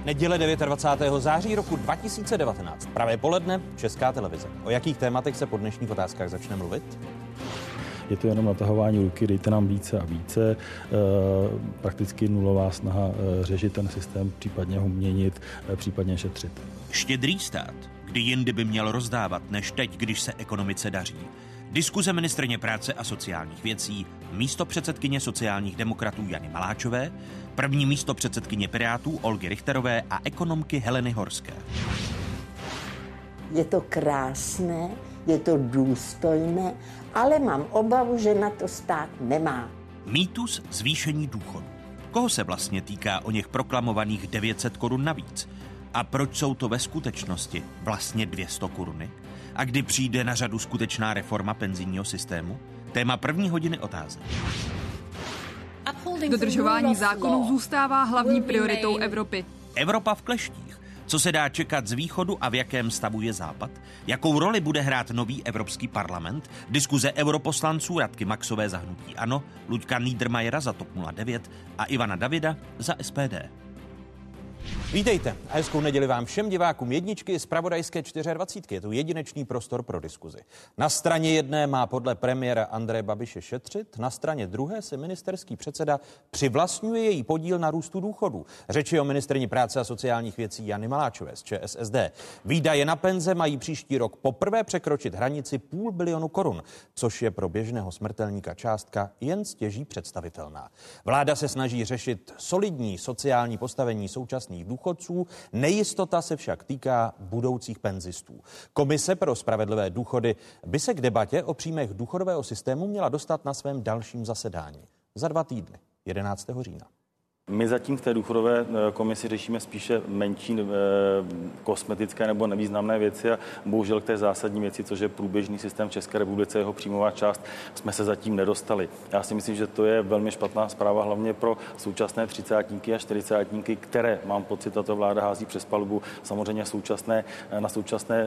Neděle 29. září roku 2019. Pravé poledne, Česká televize. O jakých tématech se po dnešních otázkách začne mluvit? Je to jenom natahování ruky, dejte nám více a více. Prakticky nulová snaha řešit ten systém, případně ho měnit, případně šetřit. Štědrý stát, kdy jindy by měl rozdávat než teď, když se ekonomice daří. Diskuze ministryně práce a sociálních věcí, místopředsedkyně sociálních demokratů Jany Maláčové, první místopředsedkyně Pirátů Olgy Richterové a ekonomky Heleny Horské. Je to krásné, je to důstojné, ale mám obavu, že na to stát nemá. Mýtus zvýšení důchodu. Koho se vlastně týká o něch proklamovaných 900 korun navíc? A proč jsou to ve skutečnosti vlastně 200 koruny? A kdy přijde na řadu skutečná reforma penzijního systému? Téma první hodiny otázek. Dodržování zákonů zůstává hlavní prioritou Evropy. Evropa v kleštích. Co se dá čekat z východu a v jakém stavu je západ? Jakou roli bude hrát nový Evropský parlament? Diskuze europoslanců Radky Maxové za hnutí ANO, Luďka Niedermayera za TOP 09 a Ivana Davida za SPD. Vítejte a hezkou neděli vám všem divákům jedničky z Pravodajské 24. Je to jedinečný prostor pro diskuzi. Na straně jedné má podle premiéra Andreje Babiše šetřit, na straně druhé se ministerský předseda přivlastňuje její podíl na růstu důchodů. Řeč je o ministryni práce a sociálních věcí Jany Maláčové z ČSSD. Výdaje na penze mají příští rok poprvé překročit hranici 500 milionu korun, což je pro běžného smrtelníka částka jen stěží představitelná. Vláda se snaží řešit solidní sociální postavení současných důchodců, nejistota se však týká budoucích penzistů. Komise pro spravedlivé důchody by se k debatě o příjmech důchodového systému měla dostat na svém dalším zasedání. Za 2 týdny, 11. října. My zatím v té důchodové komisi řešíme spíše menší kosmetické nebo nevýznamné věci a bohužel k té zásadní věci, což je průběžný systém v České republice, jeho příjmová část, jsme se zatím nedostali. Já si myslím, že to je velmi špatná zpráva, hlavně pro současné 30 a 40, které, mám pocit, tato vláda hází přes palubu. Samozřejmě na současné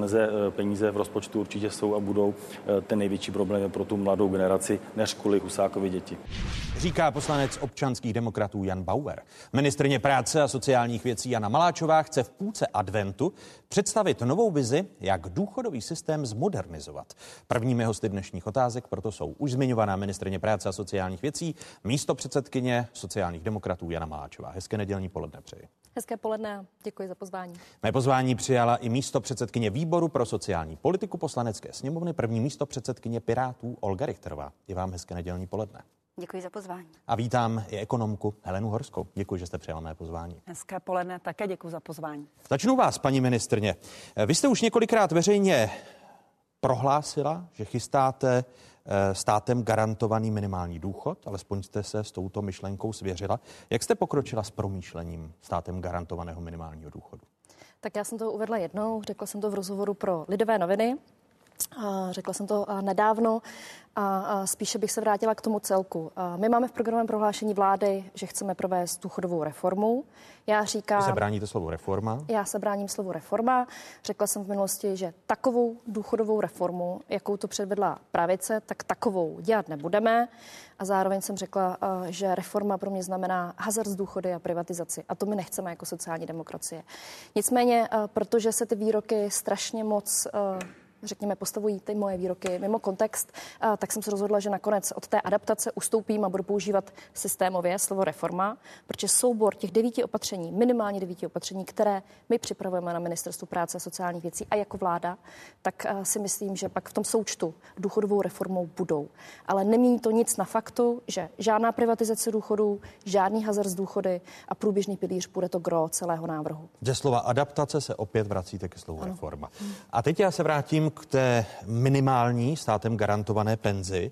peníze v rozpočtu určitě jsou a budou. Ten největší problém je pro tu mladou generaci, než kvůli Husákovy děti. Říká poslanec občanských demokratů Jan Bauer. Ministryně práce a sociálních věcí Jana Maláčová chce v půlce adventu představit novou vizi, jak důchodový systém zmodernizovat. Prvními hosty dnešních otázek proto jsou už zmiňovaná ministryně práce a sociálních věcí, místopředsedkyně sociálních demokratů Jana Maláčová. Hezké nedělní poledne přeji. Hezké poledne, děkuji za pozvání. Mé pozvání přijala i místopředsedkyně výboru pro sociální politiku Poslanecké sněmovny, první místopředsedkyně Pirátů Olga Richterová. I vám hezké nedělní poledne. Děkuji za pozvání. A vítám i ekonomku Helenu Horskou. Děkuji, že jste přijala mé pozvání. Hezké poledne, také děkuji za pozvání. Začnu vás, paní ministryně. Vy jste už několikrát veřejně prohlásila, že chystáte státem garantovaný minimální důchod, alespoň jste se s touto myšlenkou svěřila. Jak jste pokročila s promýšlením státem garantovaného minimálního důchodu? Tak já jsem to uvedla jednou, řekla jsem to v rozhovoru pro Lidové noviny. Řekla jsem to nedávno a spíše bych se vrátila k tomu celku. My máme v programovém prohlášení vlády, že chceme provést důchodovou reformu. Já říkám... Vy se bráníte slovu reforma? Já se bráním slovu reforma. Řekla jsem v minulosti, že takovou důchodovou reformu, jakou to předvedla pravice, tak takovou dělat nebudeme. A zároveň jsem řekla, že reforma pro mě znamená hazard z důchody a privatizaci. A to my nechceme jako sociální demokracie. Nicméně, protože se ty výroky strašně moc... řekněme, postavují ty moje výroky mimo kontext, tak jsem se rozhodla, že nakonec od té adaptace ustoupím a budu používat systémově slovo reforma, protože soubor těch 9 opatření, minimálně 9 opatření, které my připravujeme na Ministerstvu práce a sociálních věcí a jako vláda, tak si myslím, že pak v tom součtu důchodovou reformou budou. Ale nemění to nic na faktu, že žádná privatizace důchodů, žádný hazard z důchody a průběžný pilíř bude to gro celého návrhu. Ze slova adaptace se opět vracíte ke slovu reforma. A teď já se vrátím k té minimální státem garantované penzi.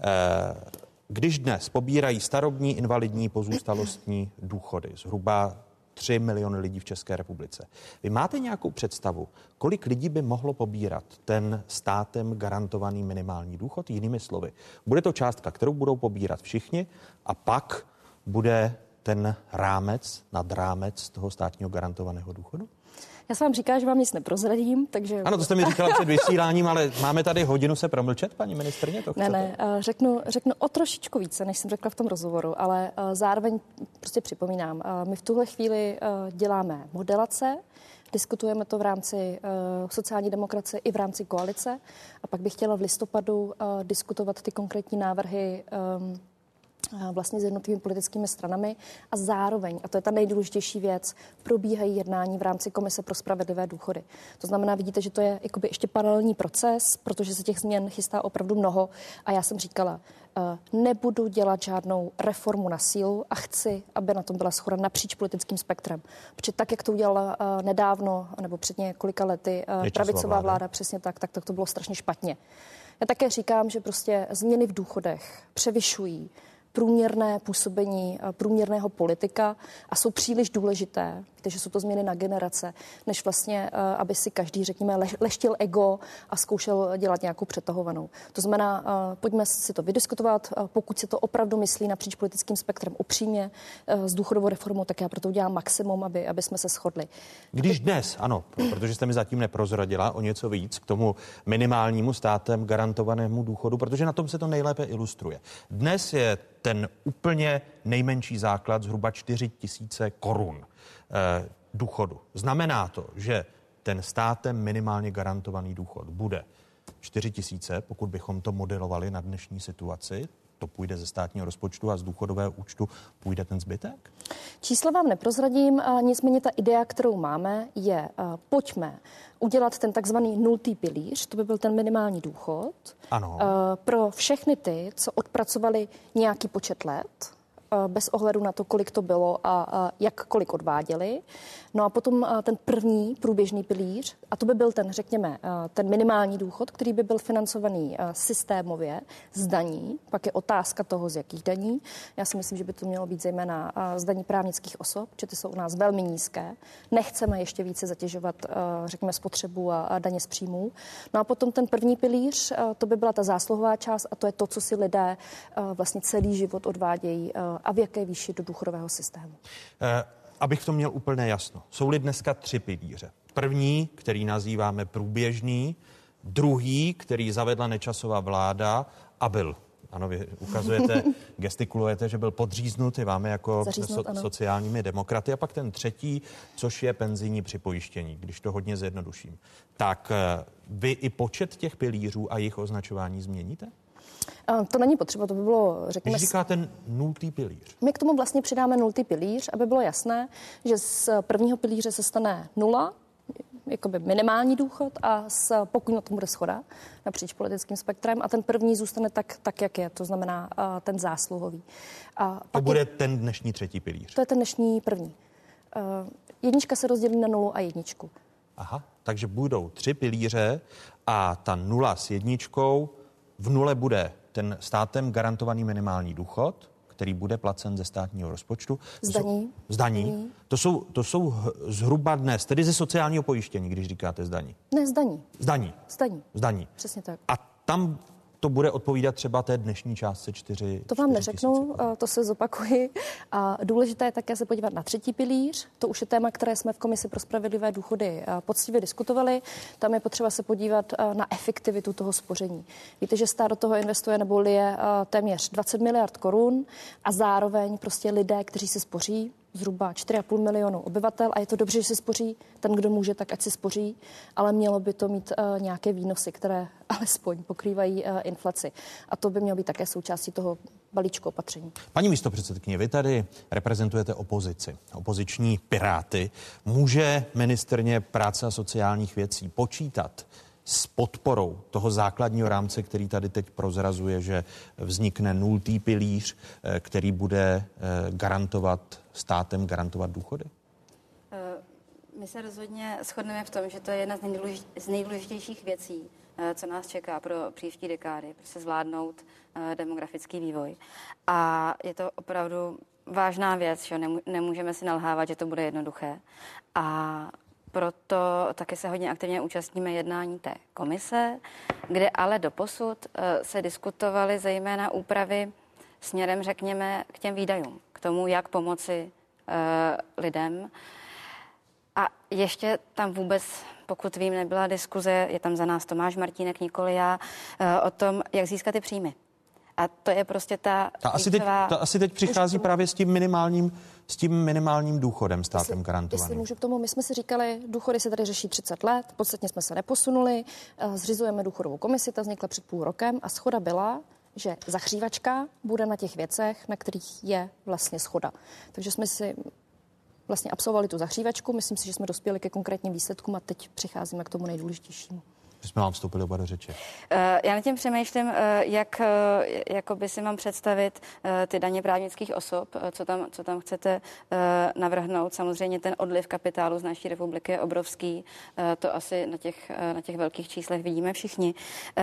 Když dnes pobírají starobní, invalidní, pozůstalostní důchody, zhruba 3 miliony lidí v České republice. Vy máte nějakou představu, kolik lidí by mohlo pobírat ten státem garantovaný minimální důchod? Jinými slovy, bude to částka, kterou budou pobírat všichni a pak bude ten rámec, nad rámec toho státního garantovaného důchodu? Já jsem vám říkala, že vám nic neprozradím, takže... Ano, to jste mi říkala před vysíláním, ale máme tady hodinu se promlčet, paní ministryně, to chcete? Ne, řeknu o trošičku více, než jsem řekla v tom rozhovoru, ale zároveň prostě připomínám, my v tuhle chvíli děláme modelace, diskutujeme to v rámci sociální demokracie i v rámci koalice a pak bych chtěla v listopadu diskutovat ty konkrétní návrhy vlastně s jednotlivými politickými stranami a zároveň, a to je ta nejdůležitější věc, probíhají jednání v rámci Komise pro spravedlivé důchody. To znamená, vidíte, že to je jakoby ještě paralelní proces, protože se těch změn chystá opravdu mnoho a já jsem říkala, nebudu dělat žádnou reformu na sílu a chci, aby na tom byla shoda napříč politickým spektrem. Protože tak, jak to udělala nedávno, nebo před několika lety pravicová vláda, přesně tak to bylo strašně špatně. Já také říkám, že prostě změny v důchodech převyšují průměrné působení průměrného politika a jsou příliš důležité, protože jsou to změny na generace, než vlastně, aby si každý, řekněme, leštil ego a zkoušel dělat nějakou přetahovanou. To znamená, pojďme si to vydiskutovat, pokud si to opravdu myslí napříč politickým spektrem upřímně s důchodovou reformou, tak já proto udělám maximum, aby jsme se shodli. Když dnes, ano, protože jste mi zatím neprozradila o něco víc k tomu minimálnímu státem garantovanému důchodu, protože na tom se to nejlépe ilustruje. Dnes je ten úplně nejmenší základ zhruba 4 000 korun důchodu. Znamená to, že ten státem minimálně garantovaný důchod bude 4 000, pokud bychom to modelovali na dnešní situaci, to půjde ze státního rozpočtu a z důchodového účtu půjde ten zbytek? Čísla vám neprozradím, nicméně ta idea, kterou máme, je pojďme udělat ten takzvaný nultý pilíř, to by byl ten minimální důchod, ano. Pro všechny ty, co odpracovali nějaký počet let, bez ohledu na to, kolik to bylo a jak kolik odváděli. No a potom ten první průběžný pilíř, a to by byl ten, řekněme, ten minimální důchod, který by byl financovaný systémově z daní. Pak je otázka toho, z jakých daní. Já si myslím, že by to mělo být zejména z daní právnických osob, protože ty jsou u nás velmi nízké. Nechceme ještě více zatěžovat, řekněme, spotřebu a daně z příjmů. No a potom ten první pilíř, to by byla ta zásluhová část a to je to, co si lidé vlastně celý život odvádějí a v jaké výši do důchodového systému. Abych v tom měl úplně jasno. Jsou-li dneska 3 pilíře. První, který nazýváme průběžný, druhý, který zavedla Nečasova vláda a byl, ano, vy ukazujete, gestikulujete, že byl podříznut i vámi jako sociálními demokraty, a pak ten třetí, což je penzijní připojištění, když to hodně zjednoduším. Tak vy i počet těch pilířů a jejich označování změníte? To není potřeba, to by bylo, řekněme... Když říkáte nultý pilíř. My k tomu vlastně přidáme nultý pilíř, aby bylo jasné, že z prvního pilíře se stane 0, jakoby minimální důchod a pokud na tom bude shoda napříč politickým spektrem a ten první zůstane tak jak je, to znamená ten zásluhový. A to bude ten dnešní třetí pilíř. To je ten dnešní první. Jednička se rozdělí na 0 a 1. Aha, takže budou 3 pilíře a ta 0 s 1, v 0 bude ten státem garantovaný minimální důchod, který bude placen ze státního rozpočtu. Z daní. To jsou zhruba dnes, tedy ze sociálního pojištění, když říkáte z daní. Ne, z daní. Z daní. Přesně tak. A tam to bude odpovídat třeba té dnešní částce 4 To vám neřeknu, to se zopakuji. A důležité je také se podívat na třetí pilíř. To už je téma, které jsme v Komisi pro spravedlivé důchody poctivě diskutovali. Tam je potřeba se podívat na efektivitu toho spoření. Víte, že stát do toho investuje nebo lije téměř 20 miliard korun a zároveň prostě lidé, kteří si spoří, zhruba 4,5 milionu obyvatel a je to dobře, že si spoří. Ten, kdo může, tak ať si spoří, ale mělo by to mít nějaké výnosy, které alespoň pokrývají inflaci. A to by mělo být také součástí toho balíčku opatření. Paní místopředsedkyně, vy tady reprezentujete opozici, opoziční Piráty. Může ministryně práce a sociálních věcí počítat s podporou toho základního rámce, který tady teď prozrazuje, že vznikne nultý pilíř, který bude státem garantovat důchody? My se rozhodně shodneme v tom, že to je jedna z nejdůležitějších věcí, co nás čeká pro příští dekády, prostě zvládnout demografický vývoj. A je to opravdu vážná věc, že nemůžeme si nalhávat, že to bude jednoduché. A proto taky se hodně aktivně účastníme jednání té komise, kde ale doposud se diskutovaly zejména úpravy směrem, řekněme, k těm výdajům, k tomu, jak pomoci lidem. A Ještě tam vůbec, pokud vím, nebyla diskuze, je tam za nás Tomáš Martínek, nikoli já, o tom, jak získat ty příjmy. A to je prostě ta asi teď přichází právě s tím minimálním důchodem státem garantovaným. Jestli můžu k tomu, my jsme si říkali, důchody se tady řeší 30 let, podstatně jsme se neposunuli, zřizujeme důchodovou komisi, ta vznikla před půl rokem a shoda byla, že zahřívačka bude na těch věcech, na kterých je vlastně shoda. Takže jsme si vlastně absolvovali tu zahřívačku, myslím si, že jsme dospěli ke konkrétním výsledkům a teď přicházíme k tomu nejdůležitější. Jsme vám vstoupili oba do řeči. Já nad tím přemýšlím, jak by si mám představit ty daně právnických osob, co tam chcete navrhnout. Samozřejmě ten odliv kapitálu z naší republiky je obrovský, to asi na těch velkých číslech vidíme všichni,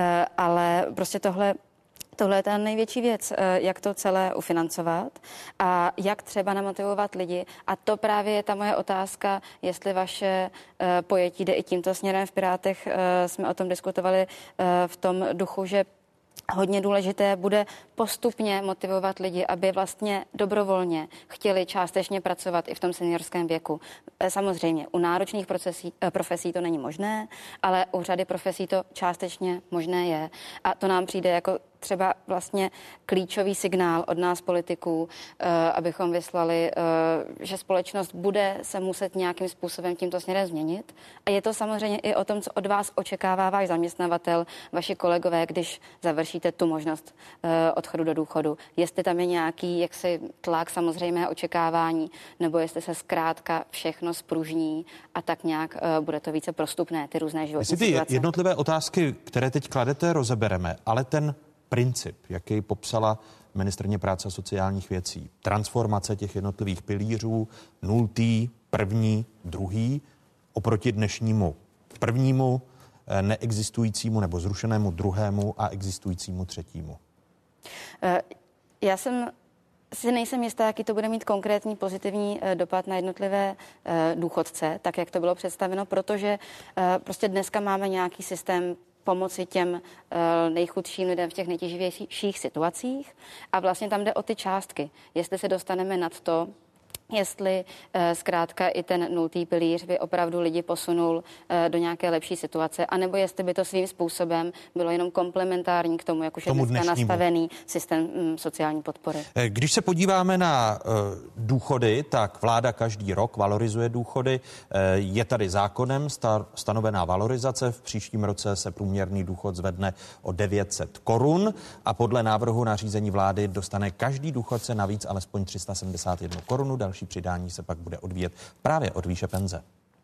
ale prostě tohle je ta největší věc, jak to celé ufinancovat a jak třeba namotivovat lidi. A to právě je ta moje otázka, jestli vaše pojetí jde i tímto směrem. V Pirátech jsme o tom diskutovali v tom duchu, že hodně důležité bude postupně motivovat lidi, aby vlastně dobrovolně chtěli částečně pracovat i v tom seniorském věku. Samozřejmě u náročných profesí to není možné, ale u řady profesí to částečně možné je. A to nám přijde jako třeba vlastně klíčový signál od nás politiků, abychom vyslali, že společnost bude se muset nějakým způsobem tímto směrem změnit. A je to samozřejmě i o tom, co od vás očekává váš zaměstnavatel, vaši kolegové, když završíte tu možnost odchodu do důchodu. Jestli tam je nějaký jaksi tlak, samozřejmé očekávání, nebo jestli se zkrátka všechno spružní a tak nějak bude to více prostupné, ty různé životní situace. Ty jednotlivé otázky, které teď kladete, rozebereme, ale ten princip, jaký popsala ministryně práce a sociálních věcí, transformace těch jednotlivých pilířů, nultý, první, druhý, oproti dnešnímu prvnímu, neexistujícímu nebo zrušenému druhému a existujícímu třetímu. Já si nejsem jistá, jaký to bude mít konkrétní pozitivní dopad na jednotlivé důchodce, tak jak to bylo představeno, protože prostě dneska máme nějaký systém pomoci těm nejchudším lidem v těch nejtěživějších situacích a vlastně tam jde o ty částky. Jestli se dostaneme nad to, jestli zkrátka i ten nultý pilíř by opravdu lidi posunul do nějaké lepší situace, anebo jestli by to svým způsobem bylo jenom komplementární k tomu, jak už je dneska nastavený systém sociální podpory. Když se podíváme na důchody, tak vláda každý rok valorizuje důchody. Je tady zákonem stanovená valorizace. V příštím roce se průměrný důchod zvedne o 900 korun a podle návrhu nařízení vlády dostane každý důchodce navíc alespoň 371 korun. Další přidání se pak bude odvíjet právě od výše penze.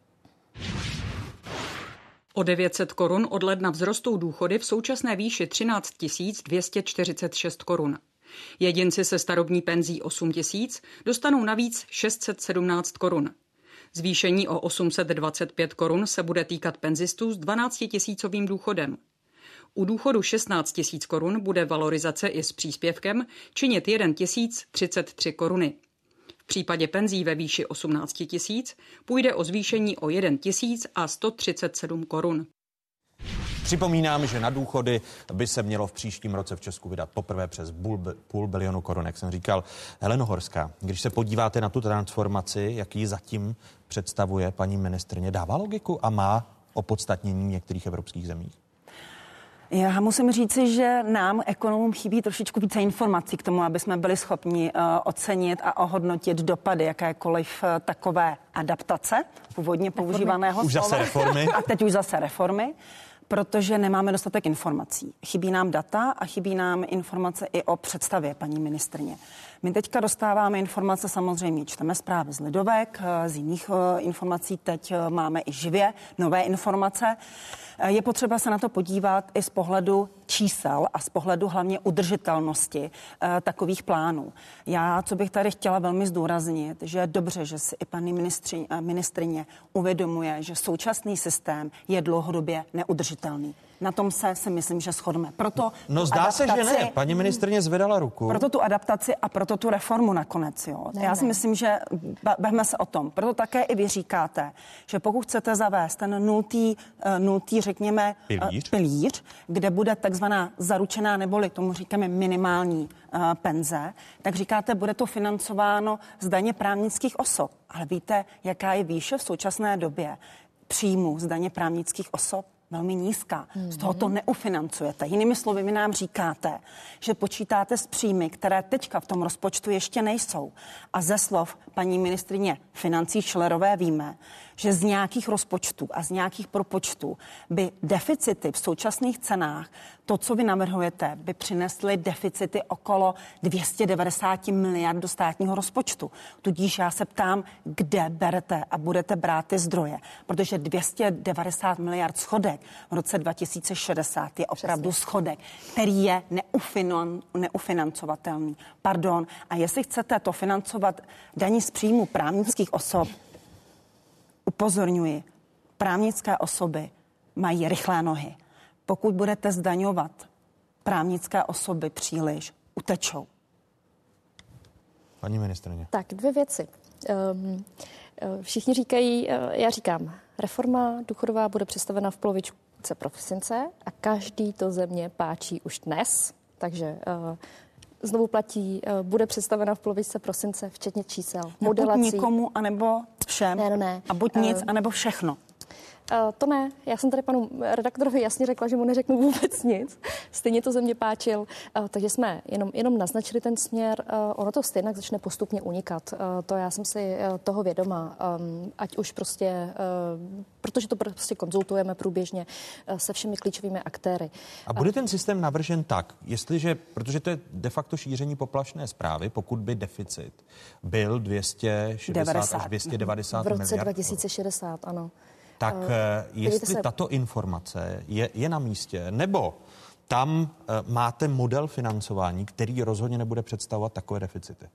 O 900 korun od ledna vzrostou důchody v současné výši 13 246 korun. Jedinci se starobní penzí 8 000 dostanou navíc 617 korun. Zvýšení o 825 korun se bude týkat penzistů s 12 000 důchodem. U důchodu 16 000 korun bude valorizace i s příspěvkem činit 1 033 koruny. V případě penzí ve výši 18 000 půjde o zvýšení o 1 137 korun. Připomínám, že na důchody by se mělo v příštím roce v Česku vydat poprvé přes půl bilionu korun, jak jsem říkal. Heleno Horská, když se podíváte na tu transformaci, jak ji zatím představuje paní ministryně, dává logiku a má opodstatnění v některých evropských zemích? Já musím říci, že nám, ekonomům, chybí trošičku více informací k tomu, aby jsme byli schopni ocenit a ohodnotit dopady jakékoliv takové adaptace původně používaného slova. Už zase reformy. A teď už zase reformy, protože nemáme dostatek informací. Chybí nám data a chybí nám informace i o představě paní ministryně. My teďka dostáváme informace, samozřejmě čteme zprávy z Lidovek, z jiných informací teď máme i živě nové informace. Je potřeba se na to podívat i z pohledu čísel a z pohledu hlavně udržitelnosti takových plánů. Já, co bych tady chtěla velmi zdůraznit, že je dobře, že si i paní ministryně uvědomuje, že současný systém je dlouhodobě neudržitelný. udržitelný. Na tom si myslím, že shodneme. Proto zdá se, že ne. Paní ministryně zvedala ruku. Proto tu adaptaci a proto tu reformu nakonec. Jo. Já si myslím, že bavíme se o tom. Proto také i vy říkáte, že pokud chcete zavést ten nultý řekněme, pilíř, kde bude takzvaná zaručená, neboli tomu říkáme minimální penze, tak říkáte, bude to financováno z daně právnických osob. Ale víte, jaká je výše v současné době příjmu z daně právnických osob? Velmi nízká. Z toho to neufinancujete. Jinými slovy, vy nám říkáte, že počítáte s příjmy, které teďka v tom rozpočtu ještě nejsou. A ze slov paní ministryně financí Schillerové víme, že z nějakých rozpočtů a z nějakých propočtů by deficity v současných cenách, to, co vy navrhujete, by přinesly deficity okolo 290 miliard do státního rozpočtu. Tudíž já se ptám, kde berete a budete brát ty zdroje, protože 290 miliard schodek v roce 2060 je opravdu schodek, který je neufinancovatelný. Pardon. A jestli chcete to financovat daní z příjmu právnických osob, upozorňuji, právnické osoby mají rychlé nohy. Pokud budete zdaňovat právnické osoby příliš, utečou. Paní ministryně. Tak, 2 věci. Všichni říkají, já říkám, reforma důchodová bude představena v polovičce prosince a každý to země páčí už dnes, takže znovu platí, bude představena v polovičce prosince, včetně čísel, modelací. Buď nikomu, anebo všem. Ne. A buď nic, anebo všechno. To ne. Já jsem tady panu redaktorovi jasně řekla, že mu neřeknu vůbec nic. Stejně to země páčil, takže jsme jenom naznačili ten směr. Ono to stejně začne postupně unikat. To já jsem si toho vědoma. Ať už prostě, protože to prostě konzultujeme průběžně se všemi klíčovými aktéry. A bude ten systém navržen tak, protože to je de facto šíření poplašné zprávy, pokud by deficit byl 260 až 290 miliard. V roce 2060, ano. Tak jestli tato informace je na místě, nebo tam máte model financování, který rozhodně nebude představovat takové deficity?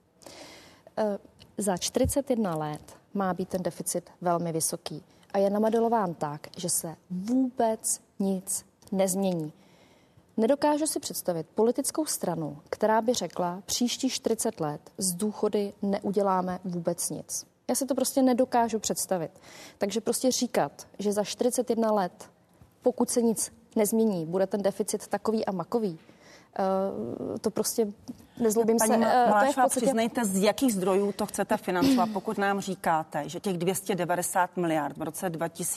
Za 41 let má být ten deficit velmi vysoký a je namodelován tak, že se vůbec nic nezmění. Nedokážu si představit politickou stranu, která by řekla, příští 40 let z důchody neuděláme vůbec nic. Já si to prostě nedokážu představit. Takže prostě říkat, že za 41 let, pokud se nic nezmění, bude ten deficit takový a makový, to prostě nezlobím se. Maláčová, přiznejte, z jakých zdrojů to chcete financovat, pokud nám říkáte, že těch 290 miliard v roce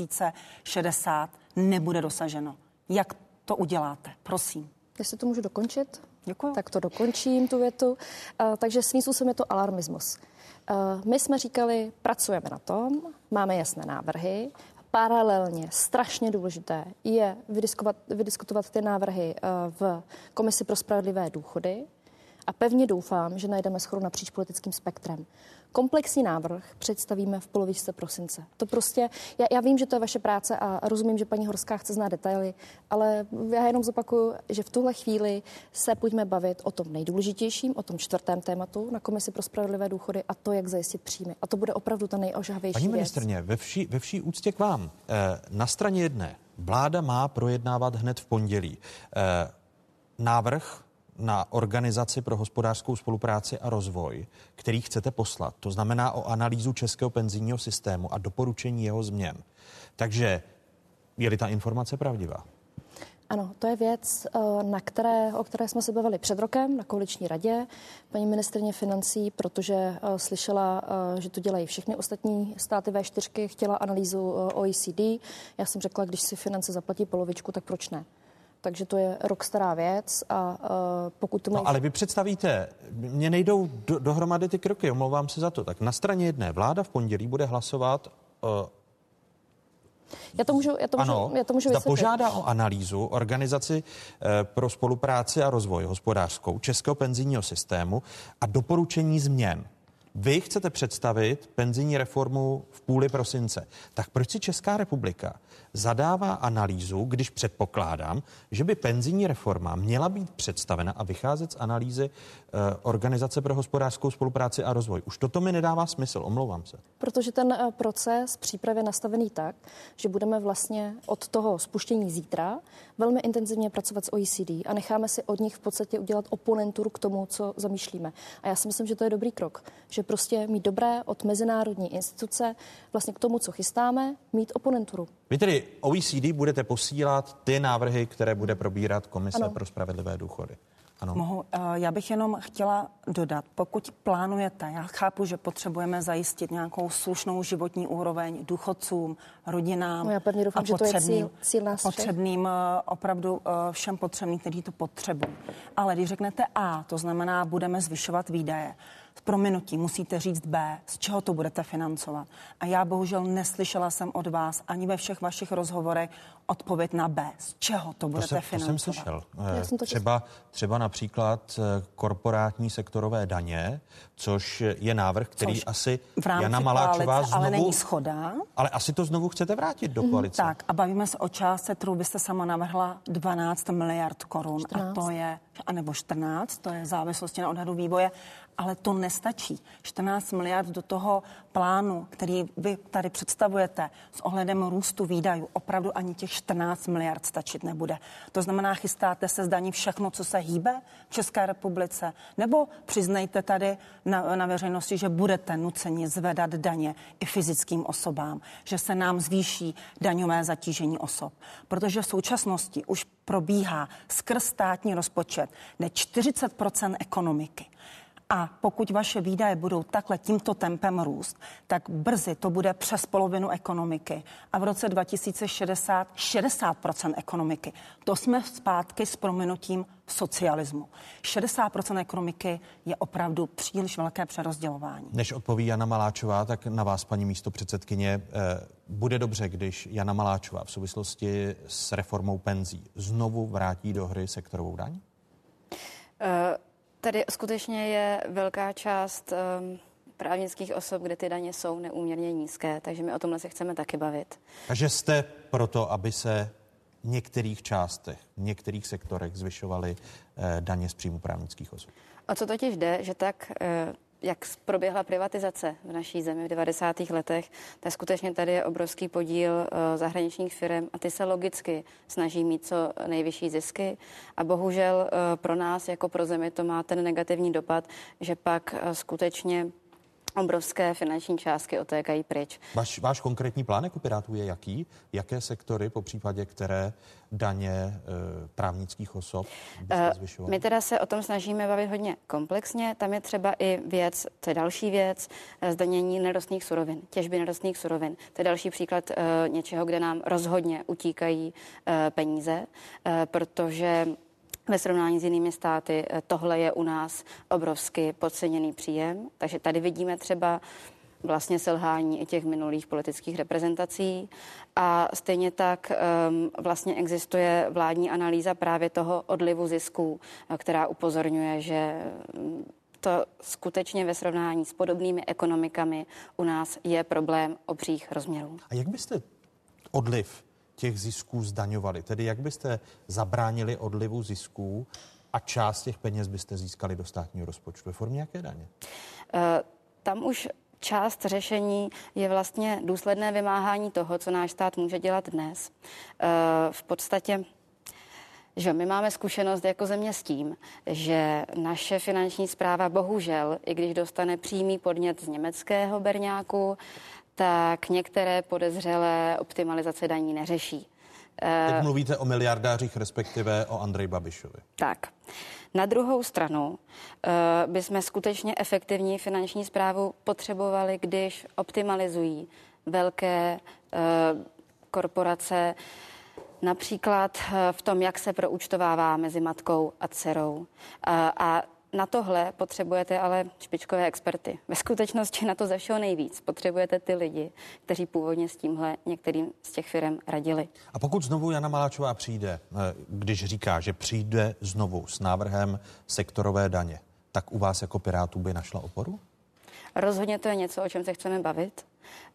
2060 nebude dosaženo. Jak to uděláte? Prosím. Jestli to můžu dokončit? Děkuji. Tak to dokončím, tu větu. Takže svým způsobem je to alarmismus. My jsme říkali, pracujeme na tom, máme jasné návrhy, paralelně strašně důležité je vydiskutovat ty návrhy v Komisi pro spravedlivé důchody a pevně doufám, že najdeme shodu napříč politickým spektrem. Komplexní návrh představíme v polovičce prosince. To prostě, já vím, že to je vaše práce a rozumím, že paní Horská chce znát detaily, ale já jenom zopakuju, že v tuhle chvíli se pojďme bavit o tom nejdůležitějším, o tom 4. tématu na Komisi pro spravedlivé důchody a to, jak zajistit příjmy. A to bude opravdu ta nejožavější Paní věc. ministryně, ve vší úctě k vám, na straně jedné vláda má projednávat hned v pondělí návrh na Organizaci pro hospodářskou spolupráci a rozvoj, který chcete poslat. To znamená o analýzu českého penzijního systému a doporučení jeho změn. Takže je-li ta informace pravdivá? Ano, to je věc, o které jsme se bavili před rokem na koaliční radě. Paní ministryně financí, protože slyšela, že to dělají všechny ostatní státy V4, chtěla analýzu OECD. Já jsem řekla, když si finance zaplatí polovičku, tak proč ne? Takže to je rok stará věc a pokud to mají... No ale vy představíte, mně nejdou dohromady ty kroky, omlouvám se za to. Tak na straně jedné vláda v pondělí bude hlasovat... Já to můžu vysvětlit. Požádá o analýzu Organizaci pro spolupráci a rozvoj hospodářskou českého penzijního systému a doporučení změn. Vy chcete představit penzijní reformu v půli prosince. Tak proč si Česká republika zadává analýzu, když předpokládám, že by penzijní reforma měla být představena a vycházet z analýzy Organizace pro hospodářskou spolupráci a rozvoj? Už toto mi nedává smysl, omlouvám se. Protože ten proces přípravy je nastavený tak, že budeme vlastně od toho spuštění zítra velmi intenzivně pracovat s OECD a necháme si od nich v podstatě udělat oponenturu k tomu, co zamýšlíme. A já si myslím, že to je dobrý krok, že prostě mít dobré od mezinárodní instituce vlastně k tomu, co chystáme, mít oponenturu. Vy tedy OECD budete posílat ty návrhy, které bude probírat Komise ano. pro spravedlivé důchody. Ano. Mohu, já bych jenom chtěla dodat, pokud plánujete, já chápu, že potřebujeme zajistit nějakou slušnou životní úroveň důchodcům, rodinám, no já pevně doufám, a že to je cíl nás potřebným, opravdu všem potřebným, kteří to potřebují. Ale když řeknete A, to znamená, budeme zvyšovat výdaje. S prominutí musíte říct B, z čeho to budete financovat. A já bohužel neslyšela jsem od vás ani ve všech vašich rozhovorech odpověď na B, z čeho to budete financovat. To jsem slyšel. Třeba například korporátní sektorové daně, což je návrh, který asi Jana Maláčová znovu... Ale není shoda. Ale asi to znovu chcete vrátit do koalice. Tak a bavíme se o částce, kterou byste sama navrhla 12 miliard korun. 14. A to je, anebo 14, to je v závislosti na odhadu vývoje, ale to nestačí. 14 miliard do toho plánu, který vy tady představujete s ohledem růstu výdajů, opravdu ani těch 14 miliard stačit nebude. To znamená, chystáte se zdanit všechno, co se hýbe v České republice, nebo přiznejte tady na veřejnosti, že budete nuceni zvedat daně i fyzickým osobám, že se nám zvýší daňové zatížení osob. Protože v současnosti už probíhá skrz státní rozpočet 40% ekonomiky. A pokud vaše výdaje budou takhle tímto tempem růst, tak brzy to bude přes polovinu ekonomiky. A v roce 2060 60% ekonomiky. To jsme zpátky s prominutím socialismu. 60% ekonomiky je opravdu příliš velké přerozdělování. Než odpoví Jana Maláčová, tak na vás, paní místopředsedkyně, bude dobře, když Jana Maláčová v souvislosti s reformou penzí znovu vrátí do hry sektorovou daň? Tady skutečně je velká část právnických osob, kde ty daně jsou neúměrně nízké, takže my o tomhle se chceme taky bavit. Takže jste proto, aby se v některých částech, v některých sektorech zvyšovaly daně z příjmu právnických osob? O co totiž jde, že tak, jak proběhla privatizace v naší zemi v 90. letech, tak skutečně tady je obrovský podíl zahraničních firm a ty se logicky snaží mít co nejvyšší zisky a bohužel pro nás jako pro zemi to má ten negativní dopad, že pak skutečně obrovské finanční částky otékají pryč. Váš konkrétní plán jako Pirátů je jaký? Jaké sektory, popřípadě které daně právnických osob byste zvyšovali? My teda se o tom snažíme bavit hodně komplexně. Tam je třeba i věc, to je další věc, zdanění nerostných surovin, těžby nerostných surovin. To je další příklad něčeho, kde nám rozhodně utíkají peníze, protože ve srovnání s jinými státy tohle je u nás obrovsky podceněný příjem, takže tady vidíme třeba vlastně selhání i těch minulých politických reprezentací a stejně tak vlastně existuje vládní analýza právě toho odlivu zisků, která upozorňuje, že to skutečně ve srovnání s podobnými ekonomikami u nás je problém obřích rozměrů. A jak byste odliv těch zisků zdaňovali? Tedy jak byste zabránili odlivu zisků a část těch peněz byste získali do státního rozpočtu? Ve formě jaké daně? Tam už část řešení je vlastně důsledné vymáhání toho, co náš stát může dělat dnes. V podstatě, že my máme zkušenost jako země s tím, že naše finanční správa bohužel, i když dostane přímý podnět z německého berňáku, tak některé podezřelé optimalizace daní neřeší. Teď mluvíte o miliardářích, respektive o Andreji Babišovi. Tak. Na druhou stranu bychom skutečně efektivní finanční správu potřebovali, když optimalizují velké korporace, například v tom, jak se proúčtovává mezi matkou a dcerou. A na tohle potřebujete ale špičkové experty. Ve skutečnosti na to ze všeho nejvíc potřebujete ty lidi, kteří původně s tímhle některým z těch firm radili. A pokud znovu Jana Maláčová přijde, když říká, že přijde znovu s návrhem sektorové daně, tak u vás jako Pirátů by našla oporu? Rozhodně to je něco, o čem se chceme bavit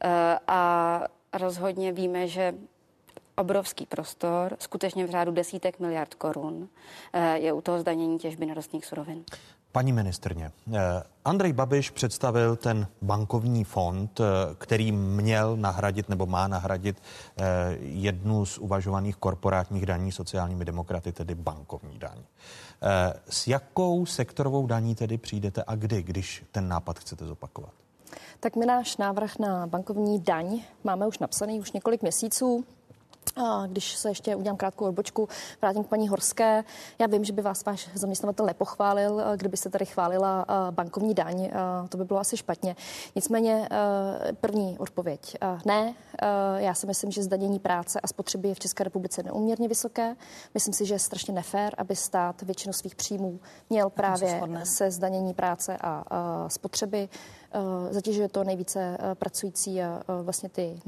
a rozhodně víme, že obrovský prostor, skutečně v řádu desítek miliard korun je u toho zdanění těžby nerostných surovin. Paní ministryně, Andrej Babiš představil ten bankovní fond, který měl nahradit nebo má nahradit jednu z uvažovaných korporátních daní sociálními demokraty, tedy bankovní daň. S jakou sektorovou daní tedy přijdete a kdy, když ten nápad chcete zopakovat? Tak my náš návrh na bankovní daň máme už napsaný už několik měsíců. A když se ještě udělám krátkou odbočku, vrátím k paní Horské. Já vím, že by vás váš zaměstnavatel nepochválil, kdybyste tady chválila bankovní daň. To by bylo asi špatně. Nicméně první odpověď. Ne, já si myslím, že zdanění práce a spotřeby je v České republice neúměrně vysoké. Myslím si, že je strašně nefér, aby stát většinu svých příjmů měl právě se zdanění práce a spotřeby. Zatěžuje to nejvíce pracující a vlastně ty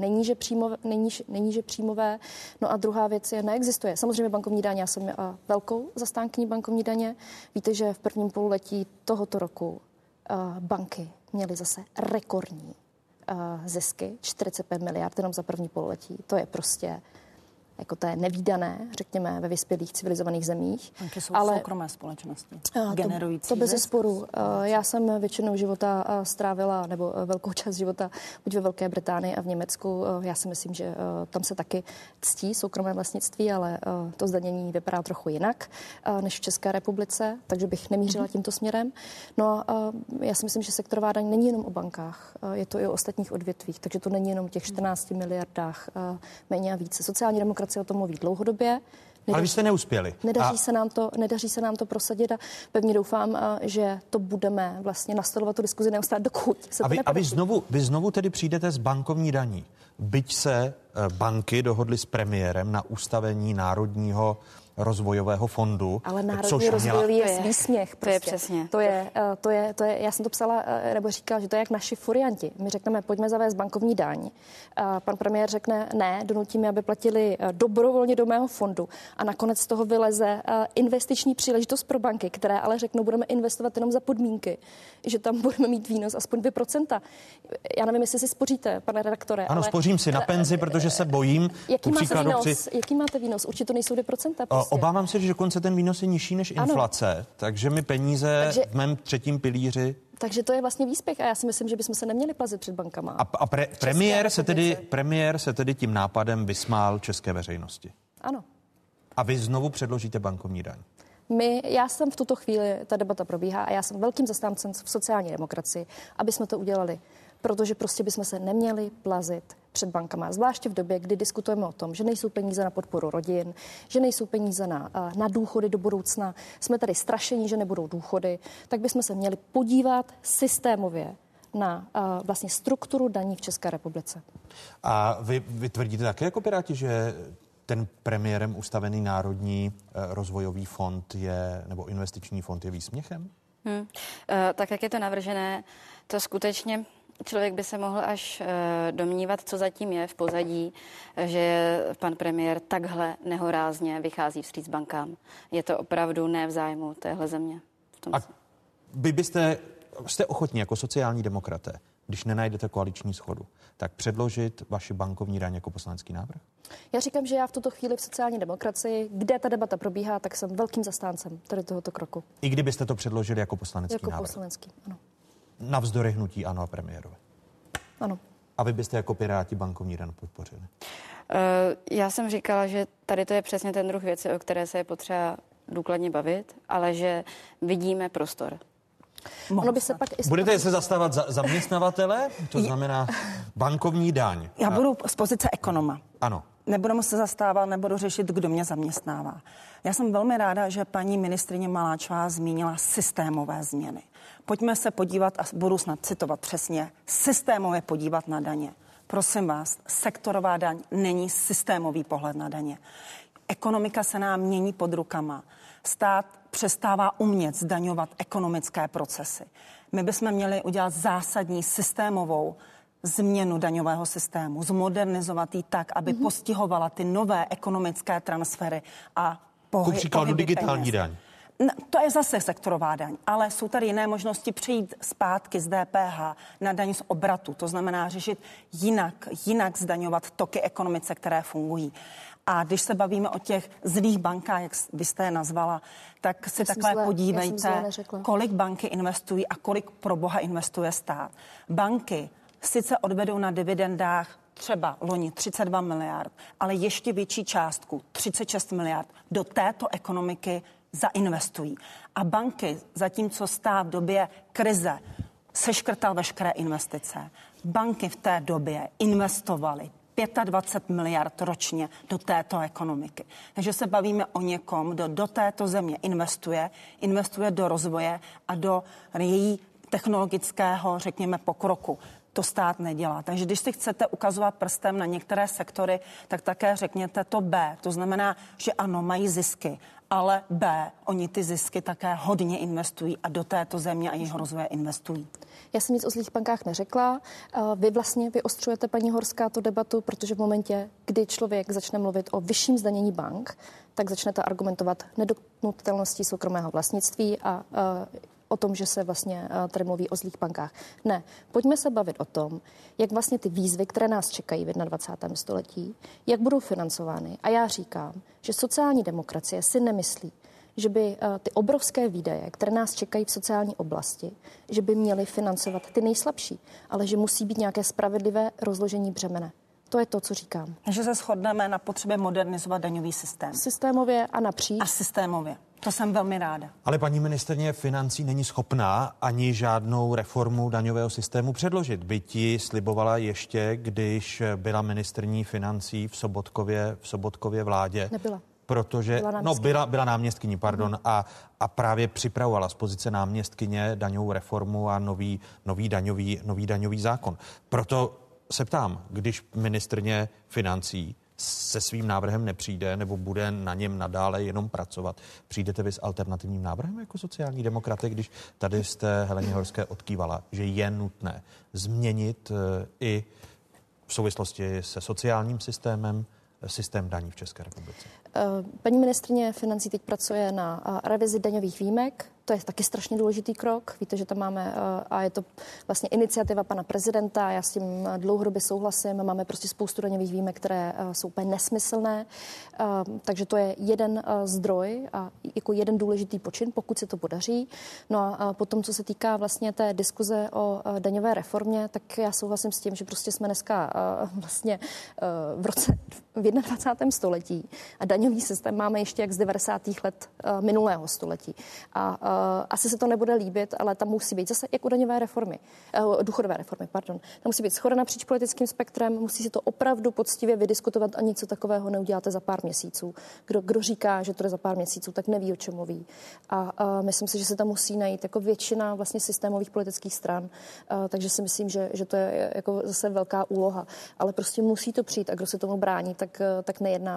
nejníže příjmové. No a druhá věc je, neexistuje. Samozřejmě bankovní daň, já jsem velkou zastánkyní bankovní daně. Víte, že v prvním pololetí tohoto roku banky měly zase rekordní zisky, 45 miliard jenom za první pololetí. To je prostě jako to je nevídané, řekněme, ve vyspělých civilizovaných zemích. Banky jsou soukromé společnosti, generující to bez sporu. Já jsem většinou života strávila, nebo velkou část života, buď ve Velké Británii a v Německu. Já si myslím, že tam se taky ctí soukromé vlastnictví, ale to zdanění vypadá trochu jinak než v České republice, takže bych nemířila tímto směrem. No a já si myslím, že sektorová daň není jenom o bankách, je to i o ostatních odvětvích, takže to není jenom o těch 14 miliardách méně a více. Sociální demokracie o tom mluví dlouhodobě. Ale vy jste neuspěli. Nedaří se nám to prosadit a pevně doufám, že to budeme vlastně nastolovat tu diskuzi neustále, dokud se to nepodaří. Vy znovu tedy přijdete s bankovní daní. Byť se banky dohodly s premiérem na ustavení Národního rozvojového fondu. Ale Národní rozvojový je výsměch. To je přesně. To je, já jsem to psala, nebo říkala, že to je jak naši furianti. My řekneme, pojďme zavést bankovní daň. Pan premiér řekne, ne, donutíme, aby platili dobrovolně do mého fondu. A nakonec z toho vyleze investiční příležitost pro banky, které ale řeknou, budeme investovat jenom za podmínky, že tam budeme mít výnos aspoň 2%. Já nevím, jestli si spoříte, pane redaktore. Ano, spořím si na penzi, protože se bojím. Jaký máte výnos? Určitě to nejsou 2%. Obávám se, že dokonce ten výnos je nižší než inflace, takže mi peníze v mém třetím pilíři. Takže to je vlastně výspěch a já si myslím, že bychom se neměli plazit před bankama. A premiér se tedy tím nápadem vysmál české veřejnosti. Ano. A vy znovu předložíte bankovní daň. Já jsem v tuto chvíli, ta debata probíhá a já jsem velkým zastáncem v sociální demokracii, aby jsme to udělali. Protože prostě bychom se neměli plazit před bankama. Zvláště v době, kdy diskutujeme o tom, že nejsou peníze na podporu rodin, že nejsou peníze na důchody do budoucna, jsme tady strašení, že nebudou důchody, tak bychom se měli podívat systémově na vlastně strukturu daní v České republice. A vy tvrdíte také jako Piráti, že ten premiérem ustavený Národní rozvojový fond nebo investiční fond je výsměchem? Tak, jak je to navržené, to skutečně člověk by se mohl až domnívat, co zatím je v pozadí, že pan premiér takhle nehorázně vychází vstříc bankám. Je to opravdu ne v zájmu téhle země. A vy jste ochotní jako sociální demokraté, když nenajdete koaliční shodu, tak předložit vaši bankovní daň jako poslanecký návrh? Já říkám, že já v tuto chvíli v sociální demokracii, kde ta debata probíhá, tak jsem velkým zastáncem tady tohoto kroku. I kdybyste to předložili jako poslanecký návrh? Jako poslanecký, ano. Navzdory hnutí ANO a premiérovi? Ano. A vy byste jako Piráti bankovní daň podpořili? Já jsem říkala, že tady to je přesně ten druh věci, o které se je potřeba důkladně bavit, ale že vidíme prostor. Budete se zastávat zaměstnavatele? To znamená bankovní daň. Já budu z pozice ekonoma. Ano. Nebudeme se zastávat, nebudu řešit, kdo mě zaměstnává. Já jsem velmi ráda, že paní ministryně Maláčová zmínila systémové změny. Pojďme se podívat, a budu snad citovat přesně, systémově podívat na daně. Prosím vás, sektorová daň není systémový pohled na daně. Ekonomika se nám mění pod rukama. Stát přestává umět zdaňovat ekonomické procesy. My bychom měli udělat zásadní systémovou změnu daňového systému, zmodernizovat ji tak, aby postihovala ty nové ekonomické transfery a ku příkladu digitální daň. To je zase sektorová daň, ale jsou tady jiné možnosti přejít zpátky z DPH na daň z obratu. To znamená řešit jinak zdaňovat toky ekonomice, které fungují. A když se bavíme o těch zlých bankách, jak vy jste je nazvala, tak si takhle podívejte, kolik banky investují a kolik pro boha investuje stát. Banky sice odvedou na dividendách třeba loni 32 miliard, ale ještě větší částku, 36 miliard, do této ekonomiky zainvestují. A banky, zatímco stát v době krize seškrtal veškeré investice, banky v té době investovaly 25 miliard ročně do této ekonomiky. Takže se bavíme o někom, kdo do této země investuje do rozvoje a do její technologického, řekněme, pokroku. To stát nedělá. Takže když si chcete ukazovat prstem na některé sektory, tak také řekněte to B. To znamená, že ano, mají zisky, ale B, oni ty zisky také hodně investují a do této země a jejího rozvoje investují. Já jsem nic o zlých bankách neřekla. Vy vlastně vyostřujete, paní Horská, tu debatu, protože v momentě, kdy člověk začne mluvit o vyšším zdanění bank, tak začnete argumentovat nedotknutelností soukromého vlastnictví a o tom, že se vlastně tady mluví o zlých bankách. Ne, pojďme se bavit o tom, jak vlastně ty výzvy, které nás čekají v 21. století, jak budou financovány. A já říkám, že sociální demokracie si nemyslí, že by ty obrovské výdaje, které nás čekají v sociální oblasti, že by měly financovat ty nejslabší, ale že musí být nějaké spravedlivé rozložení břemene. To je to, co říkám. Že se shodneme na potřebě modernizovat daňový systém. Systémově a napříč. A systémově. To jsem velmi ráda. Ale paní ministryně financí není schopná ani žádnou reformu daňového systému předložit. Byť ji slibovala ještě, když byla ministryní financí v Sobotkově vládě. Nebyla. Protože byla náměstkyní, pardon, a právě připravovala z pozice náměstkyně daňovou reformu a nový daňový zákon. Proto se ptám, když ministryně financí se svým návrhem nepřijde nebo bude na něm nadále jenom pracovat, přijdete vy s alternativním návrhem jako sociální demokraté, když tady jste Heleně Horské odkývala, že je nutné změnit i v souvislosti se sociálním systémem systém daní v České republice? Paní ministryně financí teď pracuje na revizi daňových výjimek. To je taky strašně důležitý krok. Víte, že tam máme, a je to vlastně iniciativa pana prezidenta, já s tím dlouhodobě souhlasím, máme prostě spoustu daňových výjimek, které jsou úplně nesmyslné, takže to je jeden zdroj a jako jeden důležitý počin, pokud se to podaří. No a potom, co se týká vlastně té diskuze o daňové reformě, tak já souhlasím s tím, že prostě jsme dneska vlastně v 21. století a daňový systém máme ještě jak z 90. let minulého století. A asi se to nebude líbit, ale tam musí být zase jako daňové reformy, důchodové reformy, pardon. Tam musí být shoda napříč politickým spektrem, musí si to opravdu poctivě vydiskutovat a něco takového neuděláte za pár měsíců. Kdo říká, že to je za pár měsíců, tak neví, o čem mluví. A myslím si, že se tam musí najít jako většina vlastně systémových politických stran, takže si myslím, že to je jako zase velká úloha. Ale prostě musí to přijít a kdo se tomu brání, tak nejedná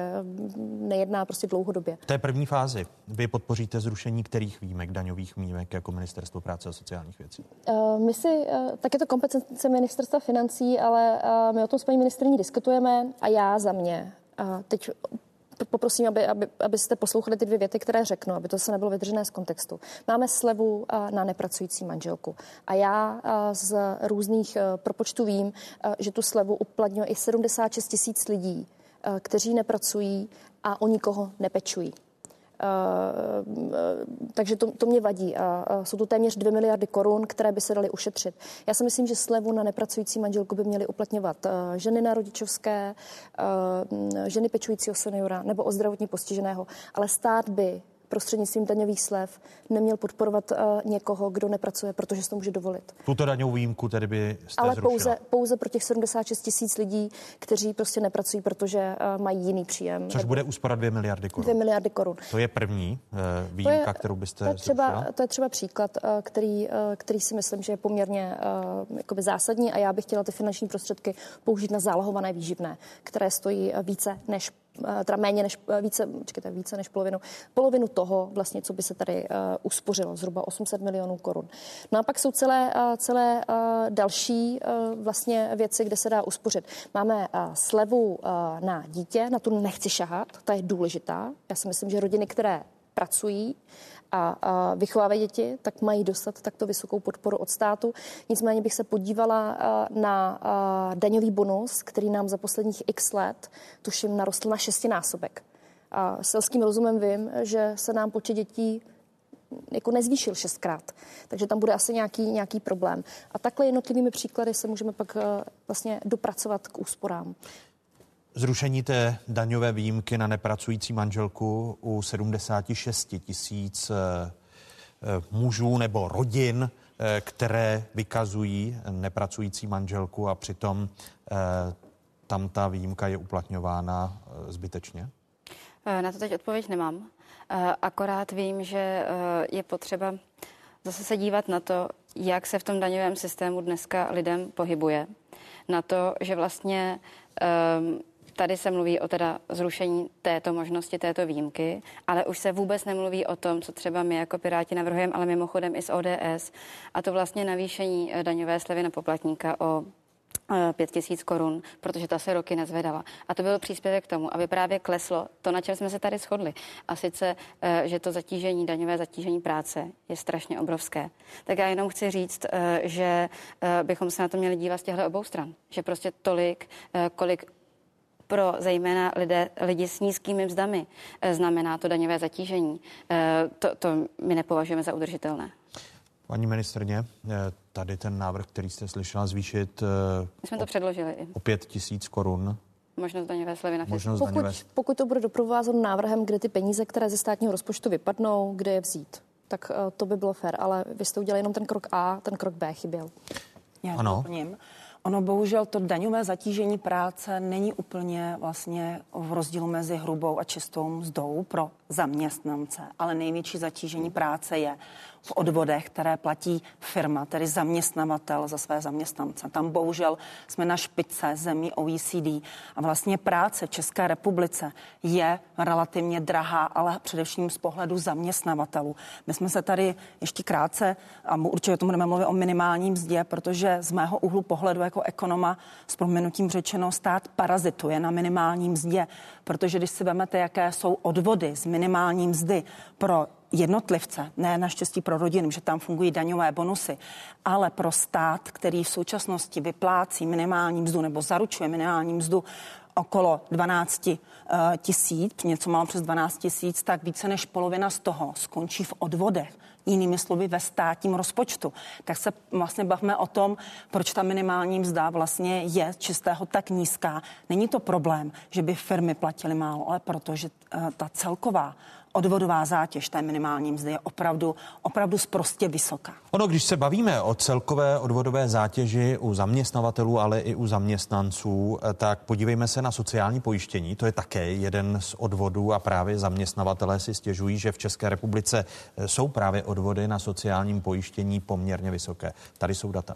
prostě dlouhodobě. V té první fázi vy podpoříte zrušení kterých výjimek, daňových výjimek jako Ministerstvo práce a sociálních věcí? Tak je to kompetence Ministerstva financí, ale my o tom s paní ministryní diskutujeme a já za mě teď poprosím, abyste poslouchali ty dvě věty, které řeknu, aby to se nebylo vydržené z kontextu. Máme slevu na nepracující manželku. A já z různých propočtů vím, že tu slevu uplatňuje i 76 000 lidí, kteří nepracují a o nikoho nepečují. Takže to mě vadí. Jsou to téměř 2 miliardy korun, které by se daly ušetřit. Já si myslím, že slevu na nepracující manželku by měly uplatňovat ženy na rodičovské, ženy pečující o seniora nebo o zdravotně postiženého, ale stát by prostřednictvím daňových slev neměl podporovat někoho, kdo nepracuje, protože si to může dovolit. Tuto daňovou výjimku tedy by jste ale zrušila? pouze pro těch 76 000 lidí, kteří prostě nepracují, protože mají jiný příjem. Což bude úspora 2 miliardy korun. 2 miliardy korun. To je první výjimka, kterou byste zrušila? To je třeba příklad, který si myslím, že je poměrně jakoby zásadní a já bych chtěla ty finanční prostředky použít na zálohované výživné, které stojí více než polovinu toho vlastně, co by se tady uspořilo, zhruba 800 milionů korun. No a pak jsou celé další vlastně věci, kde se dá uspořit. Máme slevu na dítě, na tu nechci šahat, ta je důležitá. Já si myslím, že rodiny, které pracují a vychovávají děti, tak mají dostat takto vysokou podporu od státu. Nicméně bych se podívala na daňový bonus, který nám za posledních x let, tuším, narostl na 6násobek. A selským rozumem vím, že se nám počet dětí jako nezvýšil 6krát. Takže tam bude asi nějaký problém. A takhle jednotlivými příklady se můžeme pak vlastně dopracovat k úsporám. Zrušení té daňové výjimky na nepracující manželku u 76 000 mužů nebo rodin, které vykazují nepracující manželku a přitom tam ta výjimka je uplatňována zbytečně? Na to teď odpověď nemám. Akorát vím, že je potřeba zase se dívat na to, jak se v tom daňovém systému dneska lidem pohybuje. Na to, že vlastně tady se mluví o teda zrušení této možnosti, této výjimky, ale už se vůbec nemluví o tom, co třeba my jako Piráti navrhujeme, ale mimochodem i z ODS, a to vlastně navýšení daňové slevy na poplatníka o 5 000 korun, protože ta se roky nezvedala. A to byl příspěvek k tomu, aby právě kleslo to, na čem jsme se tady shodli. A sice, že to zatížení, daňové zatížení práce je strašně obrovské. Tak já jenom chci říct, že bychom se na to měli dívat z těchto obou stran. Že prostě tolik, kolik pro zejména lidi s nízkými mzdami znamená to daňové zatížení, to my nepovažujeme za udržitelné. Paní ministryně, tady ten návrh, který jste slyšela, zvýšit my jsme to předložili o 5 000 korun. Možnost daňové slevy na Pokud to bude doprovázeno návrhem, kde ty peníze, které ze státního rozpočtu vypadnou, kde je vzít, tak to by bylo fér. Ale vy jste udělali jenom ten krok A, ten krok B chyběl. Já doplním. Ono bohužel to daňové zatížení práce není úplně vlastně v rozdílu mezi hrubou a čistou mzdou pro zaměstnance, ale největší zatížení práce je v odvodech, které platí firma, tedy zaměstnavatel za své zaměstnance. Tam bohužel jsme na špičce zemí OECD a vlastně práce v České republice je relativně drahá, ale především z pohledu zaměstnavatelů. My jsme se tady ještě krátce, a určitě o tom budeme mluvit o minimální mzdě, protože z mého úhlu pohledu jako ekonoma s prominutím řečeno stát parazituje na minimální mzdě, protože když si vemete, jaké jsou odvody z minimální mzdy pro jednotlivce, ne naštěstí pro rodiny, že tam fungují daňové bonusy, ale pro stát, který v současnosti vyplácí minimální mzdu nebo zaručuje minimální mzdu okolo 12 000, něco málo přes 12 000, tak více než polovina z toho skončí v odvodech. Jinými slovy ve státním rozpočtu. Tak se vlastně bavme o tom, proč ta minimální mzda vlastně je čistého tak nízká. Není to problém, že by firmy platily málo, ale protože ta celková odvodová zátěž té minimální mzdy je opravdu sprostě vysoká. Ono, když se bavíme o celkové odvodové zátěži u zaměstnavatelů, ale i u zaměstnanců, tak podívejme se na sociální pojištění. To je také jeden z odvodů a právě zaměstnavatelé si stěžují, že v České republice jsou právě odvody na sociálním pojištění poměrně vysoké. Tady jsou data.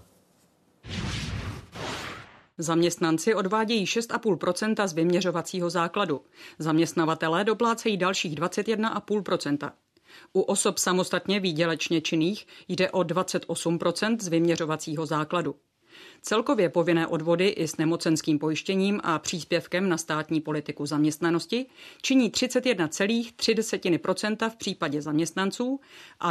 Zaměstnanci odvádějí 6,5% z vyměřovacího základu. Zaměstnavatelé doplácejí dalších 21,5%. U osob samostatně výdělečně činných jde o 28% z vyměřovacího základu. Celkově povinné odvody i s nemocenským pojištěním a příspěvkem na státní politiku zaměstnanosti činí 31,3% v případě zaměstnanců a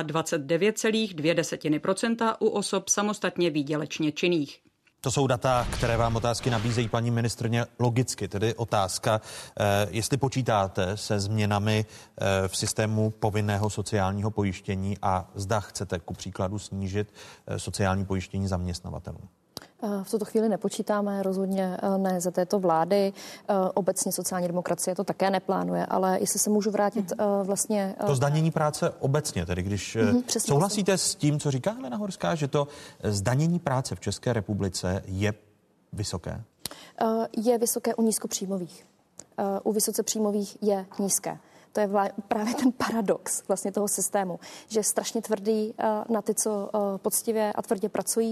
29,2% u osob samostatně výdělečně činných. To jsou data, které vám otázky nabízejí, paní ministryně, logicky. Tedy otázka, jestli počítáte se změnami v systému povinného sociálního pojištění a zda chcete ku příkladu snížit sociální pojištění zaměstnavatelům. V tuto chvíli nepočítáme, rozhodně ne za této vlády. Obecně sociální demokracie to také neplánuje, ale jestli se můžu vrátit vlastně... To zdanění práce obecně, tedy když souhlasíte s tím, co říká Helena Horská, že to zdanění práce v České republice je vysoké? Je vysoké u nízkopříjmových. U vysoce příjmových je nízké. To je právě ten paradox vlastně toho systému, že je strašně tvrdý na ty, co poctivě a tvrdě pracují,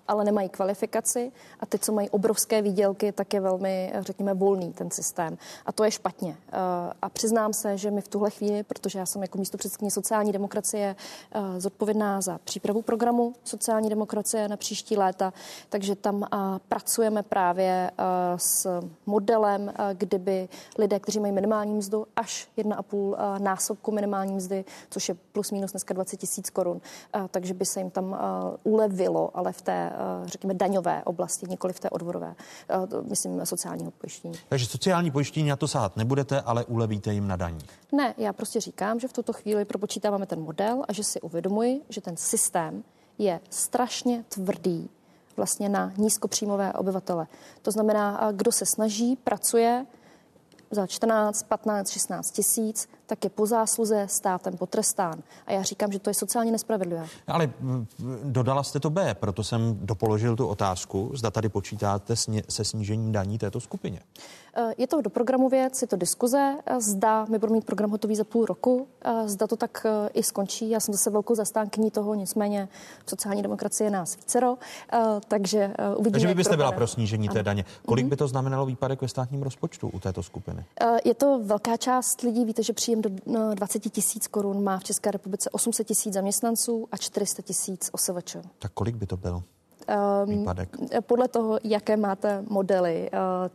ale nemají kvalifikaci a ty, co mají obrovské výdělky, tak je velmi, řekněme, volný ten systém. A to je špatně. A přiznám se, že mi v tuhle chvíli, protože já jsem jako místopředsedkyně sociální demokracie zodpovědná za přípravu programu sociální demokracie na příští léta, takže tam pracujeme právě s modelem, kdyby lidé, kteří mají minimální mzdu až 1,5 násobku minimální mzdy, což je plus minus dneska 20 000 korun, takže by se jim tam ulevilo, ale v té, řekněme, daňové oblasti, nikoli v té odvodové, myslím, sociálního pojištění. Takže sociální pojištění na to sahat nebudete, ale ulevíte jim na daní. Ne, já prostě říkám, že v tuto chvíli propočítáváme ten model a že si uvědomuji, že ten systém je strašně tvrdý vlastně na nízkopříjmové obyvatele. To znamená, kdo se snaží, pracuje za 14, 15, 16 tisíc, tak je po zásluze státem potrestán. A já říkám, že to je sociálně nespravedlivé. Ale dodala jste to B, proto jsem dopoložil tu otázku, zda tady počítáte se snížením daní této skupině. Je to do programu věc, je to diskuze, zda my budeme mít program hotový za půl roku, zda to tak i skončí. Já jsem zase velkou zastánkyní toho, nicméně v sociální demokracii je nás vícero, takže uvidíme. Takže vy byste byla pro snížení té daně. Kolik by to znamenalo výpadek ve státním rozpočtu u této skupiny? Je to velká část lidí, víte, že příjem do 20 000 korun má v České republice 800 000 zaměstnanců a 400 000 OSVČ. Tak kolik by to bylo? Výpadek. Podle toho, jaké máte modely,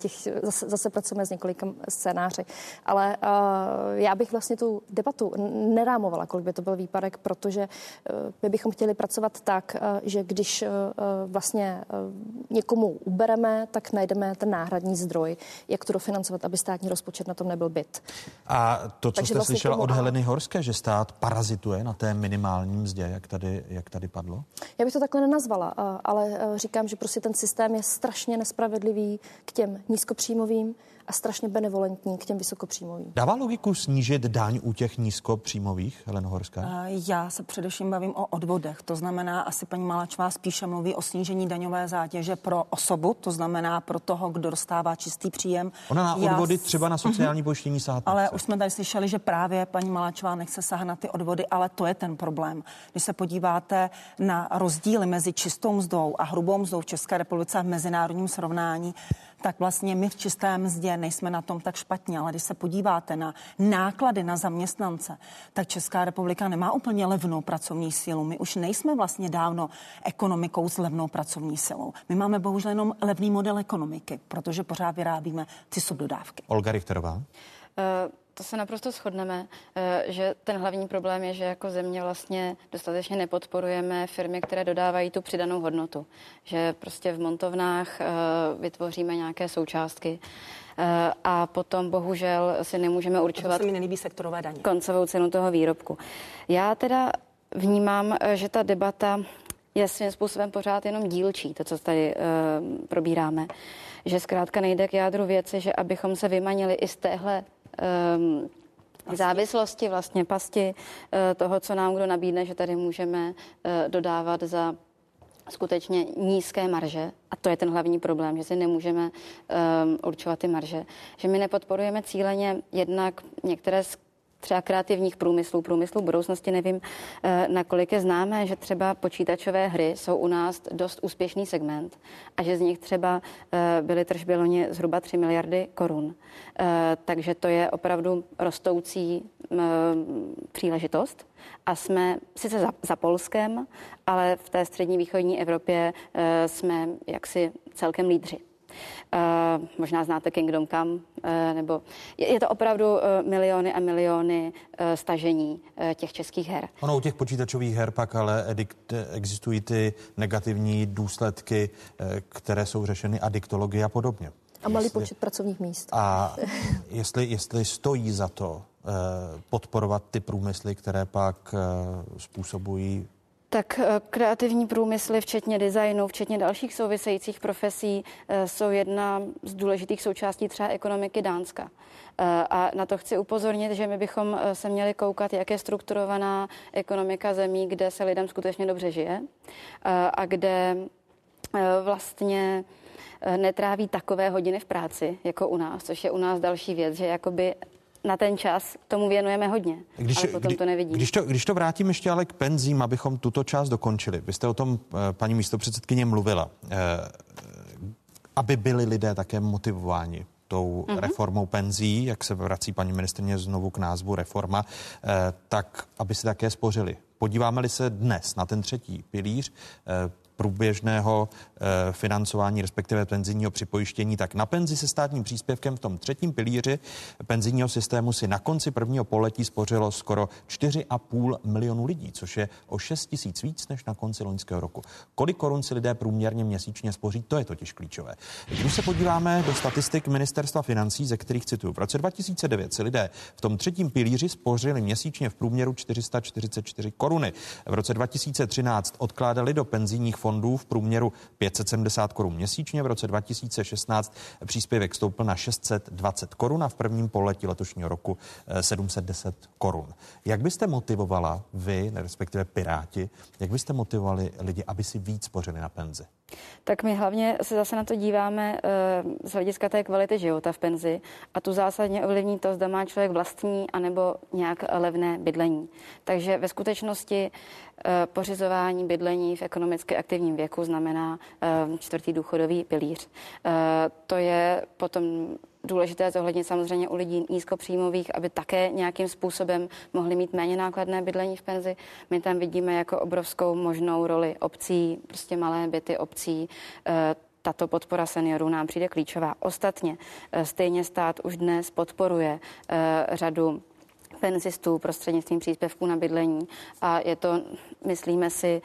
zase pracujeme s několika scénáři, ale já bych vlastně tu debatu nerámovala, kolik by to byl výpadek, protože my bychom chtěli pracovat tak, že když vlastně někomu ubereme, tak najdeme ten náhradní zdroj, jak to dofinancovat, aby státní rozpočet na tom nebyl bit. A to, co Takže jste vlastně slyšela od Heleny Horské, že stát parazituje na té minimální mzdě, jak tady padlo? Já bych to takhle nenazvala, ale říkám, že prostě ten systém je strašně nespravedlivý k těm nízkopříjmovým a strašně benevolentní k těm vysokopříjmovým. Dává logiku snížit daň u těch nízkopříjmových, Heleno Horská? Já se především bavím o odvodech. To znamená, asi paní Maláčová spíše mluví o snížení daňové zátěže pro osobu, to znamená pro toho, kdo dostává čistý příjem. Ona na odvody třeba na sociální pojištění sahat. Ale už jsme tady slyšeli, že právě paní Maláčová nechce sahat na ty odvody, ale to je ten problém. Když se podíváte na rozdíly mezi čistou mzdou a hrubou mzdou v České republice v mezinárodním srovnání, tak vlastně my v čisté mzdě nejsme na tom tak špatně, ale když se podíváte na náklady na zaměstnance, tak Česká republika nemá úplně levnou pracovní sílu. My už nejsme vlastně dávno ekonomikou s levnou pracovní silou. My máme bohužel jenom levný model ekonomiky, protože pořád vyrábíme ty subdodávky. Olga Richterová. To se naprosto shodneme, že ten hlavní problém je, že jako země vlastně dostatečně nepodporujeme firmy, které dodávají tu přidanou hodnotu. Že prostě v montovnách vytvoříme nějaké součástky a potom bohužel si nemůžeme určovat se mi nelíbí sektorové daně. Koncovou cenu toho výrobku. Já teda vnímám, že ta debata je svým způsobem pořád jenom dílčí, to, co tady probíráme. Že zkrátka nejde k jádru věci, že abychom se vymanili i z téhle závislosti, vlastně pasti toho, co nám kdo nabídne, že tady můžeme dodávat za skutečně nízké marže. A to je ten hlavní problém, že si nemůžeme určovat ty marže. Že my nepodporujeme cíleně jednak některé z třeba kreativních průmyslů budoucnosti, nevím, nakolik je známé, že třeba počítačové hry jsou u nás dost úspěšný segment a že z nich třeba byly tržby loni zhruba 3 miliardy korun. Takže to je opravdu rostoucí příležitost a jsme sice za Polskem, ale v té střední východní Evropě jsme jaksi celkem lídři. Možná znáte Kingdom Come, nebo je to opravdu miliony a miliony stažení těch českých her. Ono u těch počítačových her pak ale existují ty negativní důsledky, které jsou řešeny adiktologie a podobně. A malý počet pracovních míst. A jestli stojí za to podporovat ty průmysly, které pak způsobují. Tak kreativní průmysly, včetně designu, včetně dalších souvisejících profesí, jsou jedna z důležitých součástí třeba ekonomiky Dánska. A na to chci upozornit, že my bychom se měli koukat, jak je strukturovaná ekonomika zemí, kde se lidem skutečně dobře žije a kde vlastně netráví takové hodiny v práci, jako u nás, což je u nás další věc, že jakoby na ten čas tomu věnujeme hodně, ale potom to nevidíme. Když to vrátím ještě ale k penzím, abychom tuto část dokončili. Vy jste o tom, paní místopředsedkyně, mluvila. Aby byli lidé také motivováni tou reformou penzí, jak se vrací paní ministryně znovu k názvu reforma, tak aby si také spořili. Podíváme-li se dnes na ten třetí pilíř průběžného financování, respektive penzijního připojištění, tak na penzi se státním příspěvkem v tom třetím pilíři penzijního systému si na konci prvního pololetí spořilo skoro 4,5 milionu lidí, což je o 6 000 víc než na konci loňského roku. Kolik korun si lidé průměrně měsíčně spoří, to je totiž klíčové. Když se podíváme do statistik Ministerstva financí, ze kterých cituju, v roce 2009 si lidé v tom třetím pilíři spořili měsíčně v průměru 444 koruny. V roce 2013 odkládali do penzijních fondů v průměru 570 korun měsíčně. V roce 2016 příspěvek stoupl na 620 korun a v prvním pololetí letošního roku 710 korun. Jak byste motivovala vy, respektive Piráti, jak byste motivovali lidi, aby si víc spořili na penzi? Tak my hlavně se zase na to díváme z hlediska té kvality života v penzi a tu zásadně ovlivní to, zda má člověk vlastní anebo nějak levné bydlení. Takže ve skutečnosti pořizování bydlení v ekonomicky aktivním věku znamená čtvrtý důchodový pilíř. To je potom důležité zohlednit samozřejmě u lidí nízkopříjmových, aby také nějakým způsobem mohli mít méně nákladné bydlení v penzi. My tam vidíme jako obrovskou možnou roli obcí, prostě malé byty obcí. Tato podpora seniorů nám přijde klíčová. Ostatně stejně stát už dnes podporuje řadu penzistů prostřednictvím příspěvků na bydlení a je to, myslíme si,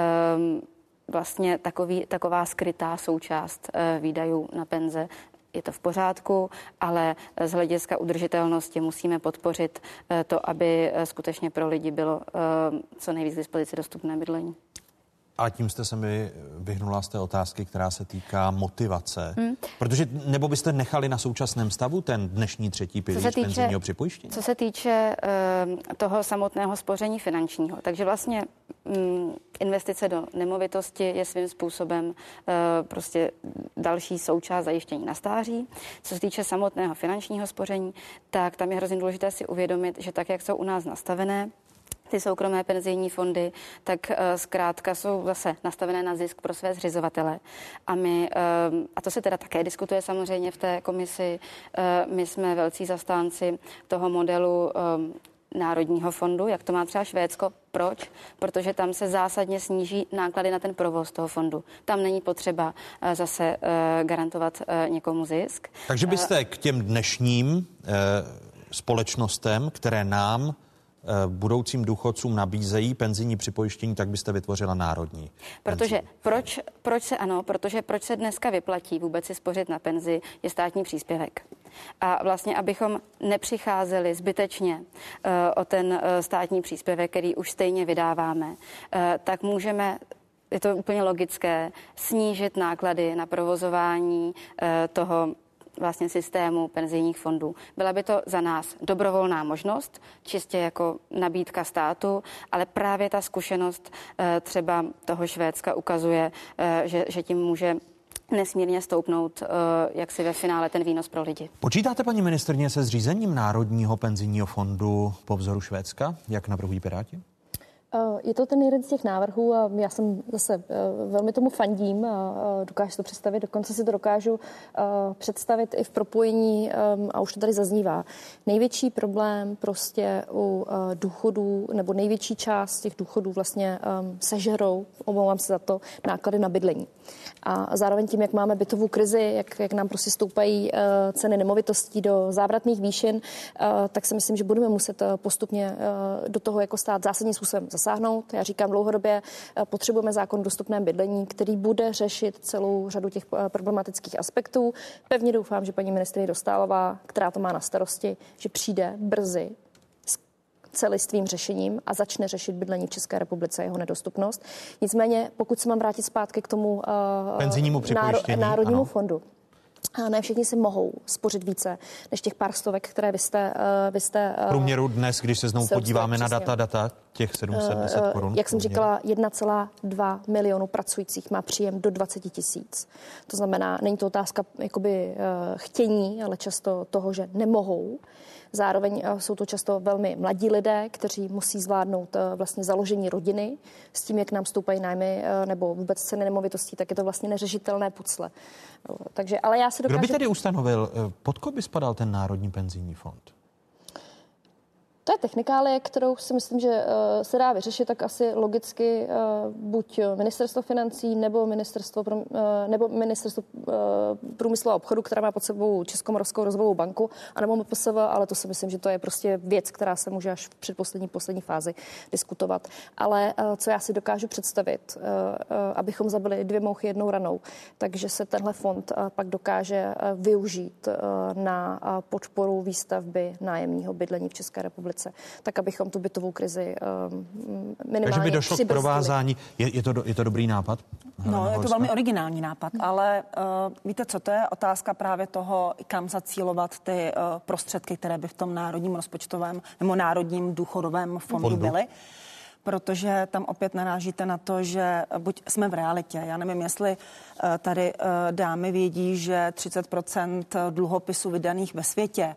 vlastně taková skrytá součást výdajů na penze. Je to v pořádku, ale z hlediska udržitelnosti musíme podpořit to, aby skutečně pro lidi bylo co nejvíc k dispozici dostupné bydlení. Ale tím jste se mi vyhnula z té otázky, která se týká motivace. Protože nebo byste nechali na současném stavu ten dnešní třetí pilíř penzijního připojištění? Co se týče toho samotného spoření finančního, takže vlastně investice do nemovitosti je svým způsobem prostě další součást zajištění na stáří. Co se týče samotného finančního spoření, tak tam je hrozně důležité si uvědomit, že tak, jak jsou u nás nastavené, ty soukromé penzijní fondy, tak zkrátka jsou zase nastavené na zisk pro své zřizovatele. A to se teda také diskutuje samozřejmě v té komisi. My jsme velcí zastánci toho modelu národního fondu, jak to má třeba Švédsko. Proč? Protože tam se zásadně sníží náklady na ten provoz toho fondu. Tam není potřeba zase garantovat někomu zisk. Takže byste k těm dnešním společnostem, které nám budoucím důchodcům nabízejí penzijní připojištění, tak byste vytvořila národní. Protože proč se dneska vyplatí vůbec si spořit na penzi, je státní příspěvek. A vlastně, abychom nepřicházeli zbytečně o ten státní příspěvek, který už stejně vydáváme, tak můžeme, je to úplně logické, snížit náklady na provozování toho vlastně systému penzijních fondů. Byla by to za nás dobrovolná možnost, čistě jako nabídka státu, ale právě ta zkušenost třeba toho Švédska ukazuje, že tím může nesmírně stoupnout, jak si ve finále ten výnos pro lidi. Počítáte, paní ministryně, se zřízením Národního penzijního fondu po vzoru Švédska, jak navrhují Piráti? Je to ten jeden z těch návrhů a já jsem zase velmi tomu fandím a dokážu to představit, dokonce si to dokážu představit i v propojení a už to tady zaznívá. Největší problém prostě u důchodů nebo největší část těch důchodů vlastně sežerou, omlouvám se za to, náklady na bydlení. A zároveň tím, jak máme bytovou krizi, jak nám prostě stoupají ceny nemovitostí do závratných výšin, tak si myslím, že budeme muset postupně do toho jako stát zásadním způsobem zasáhnout. Já říkám dlouhodobě, potřebujeme zákon o dostupném bydlení, který bude řešit celou řadu těch problematických aspektů. Pevně doufám, že paní ministryně Dostálová, která to má na starosti, že přijde brzy s celistvým řešením a začne řešit bydlení v České republice, jeho nedostupnost. Nicméně, pokud se mám vrátit zpátky k tomu penzijnímu připojištění, národnímu fondu, a ne všichni si mohou spořit více než těch pár stovek, které vy jste průměru dnes, když se znovu podíváme na data těch 710 korun. Jak jsem říkala, 1,2 milionu pracujících má příjem do 20 000. To znamená, není to otázka jakoby chtění, ale často toho, že nemohou. Zároveň jsou to často velmi mladí lidé, kteří musí zvládnout vlastně založení rodiny. S tím, jak nám stoupají nájmy nebo vůbec ceny nemovitostí, tak je to vlastně neřešitelné pucle. Takže, ale já si dokážu... Kdo by tedy ustanovil, pod koho by spadal ten Národní penzijní fond? To je technikálie, kterou si myslím, že se dá vyřešit tak asi logicky buď ministerstvo financí nebo ministerstvo průmyslu a obchodu, která má pod sebou Českomoravskou rozvojovou banku, anebo MPSV, ale to si myslím, že to je prostě věc, která se může až v předposlední fázi diskutovat. Ale co já si dokážu představit, abychom zabili 2 mouchy jednou ranou, takže se tenhle fond pak dokáže využít na podporu výstavby nájemního bydlení v České republice, tak abychom tu bytovou krizi minimálně Takže by došlo k přibrzdili. Provázání. Je to dobrý nápad? No, je to velmi originální nápad, ale víte co, to je otázka právě toho, kam zacílovat ty prostředky, které by v tom národním rozpočtovém nebo národním důchodovém fondu byly. Protože tam opět narážíte na to, že buď jsme v realitě. Já nevím, jestli tady dámy vědí, že 30% dluhopisů vydaných ve světě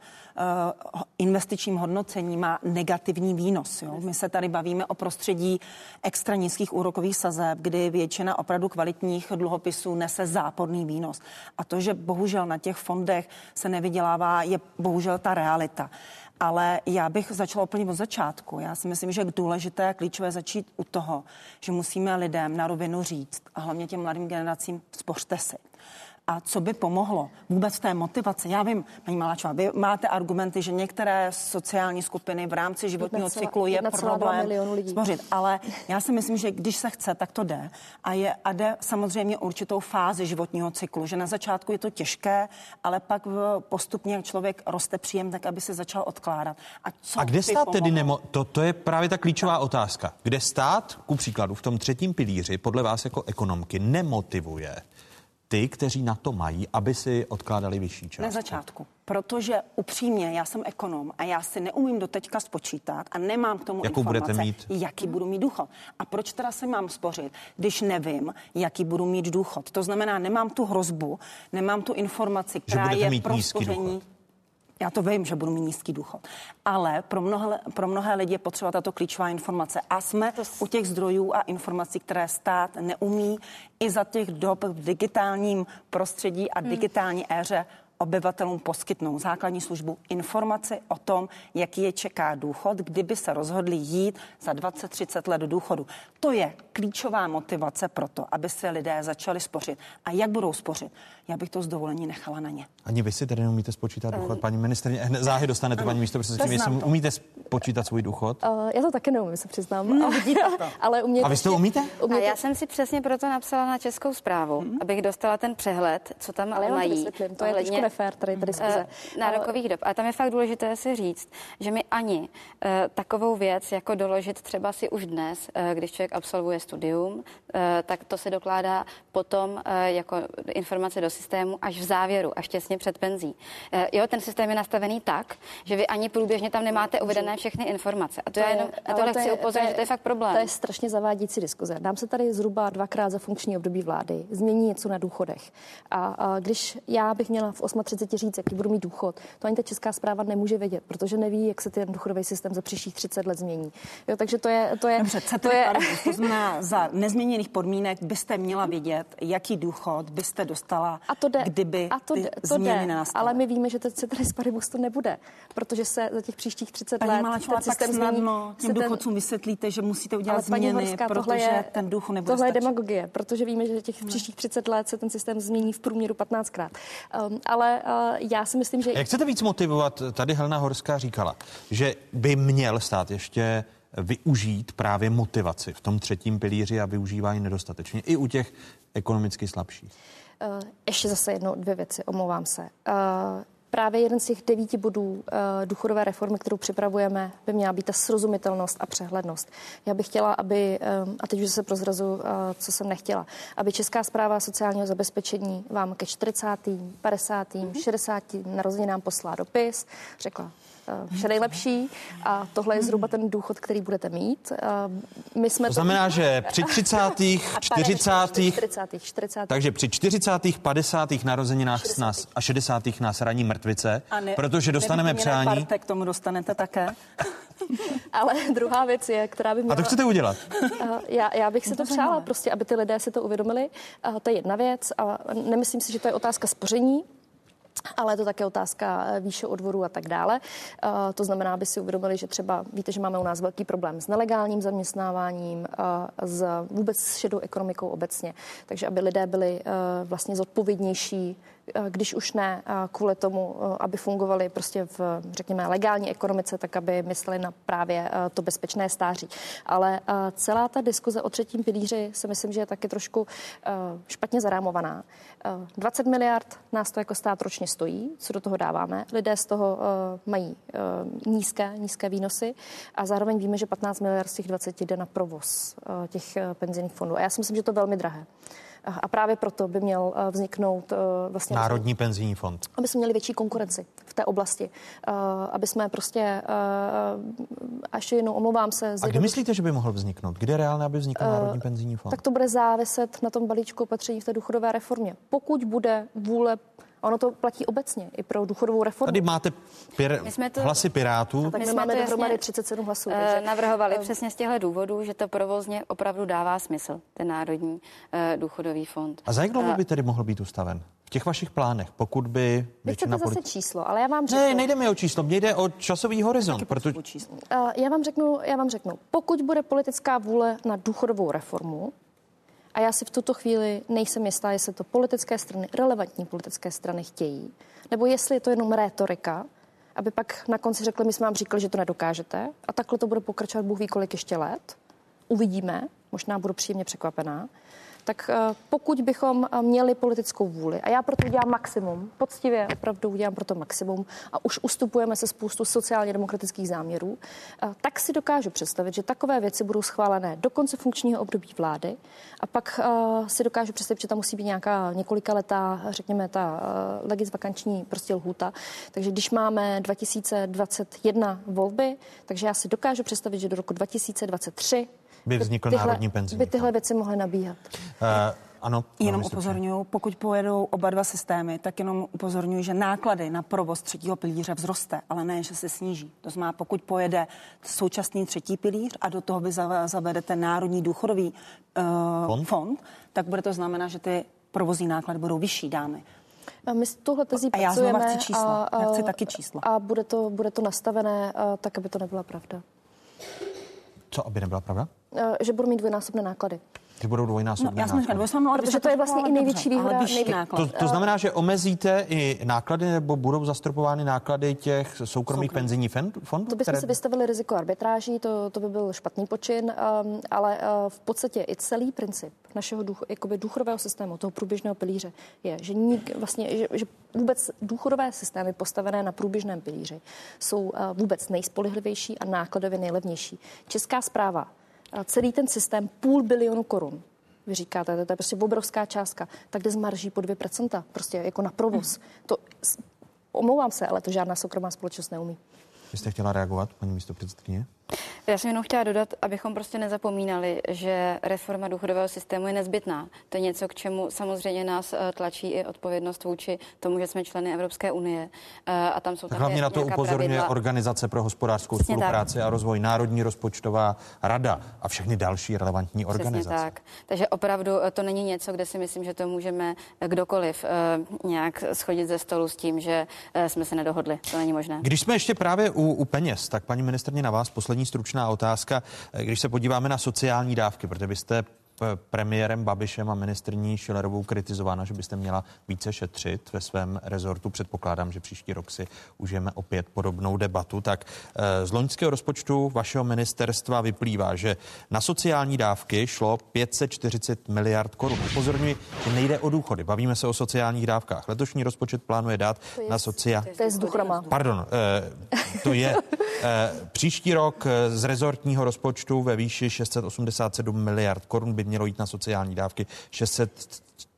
investičním hodnocení má negativní výnos. Jo? My se tady bavíme o prostředí extra nízkých úrokových sazeb, kdy většina opravdu kvalitních dluhopisů nese záporný výnos. A to, že bohužel na těch fondech se nevydělává, je bohužel ta realita. Ale já bych začala úplně od začátku. Já si myslím, že je důležité a klíčové začít u toho, že musíme lidem na rovinu říct, a hlavně těm mladým generacím, spořte si. A co by pomohlo vůbec v té motivaci? Já vím, paní Maláčová, vy máte argumenty, že některé sociální skupiny v rámci životního cyklu je problém spořit. Ale já si myslím, že když se chce, tak to jde. A jde samozřejmě určitou fázi životního cyklu, že na začátku je to těžké, ale pak postupně, jak člověk roste příjem, tak aby se začal odkládat. A kde stát tedy to je právě ta klíčová otázka. Kde stát, ku příkladu, v tom 3. pilíři, podle vás jako ekonomky, nemotivuje ty, kteří na to mají, aby si odkládali vyšší částku? Na začátku. Protože upřímně, já jsem ekonom a já si neumím do teďka spočítat a nemám k tomu informace, jaký budu mít důchod. A proč teda se mám spořit, když nevím, jaký budu mít důchod? To znamená, nemám tu hrozbu, nemám tu informaci, která je pro spoření. Já to vím, že budu mít nízký důchod, ale pro mnohé lidi je potřeba tato klíčová informace. A jsme u těch zdrojů a informací, které stát neumí i za těch dob v digitálním prostředí a digitální éře obyvatelům poskytnou základní službu, informaci o tom, jaký je čeká důchod, kdyby se rozhodli jít za 20-30 let do důchodu. To je klíčová motivace pro to, aby se lidé začali spořit. A jak budou spořit? Já bych to s dovolením nechala na ně. Ani vy si tedy neumíte spočítat důchod, paní ministryně. Záhy dostanete, paní místopředsedkyně, jestli umíte spočítat svůj důchod? Já to taky neumím, se přiznám. Ale a vy to umíte? A já jsem si přesně proto napsala na Českou správu, abych dostala ten přehled, co tam mají. To je trošku nefér, tady diskuze. Nárokových dob. A tam je fakt důležité si říct, že my ani takovou věc, jako doložit třeba si už dnes, když člověk absolvuje studium, tak to se dokládá potom jako informace do systému až v závěru, až těsně před penzí. Jo, ten systém je nastavený tak, že vy ani průběžně tam nemáte uvedené všechny informace. A to já jenom na tohle chci upozornit, že to je fakt problém. To je strašně zavádějící diskuze. Nám se tady zhruba 2krát za funkční období vlády změní něco na důchodech. A když já bych měla v 38 říct, jaký budu mít důchod, to ani ta Česká správa nemůže vědět, protože neví, jak se ten důchodový systém za příštích 30 let změní. Jo, takže to je Dobře, to znamená, za nezměněných podmínek byste měla vědět, jaký důchod byste dostala, kdyby ty změny nenastaly. Ale my víme, že to ceteris paribus to nebude, protože se za těch příštích 30 let ten systém změní. Těm důchodcům vysvětlíte, že musíte udělat změny, protože ten důchod nebude tohle stačit. je demagogie, protože víme, že těch příštích 30 let se ten systém změní v průměru 15krát. Ale já si myslím, že... Jak chcete víc motivovat? Tady Helena Horská říkala, že by měl stát ještě využít právě motivaci v tom 3. pilíři a využívání nedostatečně i u těch ekonomicky slabších. Ještě zase 2 věci, omlouvám se. Právě jeden z těch 9 bodů důchodové reformy, kterou připravujeme, by měla být ta srozumitelnost a přehlednost. Já bych chtěla, aby, a teď už se prozrazu, co jsem nechtěla, aby Česká správa sociálního zabezpečení vám ke 40., 50., 60. narozeninám poslala dopis, řekla, vše nejlepší a tohle je zhruba ten důchod, který budete mít. My jsme to znamená, že při 30., 40. Takže při 40., 50. narozeninách nás a 60. nás raní mrtvice, protože dostaneme přání. K tomu dostanete také. Ale druhá věc je, která by měla... A to chcete udělat? Já bych si to přála, prostě, aby ty lidé si to uvědomili. To je jedna věc a nemyslím si, že to je otázka spoření, ale je to také otázka výše odvodů a tak dále. To znamená, aby si uvědomili, že třeba víte, že máme u nás velký problém s nelegálním zaměstnáváním, vůbec s šedou ekonomikou obecně. Takže aby lidé byli vlastně zodpovědnější, když už ne kvůli tomu, aby fungovali prostě v, řekněme, legální ekonomice, tak aby mysleli na právě to bezpečné stáří. Ale celá ta diskuze o třetím pilíři si myslím, že je taky trošku špatně zarámovaná. 20 miliard nás to jako stát ročně stojí, co do toho dáváme. Lidé z toho mají nízké výnosy a zároveň víme, že 15 miliard z těch 20 jde na provoz těch penzijních fondů. A já si myslím, že to je velmi drahé. A právě proto by měl vzniknout vlastně Národní penzijní fond. Aby jsme měli větší konkurenci v té oblasti. Aby jsme prostě, až jenom omlouvám se... A kdy myslíte, že by mohl vzniknout? Kdy je reálné, aby vznikl Národní penzijní fond? Tak to bude záviset na tom balíčku opatření v té důchodové reformě. Pokud bude vůle, ono to platí obecně i pro důchodovou reformu. Tady máte hlasy Pirátů. Tak my máme dohromady 37 hlasů. Navrhovali přesně z těchto důvodů, že to provozně opravdu dává smysl, ten Národní důchodový fond. A za jak dlouho by tedy mohl být ustaven? V těch vašich plánech, pokud by většina... Vy chcete zase číslo, ale já vám řeknu... Ne, nejde mi o číslo, mně jde o časový horizont. Protože... Já vám řeknu, pokud bude politická vůle na důchodovou reformu, a já si v tuto chvíli nejsem jistá, jestli to politické strany, relevantní politické strany chtějí, nebo jestli je to jenom rétorika, aby pak na konci řekli, my jsme vám říkali, že to nedokážete a takhle to bude pokračovat Bůh ví kolik ještě let. Uvidíme, možná budu příjemně překvapená. Tak pokud bychom měli politickou vůli, a já proto udělám maximum, poctivě opravdu udělám proto maximum a už ustupujeme se spoustu sociálně demokratických záměrů, tak si dokážu představit, že takové věci budou schválené do konce funkčního období vlády a pak si dokážu představit, že tam musí být nějaká několikaletá, řekněme, ta legisvakanční prostě lhůta. Takže když máme 2021 volby, takže já si dokážu představit, že do roku 2023 by vznikl Národní penzijní by tyhle věci mohly nabíhat. Ano. Jenom upozorňuji, pokud pojedou oba dva systémy, tak jenom upozorňuji, že náklady na provoz třetího pilíře vzroste, ale ne, že se sníží. To znamená, pokud pojede současný třetí pilíř a do toho vy zavedete Národní důchodový fond, tak bude to znamenat, že ty provozní náklady budou vyšší, dámy. A my s touhle tezí pracujeme. A já znovu chci čísla. Já chci taky čísla. A bude to nastavené tak, aby to nebyla pravda. Co, aby nebyla pravda? Že budou mít dvojnásobné náklady. Ty budou dvojnásobné náklady. Protože to je vlastně i největší výhoda. To znamená, že omezíte i náklady nebo budou zastropovány náklady těch soukromých penzijních fondů? To bychom si vystavili riziko arbitráží, to by byl špatný počin, ale v podstatě i celý princip našeho důchodového systému, toho průběžného pilíře, je, že že vůbec důchodové systémy postavené na průběžném pilíři jsou vůbec nejspolehlivější a nákladově nejlevnější. Česká správa celý ten systém 500 milionu korun. Vy říkáte, to je prostě obrovská částka. Tak jde z marží po 2%, prostě jako na provoz. To, omlouvám se, ale to žádná soukromá společnost neumí. Vy jste chtěla reagovat, paní místopředsedkyně? Já jsem jenom chtěla dodat, abychom prostě nezapomínali, že reforma důchodového systému je nezbytná. To je něco, k čemu samozřejmě nás tlačí i odpovědnost vůči tomu, že jsme členy Evropské unie. A tam jsou tak hlavně na to upozorňuje pravidla. Organizace pro hospodářskou spolupráci a rozvoj, Národní rozpočtová rada a všechny další relevantní organizace. Přesně tak. Takže opravdu to není něco, kde si myslím, že to můžeme kdokoliv nějak schodit ze stolu s tím, že jsme se nedohodli. To není možné. Když jsme ještě právě u peněz, tak paní ministryně na vás poslední stručná otázka. Když se podíváme na sociální dávky, protože byste premiérem Babišem a ministryní Schillerovou kritizována, že byste měla více šetřit ve svém rezortu. Předpokládám, že příští rok si užijeme opět podobnou debatu. Tak z loňského rozpočtu vašeho ministerstva vyplývá, že na sociální dávky šlo 540 miliard korun. Upozorňuji, že nejde o důchody. Bavíme se o sociálních dávkách. Letošní rozpočet plánuje dát na sociální... To je z důchodama. Pardon, to je příští rok z rezortního rozpočtu ve výši 687 miliard korun by mělo jít na sociální dávky,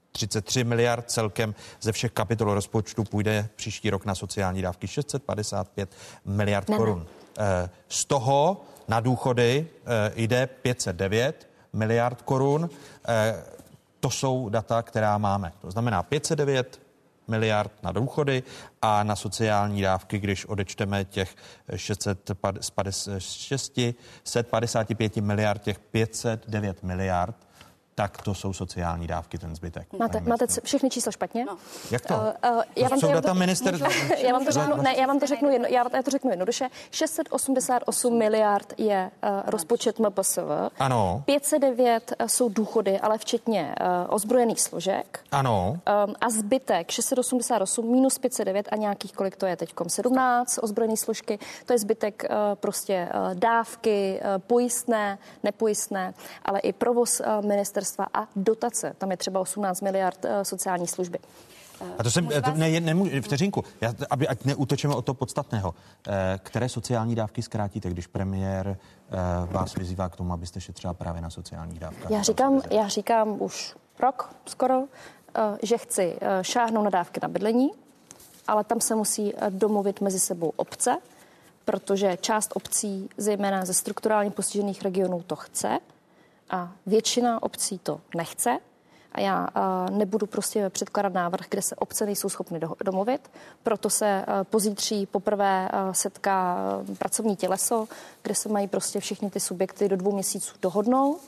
33 miliard celkem ze všech kapitol rozpočtu půjde příští rok na sociální dávky 655 miliard korun. Z toho na důchody jde 509 miliard korun. To jsou data, která máme. To znamená 509 miliard na důchody a na sociální dávky, když odečteme těch 655 miliard, těch 509 miliard, tak to jsou sociální dávky, ten zbytek. Máte všechny čísla špatně? No. Jak to? Já vám to řeknu jednoduše. 688 miliard je rozpočet MPSV. Ano. 509 jsou důchody, ale včetně ozbrojených složek. Ano. A zbytek 688 minus 509 a nějakých, kolik to je teďkom, 17 ozbrojené složky. To je zbytek prostě dávky, pojistné, nepojistné, ale i provoz ministerstva a dotace. Tam je třeba 18 miliard sociální služby. A to jsem, vteřinku, ať neútočíme od toho podstatného. Které sociální dávky zkrátíte, když premiér vás vyzývá k tomu, abyste šetřila právě na sociálních dávkách? Já říkám už rok skoro, že chci šáhnout na dávky na bydlení, ale tam se musí domluvit mezi sebou obce, protože část obcí, zejména ze strukturálně postižených regionů, to chce a většina obcí to nechce. A já nebudu prostě předkládat návrh, kde se obce nejsou schopny domluvit. Proto se pozítří poprvé setká pracovní těleso, kde se mají prostě všechny ty subjekty do 2 měsíců dohodnout.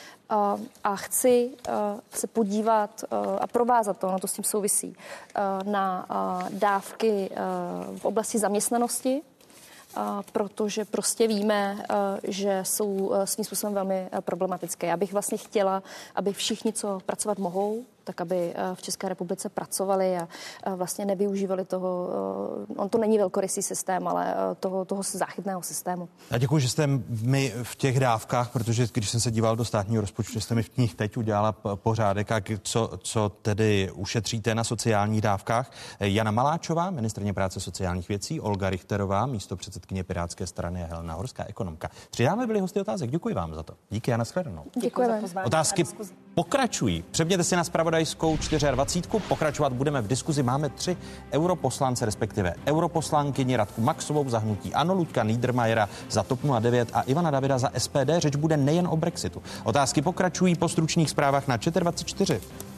A chci se podívat a provázat to, ono to s tím souvisí, na dávky v oblasti zaměstnanosti, protože prostě víme, že jsou svým způsobem velmi problematické. Já bych vlastně chtěla, aby všichni, co pracovat mohou, tak aby v České republice pracovali a vlastně nevyužívali toho, on to není velkorysý systém, ale toho záchytného systému. Já děkuji, že jste mi v těch dávkách, protože když jsem se díval do státního rozpočtu, jste mi v nich teď udělala pořádek a co tedy ušetříte na sociálních dávkách. Jana Maláčová, ministryně práce sociálních věcí, Olga Richterová, místopředsedkyně Pirátské strany a Helena Horská, ekonomka. 3 dámy byly hosty otázek. Děkuji vám za to. Díky a nashledanou. Děkujeme. Otázky pokračují. Přepněte si na zpravodajskou 24. Pokračovat budeme v diskuzi. Máme 3 europoslance, respektive europoslankyni Radku Maxovou za hnutí ANO, Luďka Niedermayera za TOP 09 a Ivana Davida za SPD. Řeč bude nejen o Brexitu. Otázky pokračují po stručných zprávách na 24.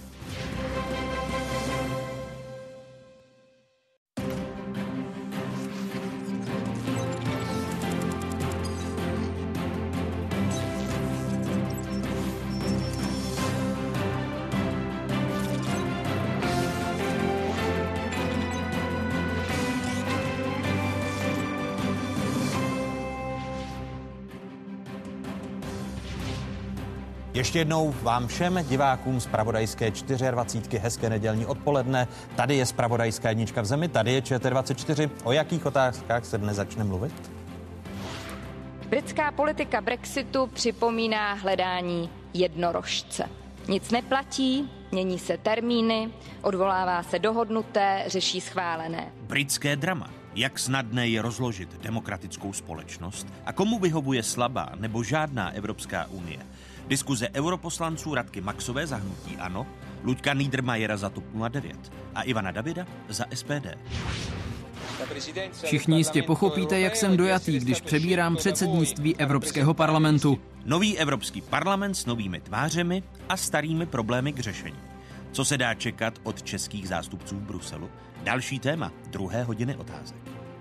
Ještě jednou vám všem divákům z Zpravodajské 24 hezké nedělní odpoledne. Tady je Zpravodajská jednička v zemi, tady je ČT24. O jakých otázkách se dnes začne mluvit? Britská politika Brexitu připomíná hledání jednorožce. Nic neplatí, mění se termíny, odvolává se dohodnuté, řeší schválené. Britské drama. Jak snadné je rozložit demokratickou společnost a komu vyhovuje slabá nebo žádná Evropská unie? Diskuze europoslanců Radky Maxové za hnutí ANO, Luďka Niedermayera za TOP 09 a Ivana Davida za SPD. Všichni jistě pochopíte, jak jsem dojatý, když přebírám předsednictví Evropského parlamentu. Nový Evropský parlament s novými tvářemi a starými problémy k řešení. Co se dá čekat od českých zástupců v Bruselu? Další téma 2. hodiny otázek.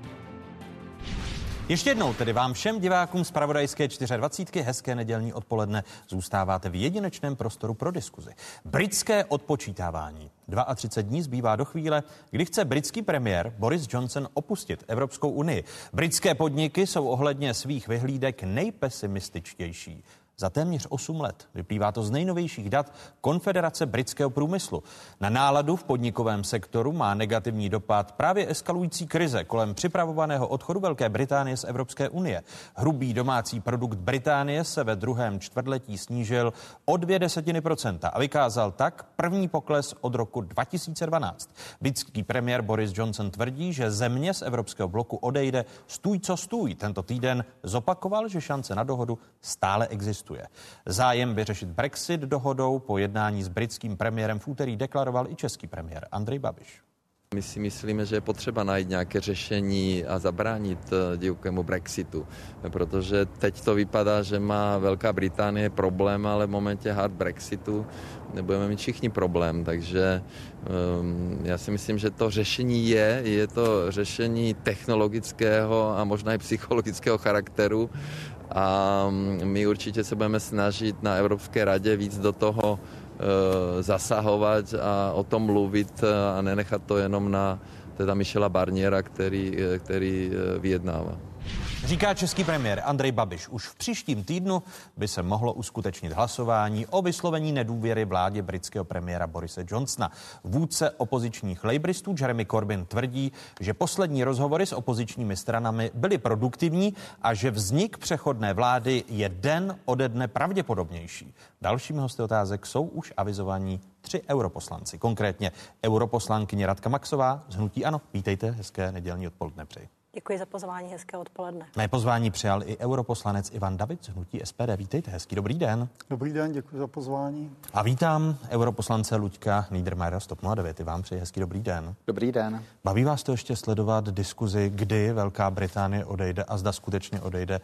Ještě jednou tedy vám všem divákům z Zpravodajské 24 hezké nedělní odpoledne. Zůstáváte v jedinečném prostoru pro diskuzi. Britské odpočítávání. 32 dní zbývá do chvíle, kdy chce britský premiér Boris Johnson opustit Evropskou unii. Britské podniky jsou ohledně svých vyhlídek nejpesimističtější za téměř 8 let. Vyplývá to z nejnovějších dat Konfederace britského průmyslu. Na náladu v podnikovém sektoru má negativní dopad právě eskalující krize kolem připravovaného odchodu Velké Británie z Evropské unie. Hrubý domácí produkt Británie se ve 2. čtvrtletí snížil o 0,2% a vykázal tak první pokles od roku 2012. Britský premiér Boris Johnson tvrdí, že země z evropského bloku odejde stůj co stůj. Tento týden zopakoval, že šance na dohodu stále existují. existuje. Zájem vyřešit Brexit dohodou po jednání s britským premiérem v úterý deklaroval i český premiér Andrej Babiš. My si myslíme, že je potřeba najít nějaké řešení a zabránit divokému Brexitu, protože teď to vypadá, že má Velká Británie problém, ale v momentě hard Brexitu nebudeme mít všichni problém, takže já si myslím, že to řešení je to řešení technologického a možná i psychologického charakteru a my určitě se budeme snažit na Evropské radě víc do toho zasahovat a o tom mluvit a nenechat to jenom na teda Michela Barniera, který vyjednává. Říká český premiér Andrej Babiš. Už v příštím týdnu by se mohlo uskutečnit hlasování o vyslovení nedůvěry vládě britského premiéra Borise Johnsona. Vůdce opozičních labouristů Jeremy Corbyn tvrdí, že poslední rozhovory s opozičními stranami byly produktivní a že vznik přechodné vlády je den ode dne pravděpodobnější. Dalšími hosty otázek jsou už avizovaní 3 europoslanci. Konkrétně europoslankyně Radka Maxová z hnutí ANO. Vítejte, hezké nedělní odpoledne přeji. Děkuji za pozvání, hezké odpoledne. Mé pozvání přijal i europoslanec Ivan David z hnutí SPD. Vítejte, hezký dobrý den. Dobrý den, děkuji za pozvání. A vítám europoslance Luďka Niedermayera z TOP 09. I vám přeji hezký dobrý den. Dobrý den. Baví vás to ještě sledovat diskuzi, kdy Velká Británie odejde a zda skutečně odejde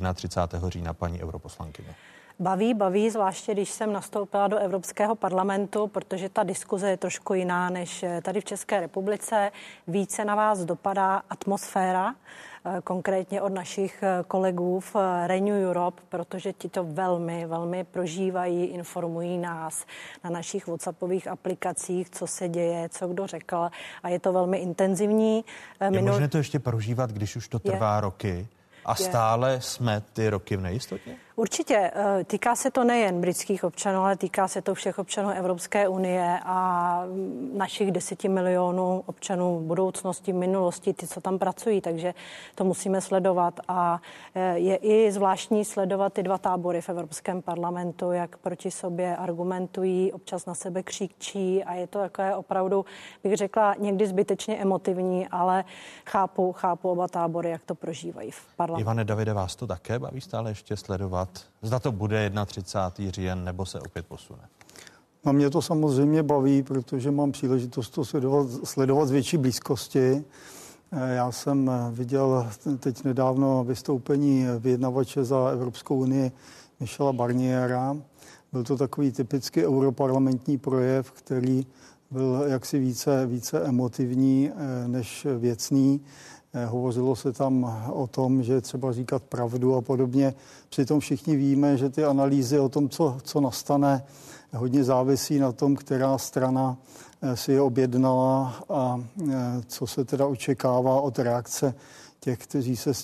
31. října paní europoslankyně? Baví, zvláště když jsem nastoupila do Evropského parlamentu, protože ta diskuze je trošku jiná než tady v České republice. Více na vás dopadá atmosféra, konkrétně od našich kolegů v Renew Europe, protože ti to velmi, velmi prožívají, informují nás na našich WhatsAppových aplikacích, co se děje, co kdo řekl a je to velmi intenzivní. Je možné to ještě prožívat, když už to trvá roky? A stále jsme ty roky v nejistotě? Určitě. Týká se to nejen britských občanů, ale týká se to všech občanů Evropské unie a našich 10 milionů občanů v budoucnosti, minulosti, ty, co tam pracují, takže to musíme sledovat a je i zvláštní sledovat ty 2 tábory v Evropském parlamentu, jak proti sobě argumentují, občas na sebe křičí a je to takové opravdu, bych řekla, někdy zbytečně emotivní, ale chápu oba tábory, jak to prožívají v parlamentu. Ivane Davide, vás to také baví stále ještě sledovat? Zda to bude 31. říjen nebo se opět posune? No, mě to samozřejmě baví, protože mám příležitost to sledovat z větší blízkosti. Já jsem viděl teď nedávno vystoupení vyjednavače za Evropskou unii Michela Barniera. Byl to takový typicky europarlamentní projev, který byl jaksi více emotivní než věcný. Hovořilo se tam o tom, že je třeba říkat pravdu a podobně. Přitom všichni víme, že ty analýzy o tom, co nastane, hodně závisí na tom, která strana si je objednala a co se teda očekává od reakce těch, kteří se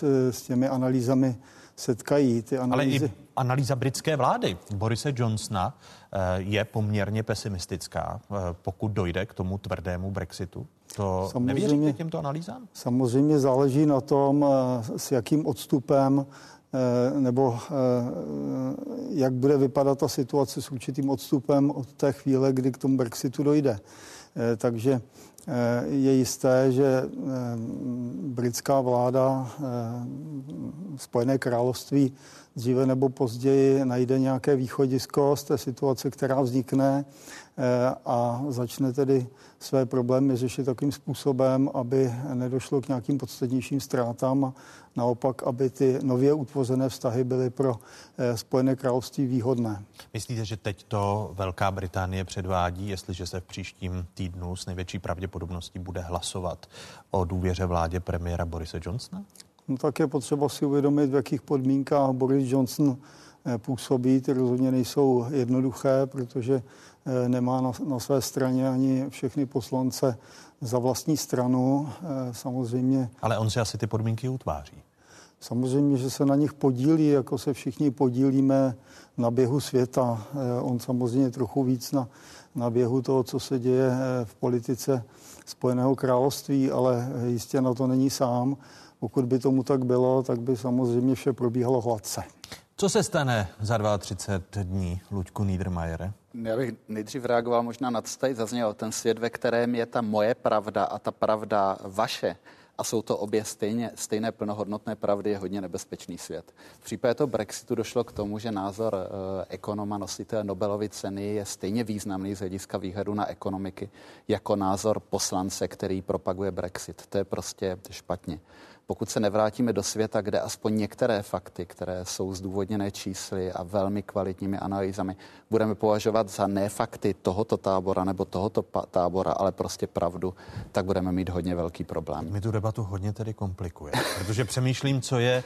s těmi analýzami setkají. Ty analýzy... Ale i analýza britské vlády Borise Johnsona je poměrně pesimistická, pokud dojde k tomu tvrdému Brexitu. To nevěříte těmto analýzám? Samozřejmě záleží na tom, s jakým odstupem nebo jak bude vypadat ta situace s určitým odstupem od té chvíle, kdy k tomu Brexitu dojde. Takže je jisté, že britská vláda, Spojené království dříve nebo později najde nějaké východisko z té situace, která vznikne a začne tedy své problémy řešit takým způsobem, aby nedošlo k nějakým podstatnějším ztrátám a naopak, aby ty nově utvořené vztahy byly pro Spojené království výhodné. Myslíte, že teď to Velká Británie předvádí, jestliže se v příštím týdnu s největší pravděpodobností bude hlasovat o důvěře vládě premiéra Borise Johnsona? No tak je potřeba si uvědomit, v jakých podmínkách Boris Johnson působí. Ty rozhodně nejsou jednoduché, protože nemá na své straně ani všechny poslance za vlastní stranu. Samozřejmě. Ale on si asi ty podmínky utváří. Samozřejmě, že se na nich podílí, jako se všichni podílíme na běhu světa. On samozřejmě trochu víc na běhu toho, co se děje v politice Spojeného království, ale jistě na to není sám. Pokud by tomu tak bylo, tak by samozřejmě vše probíhalo hladce. Co se stane za 32 dní, Luďku Niedermayere? Já bych nejdřív reagoval možná na to, co tady zaznělo. Ten svět, ve kterém je ta moje pravda a ta pravda vaše, a jsou to obě stejné plnohodnotné pravdy, je hodně nebezpečný svět. V případě toho Brexitu došlo k tomu, že názor ekonoma, nositele Nobelovy ceny je stejně významný z hlediska výhledu na ekonomiky jako názor poslance, který propaguje Brexit. To je prostě špatně. Pokud se nevrátíme do světa, kde aspoň některé fakty, které jsou zdůvodněné čísly a velmi kvalitními analýzami, budeme považovat za ne fakty tohoto tábora nebo tohoto tábora, ale prostě pravdu, tak budeme mít hodně velký problém. Mi tu debatu hodně tedy komplikuje, protože přemýšlím,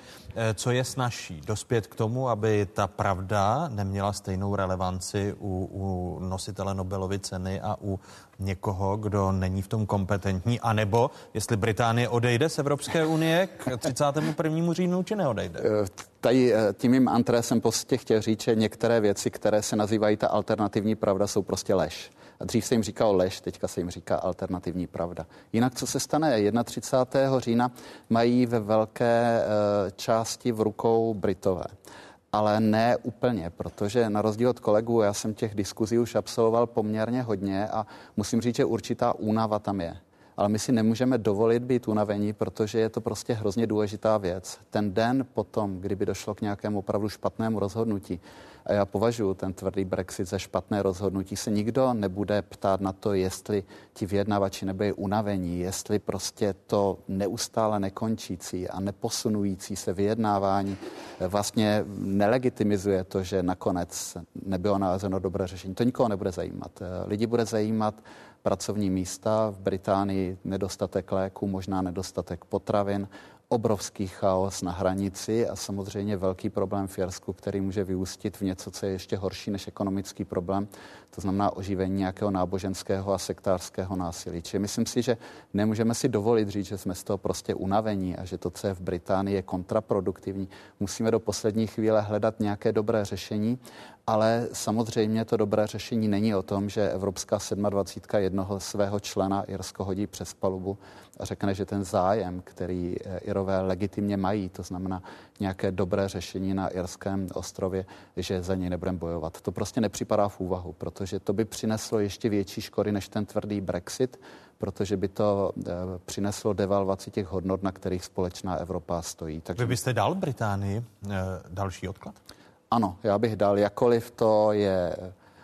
co je snazší. Dospět k tomu, aby ta pravda neměla stejnou relevanci u nositele Nobelovy ceny a u někoho, kdo není v tom kompetentní, anebo jestli Británie odejde z Evropské unie k 31. říjnu, či neodejde? Tady tím mým antré jsem prostě chtěl říct, že některé věci, které se nazývají ta alternativní pravda, jsou prostě lež. A dřív se jim říkalo lež, teďka se jim říká alternativní pravda. Jinak, co se stane 31. října, mají ve velké části v rukou Britové. Ale ne úplně, protože na rozdíl od kolegů, já jsem těch diskuzí už absolvoval poměrně hodně a musím říct, že určitá únava tam je. Ale my si nemůžeme dovolit být unavení, protože je to prostě hrozně důležitá věc. Ten den potom, kdyby došlo k nějakému opravdu špatnému rozhodnutí, a já považuji ten tvrdý Brexit za špatné rozhodnutí, se nikdo nebude ptát na to, jestli ti vyjednavači nebyli unavení, jestli prostě to neustále nekončící a neposunující se vyjednávání vlastně nelegitimizuje to, že nakonec nebylo nalezeno dobré řešení. To nikoho nebude zajímat. Lidi bude zajímat pracovní místa, v Británii nedostatek léků, možná nedostatek potravin, obrovský chaos na hranici a samozřejmě velký problém v Irsku, který může vyústit v něco, co je ještě horší než ekonomický problém, to znamená oživení nějakého náboženského a sektářského násilí. Čili myslím si, že nemůžeme si dovolit říct, že jsme z toho prostě unavení a že to, co je v Británii, je kontraproduktivní. Musíme do poslední chvíle hledat nějaké dobré řešení, ale samozřejmě to dobré řešení není o tom, že Evropská 27 jednoho svého člena Irsko hodí přes palubu a řekne, že ten zájem, který Irové legitimně mají, to znamená nějaké dobré řešení na Irském ostrově, že za něj nebudeme bojovat. To prostě nepřipadá v úvahu, protože to by přineslo ještě větší škody než ten tvrdý Brexit, protože by to přineslo devalvaci těch hodnot, na kterých společná Evropa stojí. Takže... Vy byste dal Británii další odklad? Ano, já bych dal, jakkoliv to je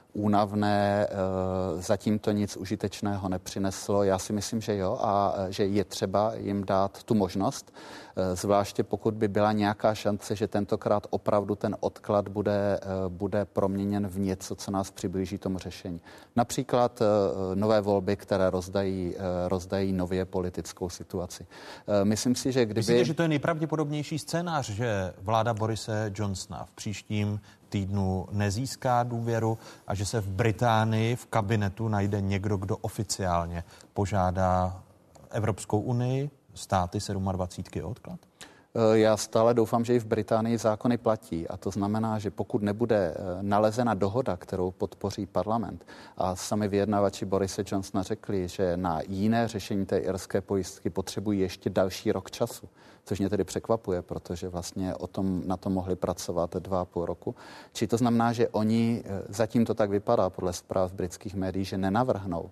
únavné, zatím to nic užitečného nepřineslo. Já si myslím, že jo a že je třeba jim dát tu možnost, zvláště pokud by byla nějaká šance, že tentokrát opravdu ten odklad bude proměněn v něco, co nás přiblíží tomu řešení. Například nové volby, které rozdají nově politickou situaci. Myslím si, že kdyby... Myslíte, že to je nejpravděpodobnější scénář, že vláda Borise Johnsona v příštím týdnu nezíská důvěru a že se v Británii v kabinetu najde někdo, kdo oficiálně požádá Evropskou unii, státy 27 o odklad? Já stále doufám, že i v Británii zákony platí a to znamená, že pokud nebude nalezena dohoda, kterou podpoří parlament a sami vyjednavači Borise Johnsona řekli, že na jiné řešení té irské pojistky potřebují ještě další rok času, což mě tedy překvapuje, protože vlastně na tom mohli pracovat 2,5 roku. Či to znamená, že oni, zatím to tak vypadá podle zpráv britských médií, že nenavrhnou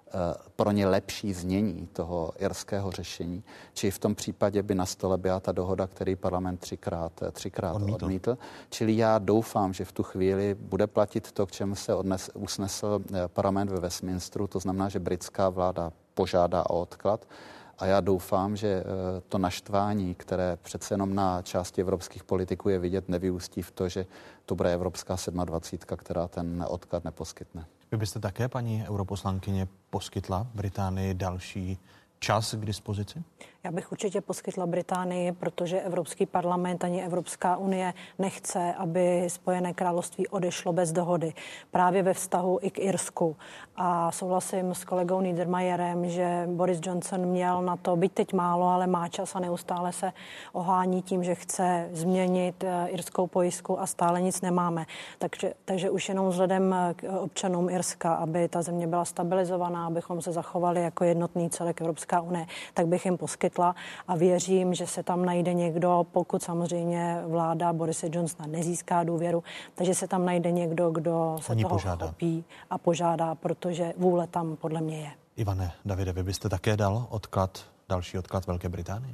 pro ně lepší znění toho irského řešení, či v tom případě by na stole byla ta dohoda, který parlament třikrát odmítl. Čili já doufám, že v tu chvíli bude platit to, k čemu se usnesl parlament ve Westminsteru, to znamená, že britská vláda požádá o odklad. A já doufám, že to naštvání, které přece jenom na části evropských politiků je vidět, nevyústí v to, že to bude Evropská 27, která ten odklad neposkytne. Vy byste také, paní europoslankyně, poskytla Británii další čas k dispozici? Já bych určitě poskytla Británii, protože Evropský parlament ani Evropská unie nechce, aby Spojené království odešlo bez dohody. Právě ve vztahu i k Irsku. A souhlasím s kolegou Niedermayerem, že Boris Johnson měl na to, byť teď málo, ale má čas a neustále se ohání tím, že chce změnit irskou pojistku a stále nic nemáme. Takže už jenom vzhledem k občanům Irska, aby ta země byla stabilizovaná, abychom se zachovali jako jednotný celek Evropská unie, tak bych jim poskytla a věřím, že se tam najde někdo, pokud samozřejmě vláda Borise Johnsona nezíská důvěru, takže se tam najde někdo, kdo se toho chopí a požádá, protože vůle tam podle mě je. Ivane, Davide, vy byste také dal odklad další odklad Velké Británie?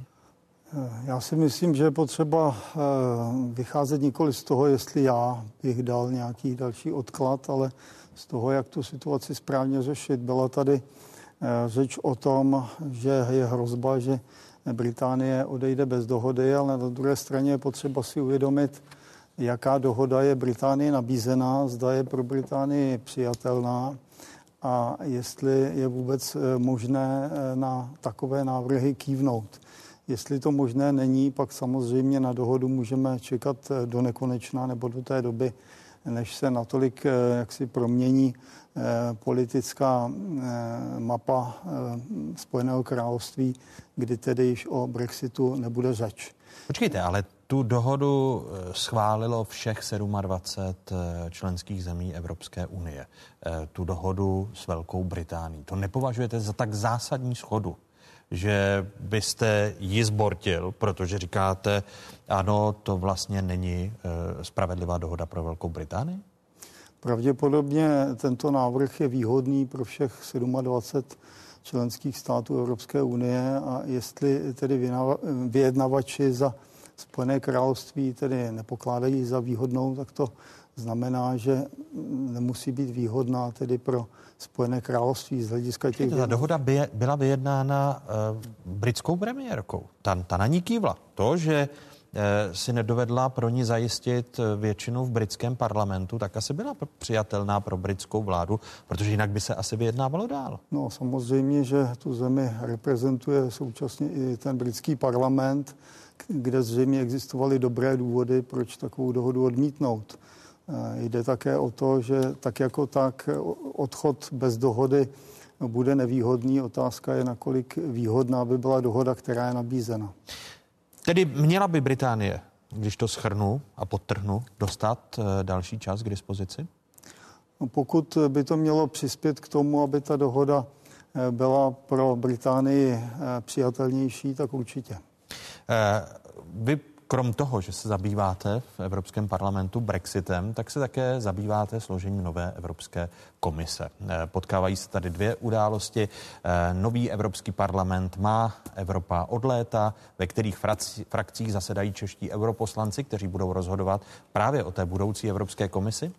Já si myslím, že je potřeba vycházet nikoli z toho, jestli já bych dal nějaký další odklad, ale z toho, jak tu situaci správně řešit. Byla tady řeč o tom, že je hrozba, že Británie odejde bez dohody, ale na druhé straně je potřeba si uvědomit, jaká dohoda je Británii nabízená, zda je pro Británii přijatelná a jestli je vůbec možné na takové návrhy kývnout. Jestli to možné není, pak samozřejmě na dohodu můžeme čekat do nekonečna nebo do té doby, než se natolik jaksi promění politická mapa Spojeného království, kdy tedy již o Brexitu nebude řeč. Počkejte, ale tu dohodu schválilo všech 27 členských zemí Evropské unie. Tu dohodu s Velkou Británií. To nepovažujete za tak zásadní shodu, že byste ji zbortil, protože říkáte, ano, to vlastně není spravedlivá dohoda pro Velkou Británii? Pravděpodobně tento návrh je výhodný pro všech 27 členských států Evropské unie a jestli tedy vyjednavači za Spojené království tedy nepokládají za výhodnou, tak to znamená, že nemusí být výhodná tedy pro Spojené království z hlediska těch... Ta dohoda byla vyjednána britskou premiérkou. Ta na ní kývla. To, že si nedovedla pro ní zajistit většinu v britském parlamentu, tak asi byla přijatelná pro britskou vládu, protože jinak by se asi vyjednávalo dál. No samozřejmě, že tu zemi reprezentuje současně i ten britský parlament, kde zřejmě existovaly dobré důvody, proč takovou dohodu odmítnout. Jde také o to, že tak jako tak odchod bez dohody bude nevýhodný. Otázka je, nakolik výhodná by byla dohoda, která je nabízena. Tedy měla by Británie, když to shrnu a podtrhnu, dostat další čas k dispozici? Pokud by to mělo přispět k tomu, aby ta dohoda byla pro Británii přijatelnější, tak určitě. Vy krom toho, že se zabýváte v Evropském parlamentu Brexitem, tak se také zabýváte složením nové Evropské komise. Potkávají se tady dvě události. Nový Evropský parlament má Evropa od léta, ve kterých frakcích zasedají čeští europoslanci, kteří budou rozhodovat právě o té budoucí Evropské komisi.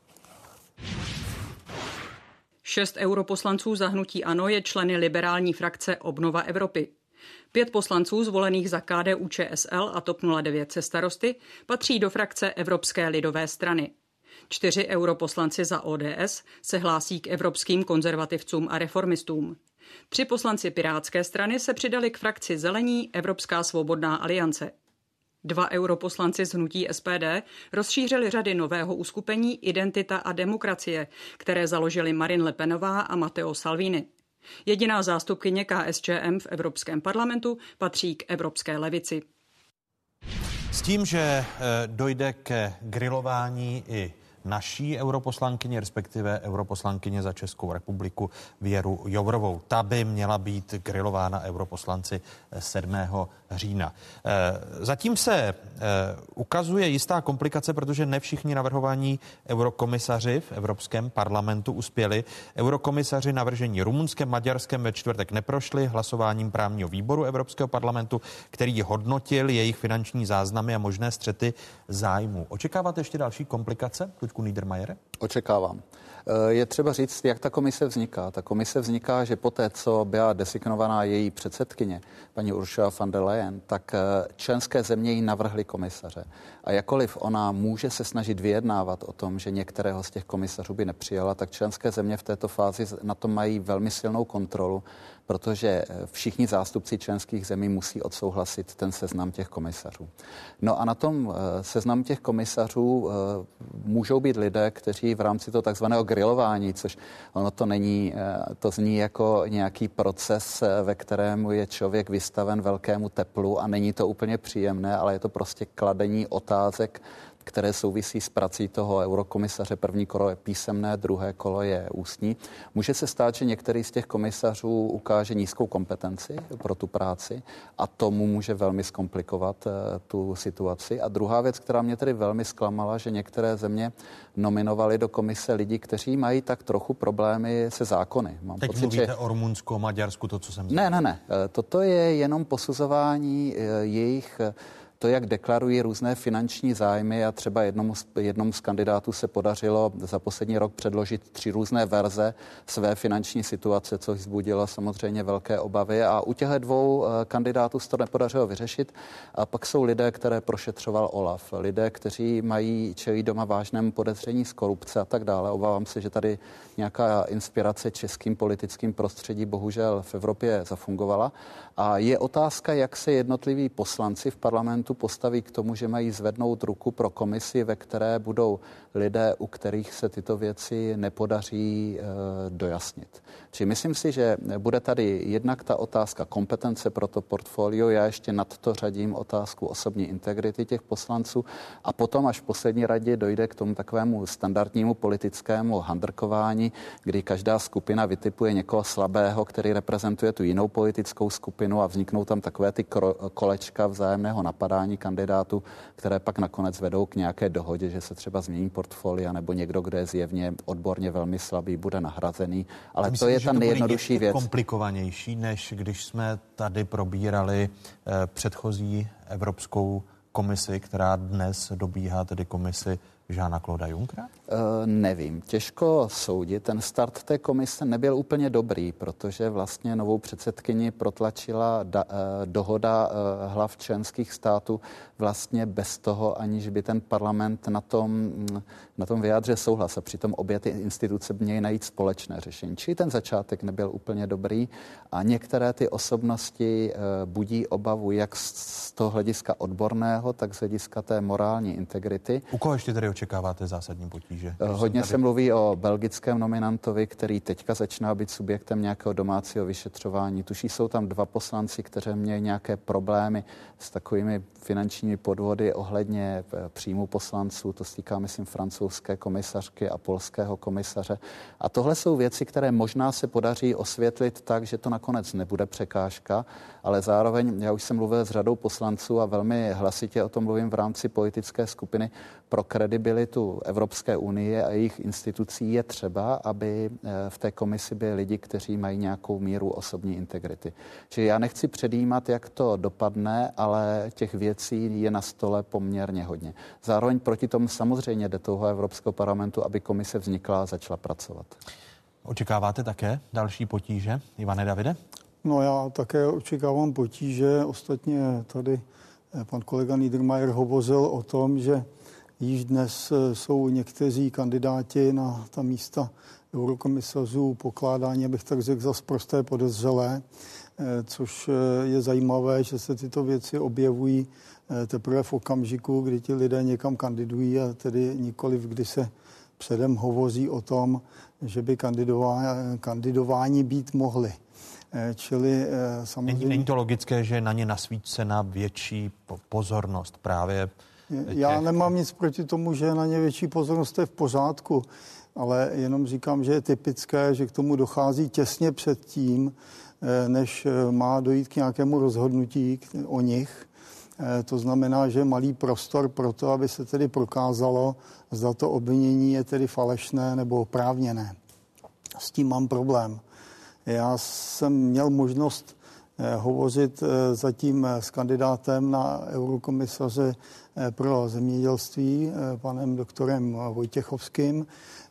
6 europoslanců za hnutí ANO je členy liberální frakce Obnova Evropy. 5 poslanců zvolených za KDU-ČSL a TOP 09 se Starosty patří do frakce Evropské lidové strany. 4 europoslanci za ODS se hlásí k evropským konzervativcům a reformistům. 3 poslanci Pirátské strany se přidali k frakci Zelení Evropská svobodná aliance. 2 europoslanci z hnutí SPD rozšířili řady nového uskupení Identita a demokracie, které založili Marine Le Penová a Matteo Salvini. Jediná zástupkyně KSČM v Evropském parlamentu patří k evropské levici. S tím, že dojde ke grilování i naší europoslankyně, respektive europoslankyně za Českou republiku Věru Jourovou. Ta by měla být grilována europoslanci 7. října. Zatím se ukazuje jistá komplikace, protože ne všichni navrhovaní eurokomisaři v Evropském parlamentu uspěli. Eurokomisaři navržení Rumunskem, Maďarskem ve čtvrtek neprošli hlasováním právního výboru Evropského parlamentu, který hodnotil jejich finanční záznamy a možné střety zájmů. Očekáváte ještě další komplikace? Niedermayere? Očekávám. Je třeba říct, jak ta komise vzniká. Ta komise vzniká, že poté, co byla designovaná její předsedkyně, paní Ursula von der Leyen, tak členské země jí navrhly komisaře. A jakkoliv ona může se snažit vyjednávat o tom, že některého z těch komisařů by nepřijala, tak členské země v této fázi na to mají velmi silnou kontrolu, protože všichni zástupci členských zemí musí odsouhlasit ten seznam těch komisařů. No a na tom seznamu těch komisařů můžou být lidé, kteří v rámci toho takzvaného grilování, což ono to není, to zní jako nějaký proces, ve kterému je člověk vystaven velkému teplu a není to úplně příjemné, ale je to prostě kladení otázek, které souvisí s prací toho eurokomisaře. První kolo je písemné, druhé kolo je ústní. Může se stát, že některý z těch komisařů ukáže nízkou kompetenci pro tu práci a tomu může velmi zkomplikovat tu situaci. A druhá věc, která mě tedy velmi zklamala, že některé země nominovaly do komise lidi, kteří mají tak trochu problémy se zákony. Mám Teď pocit, mluvíte že... o Rumunsku, o Maďarsku, to, co jsem Ne. Toto je jenom posuzování jejich, to, jak deklarují různé finanční zájmy a třeba jednomu z kandidátů se podařilo za poslední rok předložit 3 různé verze své finanční situace, což vzbudilo samozřejmě velké obavy a u těchto 2 kandidátů se to nepodařilo vyřešit. A pak jsou lidé, které prošetřoval OLAF, lidé, kteří čelí doma vážnému podezření z korupce a tak dále. Obávám se, že tady nějaká inspirace českým politickým prostředí bohužel v Evropě zafungovala. A je otázka, jak se jednotliví poslanci v parlamentu postaví k tomu, že mají zvednout ruku pro komisi, ve které budou lidé, u kterých se tyto věci nepodaří dojasnit. Čili myslím si, že bude tady jednak ta otázka kompetence pro to portfolio, já ještě nad to řadím otázku osobní integrity těch poslanců a potom až v poslední radě dojde k tomu takovému standardnímu politickému handrkování, kdy každá skupina vytipuje někoho slabého, který reprezentuje tu jinou politickou skupinu a vzniknou tam takové ty kolečka vzájemného napadání kandidátů, které pak nakonec vedou k nějaké dohodě, že se třeba změní portfolia nebo někdo, kdo je zjevně odborně velmi slabý, bude nahrazený. Ale myslím, to je ta nejjednodušší věc. Komplikovanější, než když jsme tady probírali předchozí Evropskou komisi, která dnes dobíhá tedy komisi Žána Clauda Junckera? Nevím, těžko soudit. Ten start té komise nebyl úplně dobrý, protože vlastně novou předsedkyni protlačila dohoda hlav členských států vlastně bez toho, aniž by ten parlament na tom vyjádřil souhlas. A přitom obě ty instituce měly najít společné řešení. Čili ten začátek nebyl úplně dobrý a některé ty osobnosti budí obavu jak z toho hlediska odborného, tak z hlediska té morální integrity. U koho ještě tedy očekáváte zásadní potíže? Hodně se mluví o belgickém nominantovi, který teďka začíná být subjektem nějakého domácího vyšetřování. Tuší jsou tam 2 poslanci, kteří měli nějaké problémy s takovými finančními podvody ohledně příjmu poslanců. To se týká, myslím, francouzské komisařky a polského komisaře. A tohle jsou věci, které možná se podaří osvětlit tak, že to nakonec nebude překážka, ale zároveň, já už jsem mluvil s řadou poslanců a velmi hlasitě o tom mluvím v rámci politické skupiny, pro kredibilitu Evropské unie a jejich institucí je třeba, aby v té komisi byli lidi, kteří mají nějakou míru osobní integrity. Čili já nechci předjímat, jak to dopadne, ale těch věcí je na stole poměrně hodně. Zároveň proti tomu samozřejmě jde toho Evropského parlamentu, aby komise vznikla a začala pracovat. Očekáváte také další potíže? Ivane, Davide? No já také očekávám potíže. Ostatně tady pan kolega Niedermayer hovořil o tom, že již dnes jsou někteří kandidáti na ta místa eurokomisařů pokládání, abych tak řekl, za sprosté podezřelé, což je zajímavé, že se tyto věci objevují teprve v okamžiku, kdy ti lidé někam kandidují a tedy nikoliv, kdy se předem hovoří o tom, že by kandidování být mohli. Čili samozřejmě... Není to logické, že na ně nasvícena větší pozornost právě Já nemám nic proti tomu, že na ně větší pozornost je v pořádku, ale jenom říkám, že je typické, že k tomu dochází těsně před tím, než má dojít k nějakému rozhodnutí o nich. To znamená, že je malý prostor pro to, aby se tedy prokázalo, zda to obvinění je tedy falešné nebo oprávněné. S tím mám problém. Já jsem měl možnost hovořit zatím s kandidátem na eurokomisaře pro zemědělství, panem doktorem Vojtěchovským,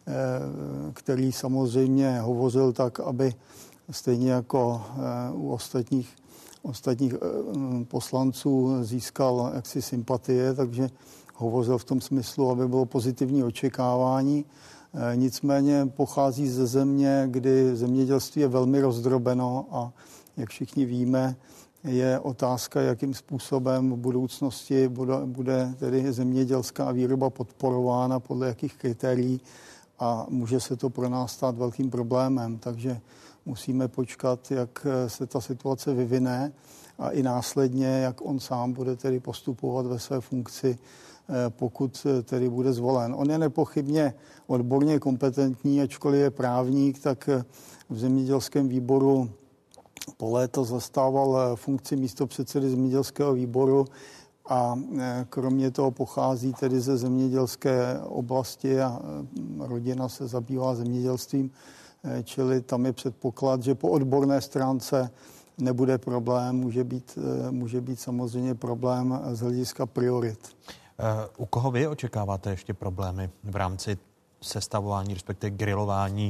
který samozřejmě hovořil tak, aby stejně jako u ostatních poslanců získal jaksi sympatie, takže hovořil v tom smyslu, aby bylo pozitivní očekávání. Nicméně pochází ze země, kdy zemědělství je velmi rozdrobeno a jak všichni víme, je otázka, jakým způsobem v budoucnosti bude tedy zemědělská výroba podporována, podle jakých kritérií a může se to pro nás stát velkým problémem. Takže musíme počkat, jak se ta situace vyvine a i následně, jak on sám bude tedy postupovat ve své funkci pokud tedy bude zvolen. On je nepochybně odborně kompetentní, ačkoliv je právník, tak v zemědělském výboru po léta zastával funkci místopředsedy zemědělského výboru a kromě toho pochází tedy ze zemědělské oblasti a rodina se zabývá zemědělstvím, čili tam je předpoklad, že po odborné stránce nebude problém, může být samozřejmě problém z hlediska priorit. U koho vy očekáváte ještě problémy v rámci sestavování, respektive grilování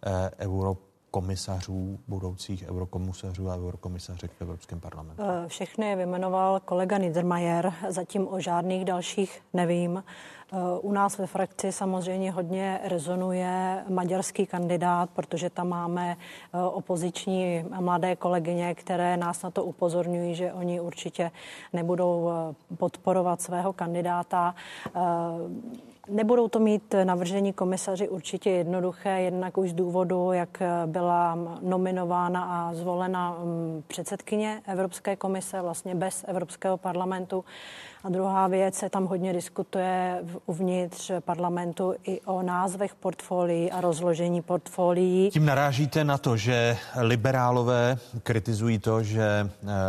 eurokomisařů, budoucích eurokomisařů a eurokomisařek v Evropském parlamentu? Všechny je vyjmenoval kolega Niedermayer, zatím o žádných dalších nevím. U nás ve frakci samozřejmě hodně rezonuje maďarský kandidát, protože tam máme opoziční mladé kolegyně, které nás na to upozorňují, že oni určitě nebudou podporovat svého kandidáta. Nebudou to mít navržení komisaři určitě jednoduché, jednak už z důvodu, jak byla nominována a zvolena předsedkyně Evropské komise, vlastně bez Evropského parlamentu. A druhá věc, se tam hodně diskutuje uvnitř parlamentu i o názvech portfolií a rozložení portfolií. Tím narážíte na to, že liberálové kritizují to, že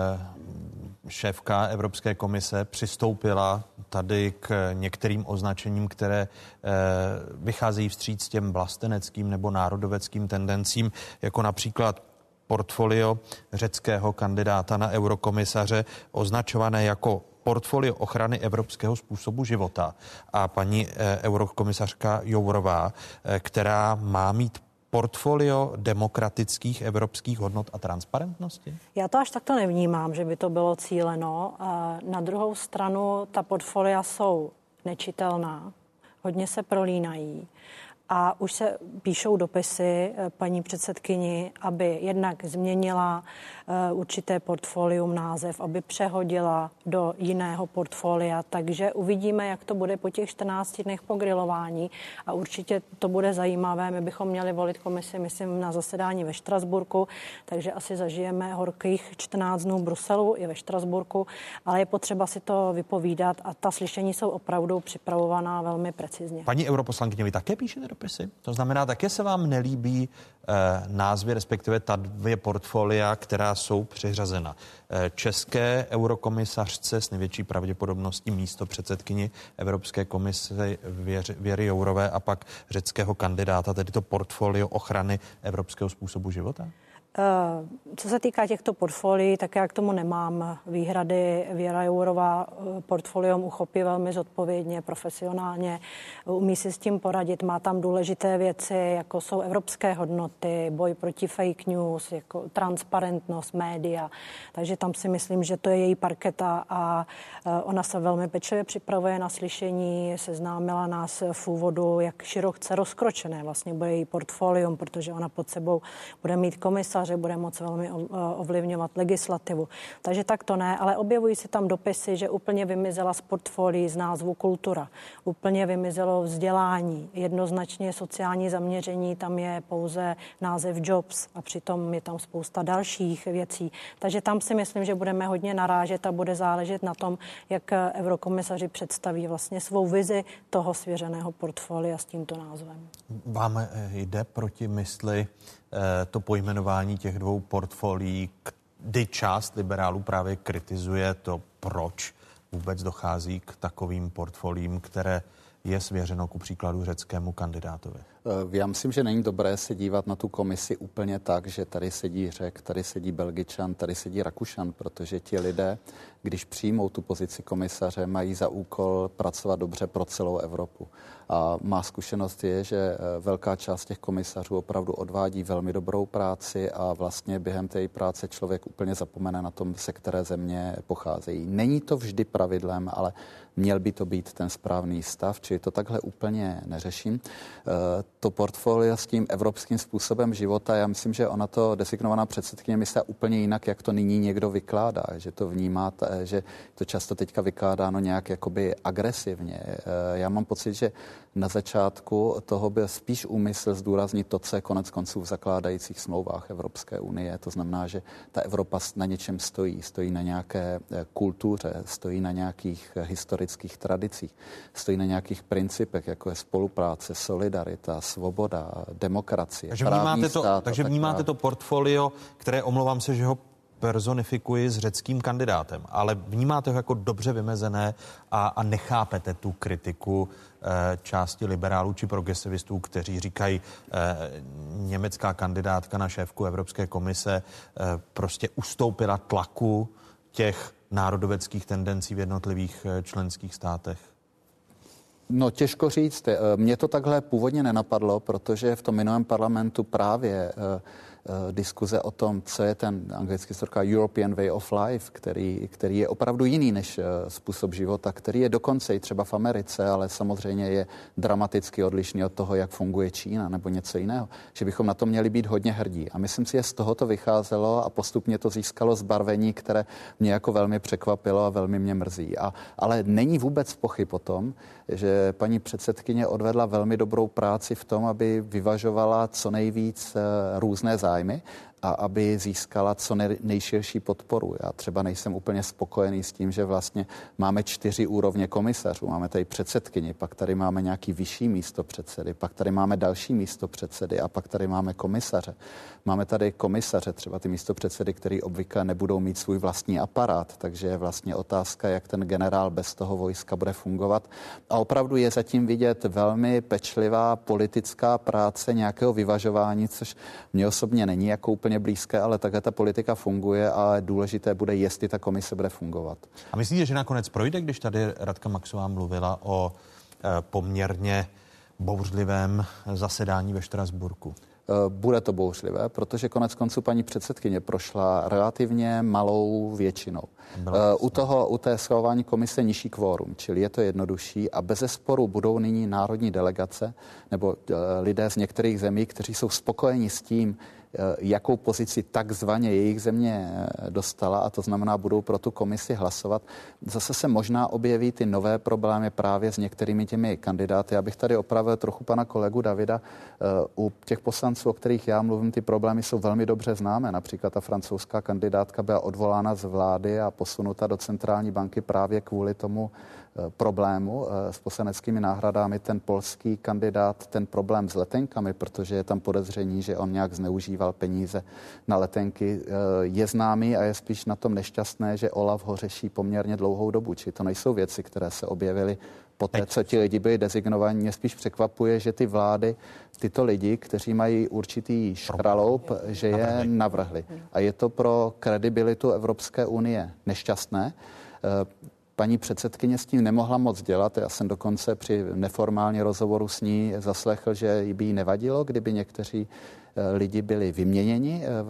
šéfka Evropské komise přistoupila tady k některým označením, které vycházejí vstříc těm vlasteneckým nebo národoveckým tendencím, jako například portfolio řeckého kandidáta na eurokomisaře, označované jako portfolio ochrany evropského způsobu života. A paní eurokomisařka Jourová, která má mít portfolio demokratických evropských hodnot a transparentnosti? Já to až takto nevnímám, že by to bylo cíleno. Na druhou stranu ta portfolia jsou nečitelná, hodně se prolínají a už se píšou dopisy paní předsedkyni, aby jednak změnila určité portfolium název, aby přehodila do jiného portfolia, takže uvidíme, jak to bude po těch 14 dnech po grilování a určitě to bude zajímavé. My bychom měli volit komisi, myslím, na zasedání ve Štrasburku, takže asi zažijeme horkých 14 dnů v Bruselu i ve Štrasburku, ale je potřeba si to vypovídat a ta slyšení jsou opravdu připravovaná velmi precizně. Paní europoslankyně, vy také píšete dopisy? To znamená, také se vám nelíbí názvy, respektive ta dvě portfolia, která jsou přiřazena české eurokomisařce s největší pravděpodobností místo předsedkyni Evropské komise Věry Jourové a pak řeckého kandidáta, tedy to portfolio ochrany evropského způsobu života? Co se týká těchto portfolií, tak já k tomu nemám výhrady. Věra Jourová portfolium uchopí velmi zodpovědně, profesionálně, umí si s tím poradit, má tam důležité věci, jako jsou evropské hodnoty, boj proti fake news, jako transparentnost, média. Takže tam si myslím, že to je její parketa a ona se velmi pečlivě připravuje na slyšení, seznámila nás v úvodu, jak široce rozkročené vlastně bude její portfolium, protože ona pod sebou bude mít komisaře, bude moc velmi ovlivňovat legislativu. Takže tak to ne, ale objevují se tam dopisy, že úplně vymizela z portfolií z názvu kultura, úplně vymizelo vzdělání, jednoznačně sociální zaměření, tam je pouze název jobs a přitom je tam spousta dalších věcí. Takže tam si myslím, že budeme hodně narážet a bude záležet na tom, jak eurokomisaři představí vlastně svou vizi toho svěřeného portfolia s tímto názvem. Vám jde proti mysli to pojmenování těch dvou portfolií, kdy část liberálů právě kritizuje to, proč vůbec dochází k takovým portfoliím, které je svěřeno ku příkladu řeckému kandidátovi? Já myslím, že není dobré se dívat na tu komisi úplně tak, že tady sedí Řek, tady sedí Belgičan, tady sedí Rakušan, protože ti lidé, když přijmou tu pozici komisaře, mají za úkol pracovat dobře pro celou Evropu. A má zkušenost je, že velká část těch komisařů opravdu odvádí velmi dobrou práci a vlastně během té práce člověk úplně zapomene na tom, se které země pocházejí. Není to vždy pravidlem, ale měl by to být ten správný stav, čili to takhle úplně neřeším. to portfolio s tím evropským způsobem života. Já myslím, že ona to designovaná předsedkyně myslí úplně jinak, jak to nyní někdo vykládá, že to vnímá, že to často teďka vykládáno nějak jakoby agresivně. Já mám pocit, že na začátku toho byl spíš úmysl zdůraznit to, co je konec konců v zakládajících smlouvách Evropské unie. To znamená, že ta Evropa na něčem stojí na nějaké kultuře, stojí na nějakých historických tradicích, stojí na nějakých principech, jako je spolupráce, solidarita, svoboda, demokracie, právní stát. Takže vnímáte to portfolio, které, omlouvám se, že ho personifikuji s řeckým kandidátem, ale vnímáte ho jako dobře vymezené a nechápete tu kritiku části liberálů či progresivistů, kteří říkají, německá kandidátka na šéfku Evropské komise prostě ustoupila tlaku těch národoveckých tendencí v jednotlivých členských státech? No, těžko říct. Mně to takhle původně nenapadlo, protože v tom minulém parlamentu právě diskuze o tom, co je ten anglicky se říká European way of life, který je opravdu jiný než způsob života, který je dokonce i třeba v Americe, ale samozřejmě je dramaticky odlišný od toho, jak funguje Čína nebo něco jiného, že bychom na to měli být hodně hrdí. A myslím si, že z toho to vycházelo a postupně to získalo zbarvení, které mě jako velmi překvapilo a velmi mě mrzí. Ale není vůbec pochyb o tom, že paní předsedkyně odvedla velmi dobrou práci v tom, aby vyvažovala co nejvíc různé zájmy a aby získala co nejširší podporu. Já třeba nejsem úplně spokojený s tím, že vlastně máme 4 úrovně komisařů. Máme tady předsedkyni, pak tady máme nějaký vyšší místopředsedy, pak tady máme další místopředsedy a pak tady máme komisaře. Máme tady komisaře, třeba ty místopředsedy, který obvykle nebudou mít svůj vlastní aparát, takže je vlastně otázka, jak ten generál bez toho vojska bude fungovat. A opravdu je zatím vidět velmi pečlivá politická práce nějakého vyvažování, což mě osobně není jako úplně blízké, ale takhle ta politika funguje a důležité bude, jestli ta komise bude fungovat. A myslíte, že nakonec projde, když tady Radka Maxová mluvila o poměrně bouřlivém zasedání ve Štrasburku? Bude to bouřlivé, protože konec konců paní předsedkyně prošla relativně malou většinou. U té schvalování komise nižší kvórum, čili je to jednodušší a bezesporu budou nyní národní delegace nebo lidé z některých zemí, kteří jsou spokojeni s tím, jakou pozici takzvaně jejich země dostala, a to znamená, budou pro tu komisi hlasovat. Zase se možná objeví ty nové problémy právě s některými těmi kandidáty. Já bych tady opravil trochu pana kolegu Davida. U těch poslanců, o kterých já mluvím, ty problémy jsou velmi dobře známé. Například ta francouzská kandidátka byla odvolána z vlády a posunuta do centrální banky právě kvůli tomu problému s poslaneckými náhradami. Ten polský kandidát, ten problém s letenkami, protože je tam podezření, že on nějak zneužíval peníze na letenky, je známý a je spíš na tom nešťastné, že Olaf ho řeší poměrně dlouhou dobu. Či to nejsou věci, které se objevily poté, co ti lidi byli dezignovaní. Mě spíš překvapuje, že ty vlády tyto lidi, kteří mají určitý škraloup, že je navrhli. A je to pro kredibilitu Evropské unie nešťastné. Paní předsedkyně s tím nemohla moc dělat. Já jsem dokonce při neformální rozhovoru s ní zaslechl, že by jí nevadilo, kdyby někteří lidi byli vyměněni v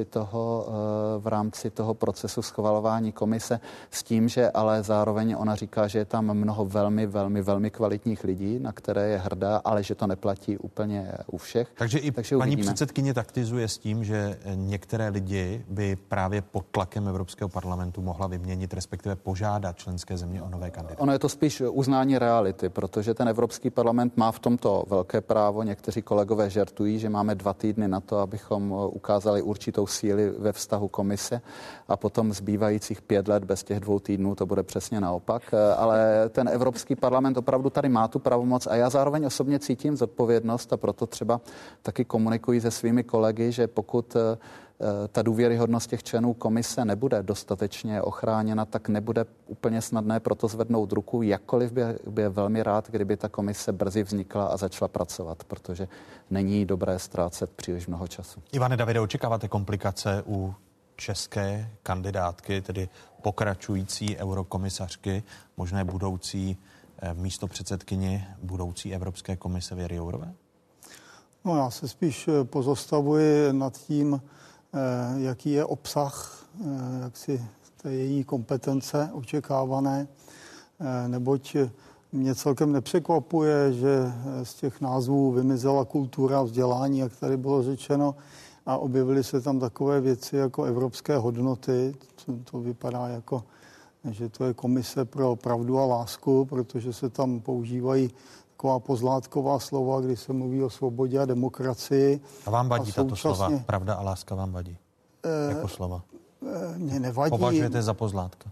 rámci toho procesu schvalování komise s tím, že ale zároveň ona říká, že je tam mnoho velmi kvalitních lidí, na které je hrdá, ale že to neplatí úplně u všech. Takže paní předsedkyně taktizuje s tím, že některé lidi by právě pod tlakem Evropského parlamentu mohla vyměnit, respektive požádat členské země o nové kandidáty. Ono je to spíš uznání reality, protože ten Evropský parlament má v tomto velké právo. Někteří kolegové žertují, že máme 2 týdny na to, abychom ukázali určitou síli ve vztahu komise a potom zbývajících 5 let bez těch 2 týdnů to bude přesně naopak. Ale ten Evropský parlament opravdu tady má tu pravomoc a já zároveň osobně cítím zodpovědnost a proto třeba taky komunikuji se svými kolegy, že pokud ta důvěryhodnost těch členů komise nebude dostatečně ochráněna, tak nebude úplně snadné proto zvednout ruku, jakkoliv by velmi rád, kdyby ta komise brzy vznikla a začala pracovat, protože není dobré ztrácet příliš mnoho času. Ivane Davide, očekáváte komplikace u české kandidátky, tedy pokračující eurokomisařky, možné budoucí místopředsedkyni budoucí Evropské komise Věry Jourové? No, já se spíš pozastavuji nad tím, jaký je obsah jaksi té její kompetence očekávané, neboť Mě celkem nepřekvapuje, že z těch názvů vymizela kultura, vzdělání, jak tady bylo řečeno, a objevily se tam takové věci jako evropské hodnoty. To vypadá jako, že to je komise pro pravdu a lásku, protože se tam používají taková pozlátková slova, kdy se mluví o svobodě a demokracii. A vám vadí tato slova? Pravda a láska vám vadí? Jako slova? Mě nevadí. Považujete za pozlátka?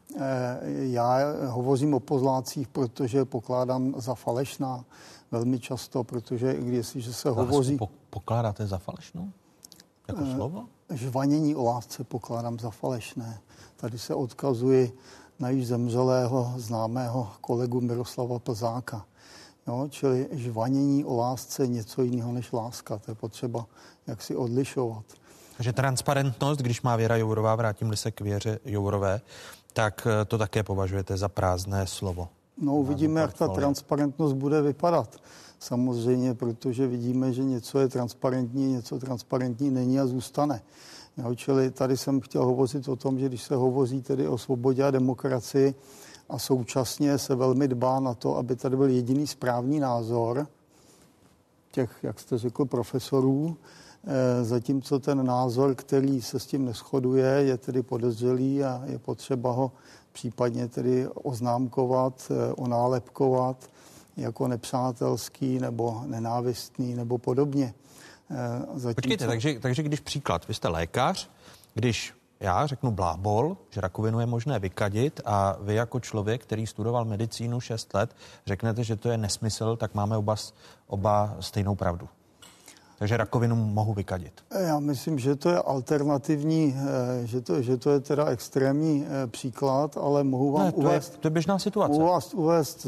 Já hovořím o pozlátcích, protože pokládám za falešná velmi často, protože jestliže se hovoří... Pokládáte za falešnou? Jako slovo? Žvanění o lásce pokládám za falešné. Tady se odkazuji na již zemřelého známého kolegu Miroslava Plzáka. Jo, čili žvanění o lásce je něco jiného než láska. To je potřeba jaksi odlišovat. Takže transparentnost, když má Věra Jourová, vrátím-li se k Věře Jourové, tak to také považujete za prázdné slovo. No, uvidíme, jak ta transparentnost bude vypadat. Samozřejmě, protože vidíme, že něco je transparentní, něco transparentní není a zůstane. Jo, čili tady jsem chtěl hovořit o tom, že když se hovoří tedy o svobodě a demokracii a současně se velmi dbá na to, aby tady byl jediný správný názor těch, jak jste řekl, profesorů, zatímco ten názor, který se s tím neshoduje, je tedy podezřelý a je potřeba ho případně tedy oznámkovat, onálepkovat jako nepřátelský nebo nenávistný nebo podobně. Počkejte, takže když příklad, vy jste lékař, když já řeknu blábol, že rakovinu je možné vykadit a vy jako člověk, který studoval medicínu 6 let, řeknete, že to je nesmysl, tak máme oba stejnou pravdu. Takže rakovinu mohu vykadit. Já myslím, že to je alternativní, že to je teda extrémní příklad, ale mohu vám uvést... To je běžná situace. Mohu vás uvést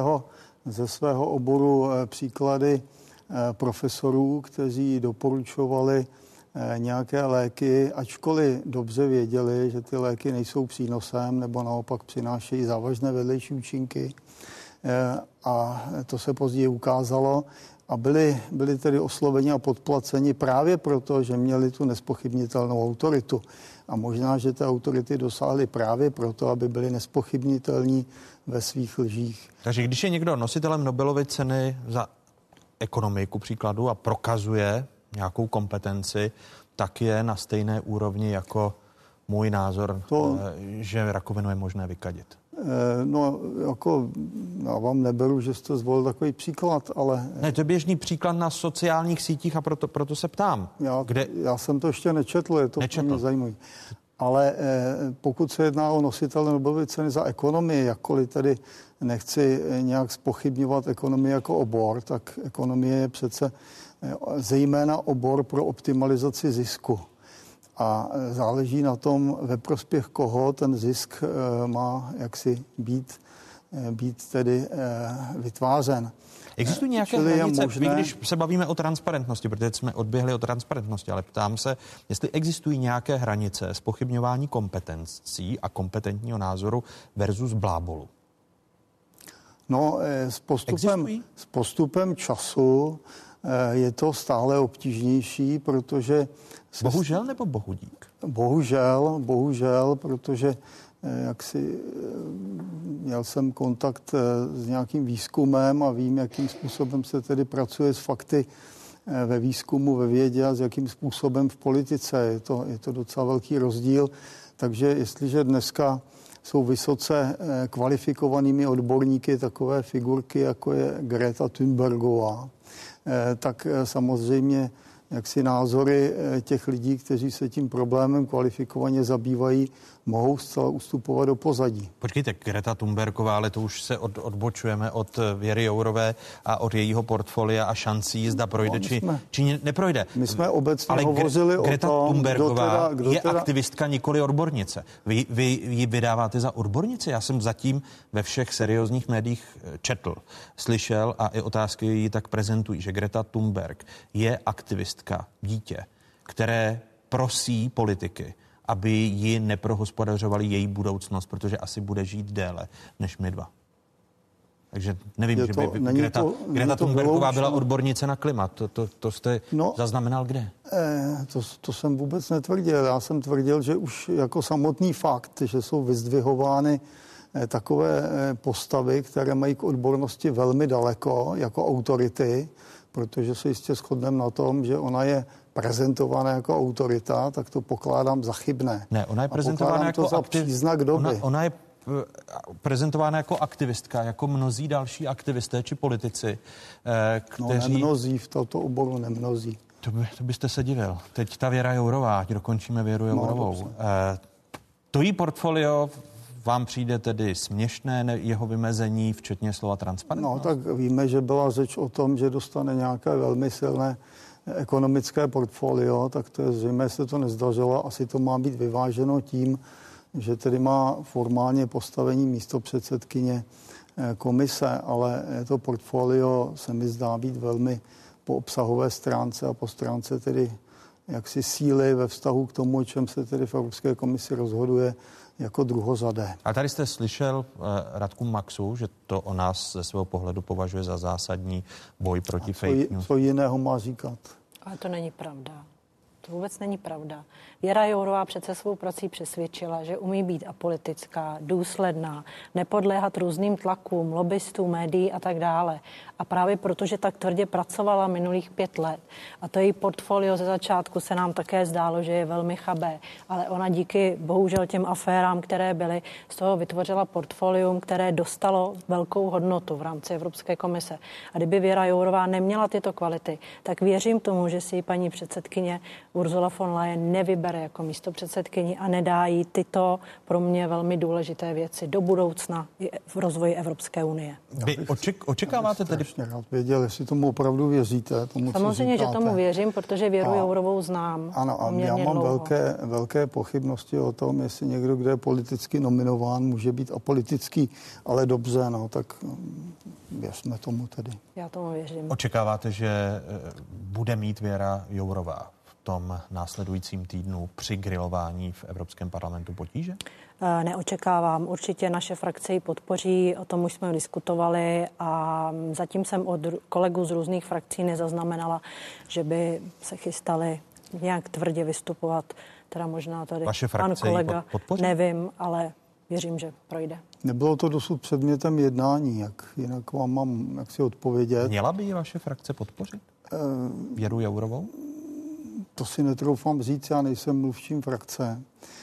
ze svého oboru příklady profesorů, kteří doporučovali nějaké léky, ačkoliv dobře věděli, že ty léky nejsou přínosem nebo naopak přinášejí závažné vedlejší účinky. A to se později ukázalo. A byli tedy osloveni a podplaceni právě proto, že měli tu nespochybnitelnou autoritu. A možná, že ty autority dosáhly právě proto, aby byli nespochybnitelní ve svých lžích. Takže když je někdo nositelem Nobelovy ceny za ekonomii, ku příkladu, a prokazuje nějakou kompetenci, tak je na stejné úrovni jako můj názor, že rakovinu je možné vykadit. No, jako já vám neberu, že jste zvolil takový příklad, ale... Ne, to je běžný příklad na sociálních sítích a proto se ptám. Já jsem to ještě nečetl, je to mě zajímavé. Ale pokud se jedná o nositele Nobelovy ceny za ekonomii, jakkoliv tedy nechci nějak zpochybňovat ekonomii jako obor, tak ekonomie je přece zejména obor pro optimalizaci zisku. A záleží na tom, ve prospěch koho ten zisk má jaksi být tedy vytvářen. Existují nějaké hranice, když se bavíme o transparentnosti, protože jsme odběhli od transparentnosti, ale ptám se, jestli existují nějaké hranice zpochybňování kompetencí a kompetentního názoru versus blábolu? No, s postupem času je to stále obtížnější, protože... Bohužel nebo bohudík? Bohužel, protože měl jsem kontakt s nějakým výzkumem a vím, jakým způsobem se tedy pracuje s fakty ve výzkumu, ve vědě a s jakým způsobem v politice. Je to docela velký rozdíl. Takže jestliže dneska jsou vysoce kvalifikovanými odborníky takové figurky, jako je Greta Thunbergová, tak samozřejmě jaksi názory těch lidí, kteří se tím problémem kvalifikovaně zabývají, mohou zcela ustupovat do pozadí. Počkejte, Greta Thunbergová, ale to už se odbočujeme od Věry Jourové a od jejího portfolia a šancí, zda projde či neprojde. My jsme obecně hovořili o tom, Greta Thunbergová je aktivistka, nikoli odbornice. Vy ji vydáváte za odbornici? Já jsem zatím ve všech seriózních médiích četl, slyšel a i otázky ji tak prezentují, že Greta Thunberg je aktivistka, dítě, které prosí politiky, aby ji neprohospodařovali její budoucnost, protože asi bude žít déle než my dva. Takže nevím, že by Greta Thunbergová byla odbornice na klima. To jste zaznamenal kde? To jsem vůbec netvrdil. Já jsem tvrdil, že už jako samotný fakt, že jsou vyzdvihovány takové postavy, které mají k odbornosti velmi daleko jako autority, protože se jistě shodneme na tom, že ona je prezentovaná jako autorita, tak to pokládám za chybné. Ne, ona je prezentována jako příznak doby. Ona je prezentována jako aktivistka, jako mnozí další aktivisté či politici, kteří... Nemnozí, v tomto oboru nemnozí. To byste se divil. Teď ta Věra Jourová, ať dokončíme Věru Jourovou. To jí portfolio vám přijde tedy směšné, jeho vymezení, včetně slova transparentnost? No, tak víme, že byla řeč o tom, že dostane nějaké velmi silné ekonomické portfolio, tak to je zřejmě, se to nezdařilo. Asi to má být vyváženo tím, že tedy má formálně postavení místopředsedkyně komise, ale to portfolio se mi zdá být velmi po obsahové stránce a po stránce tedy jaksi síly ve vztahu k tomu, o čem se tedy v Evropské komisi rozhoduje, jako druhořadé. A tady jste slyšel Radku Maxu, že to o nás ze svého pohledu považuje za zásadní boj proti fake news. Co jiného má říkat? Ale to není pravda. To vůbec není pravda. Věra Jourová přece svou prací přesvědčila, že umí být apolitická, důsledná, nepodléhat různým tlakům, lobbystů, médií a tak dále. A právě protože tak tvrdě pracovala minulých 5 let. A to její portfolio ze začátku se nám také zdálo, že je velmi chabé. Ale ona díky bohužel těm aférám, které byly, z toho vytvořila portfolium, které dostalo velkou hodnotu v rámci Evropské komise. A kdyby Věra Jourová neměla tyto kvality, tak věřím tomu, že si ji paní předsedkyně Ursula von Leyen nevybere jako místopředsedkyni a nedá jí tyto pro mě velmi důležité věci do budoucna v rozvoji Evropské unie. Vy očekáváte tedy? Rád věděl, jestli tomu opravdu věříte. Samozřejmě, že tomu věřím, protože Věru Jourovou znám. Ano, a já mám velké pochybnosti o tom, jestli někdo, kdo je politicky nominován, může být apolitický, ale dobře, no, tak věřme tomu tedy. Já tomu věřím. Očekáváte, že bude mít Věra Jourová v tom následujícím týdnu při grilování v Evropském parlamentu potíže? Neočekávám. Určitě naše frakce ji podpoří, o tom už jsme diskutovali a zatím jsem od kolegů z různých frakcí nezaznamenala, že by se chystali nějak tvrdě vystupovat. Teda možná tady vaše frakce pan kolega, podpoří? Nevím, ale věřím, že projde. Nebylo to dosud předmětem jednání, jinak vám mám jak si odpovědět. Měla by ji vaše frakce podpořit? Věru Jourovou? To si netroufám říct, já nejsem mluvčím frakce.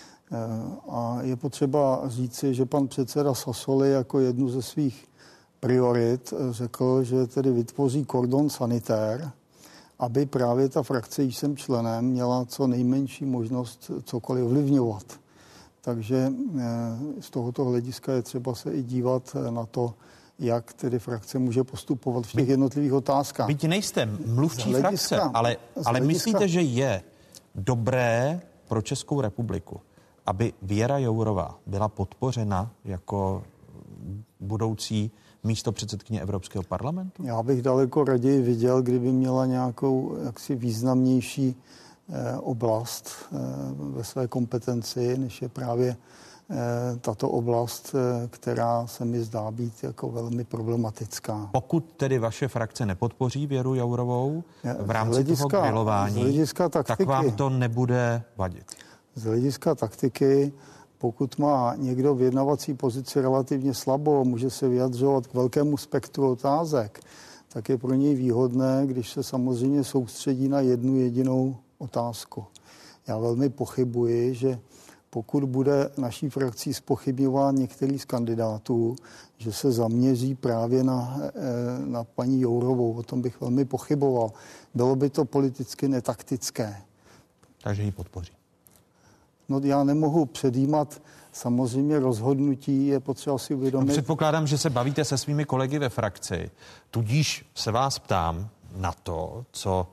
A je potřeba říci, že pan předseda Sassoli jako jednu ze svých priorit řekl, že tedy vytvoří kordon sanitér, aby právě ta frakce, již jsem členem, měla co nejmenší možnost cokoliv ovlivňovat. Takže z tohoto hlediska je třeba se i dívat na to, jak tedy frakce může postupovat v těch jednotlivých otázkách. Byť nejste mluvčí frakce, ale myslíte, že je dobré pro Českou republiku, aby Věra Jourová byla podpořena jako budoucí místopředsedkyně Evropského parlamentu? Já bych daleko raději viděl, kdyby měla nějakou jaksi významnější oblast ve své kompetenci, než je právě tato oblast, která se mi zdá být jako velmi problematická. Pokud tedy vaše frakce nepodpoří Věru Jourovou v rámci toho grilování, tak vám to nebude vadit? Z hlediska taktiky, pokud má někdo vyjednavací pozici relativně slabou, může se vyjadřovat k velkému spektru otázek, tak je pro něj výhodné, když se samozřejmě soustředí na jednu jedinou otázku. Já velmi pochybuji, že pokud bude naší frakcí zpochybňován některý z kandidátů, že se zaměří právě na paní Jourovou. O tom bych velmi pochyboval. Bylo by to politicky netaktické. Takže ji podpoří. No, já nemohu předjímat samozřejmě rozhodnutí, je potřeba si uvědomit. Předpokládám, že se bavíte se svými kolegy ve frakci, tudíž se vás ptám na to, co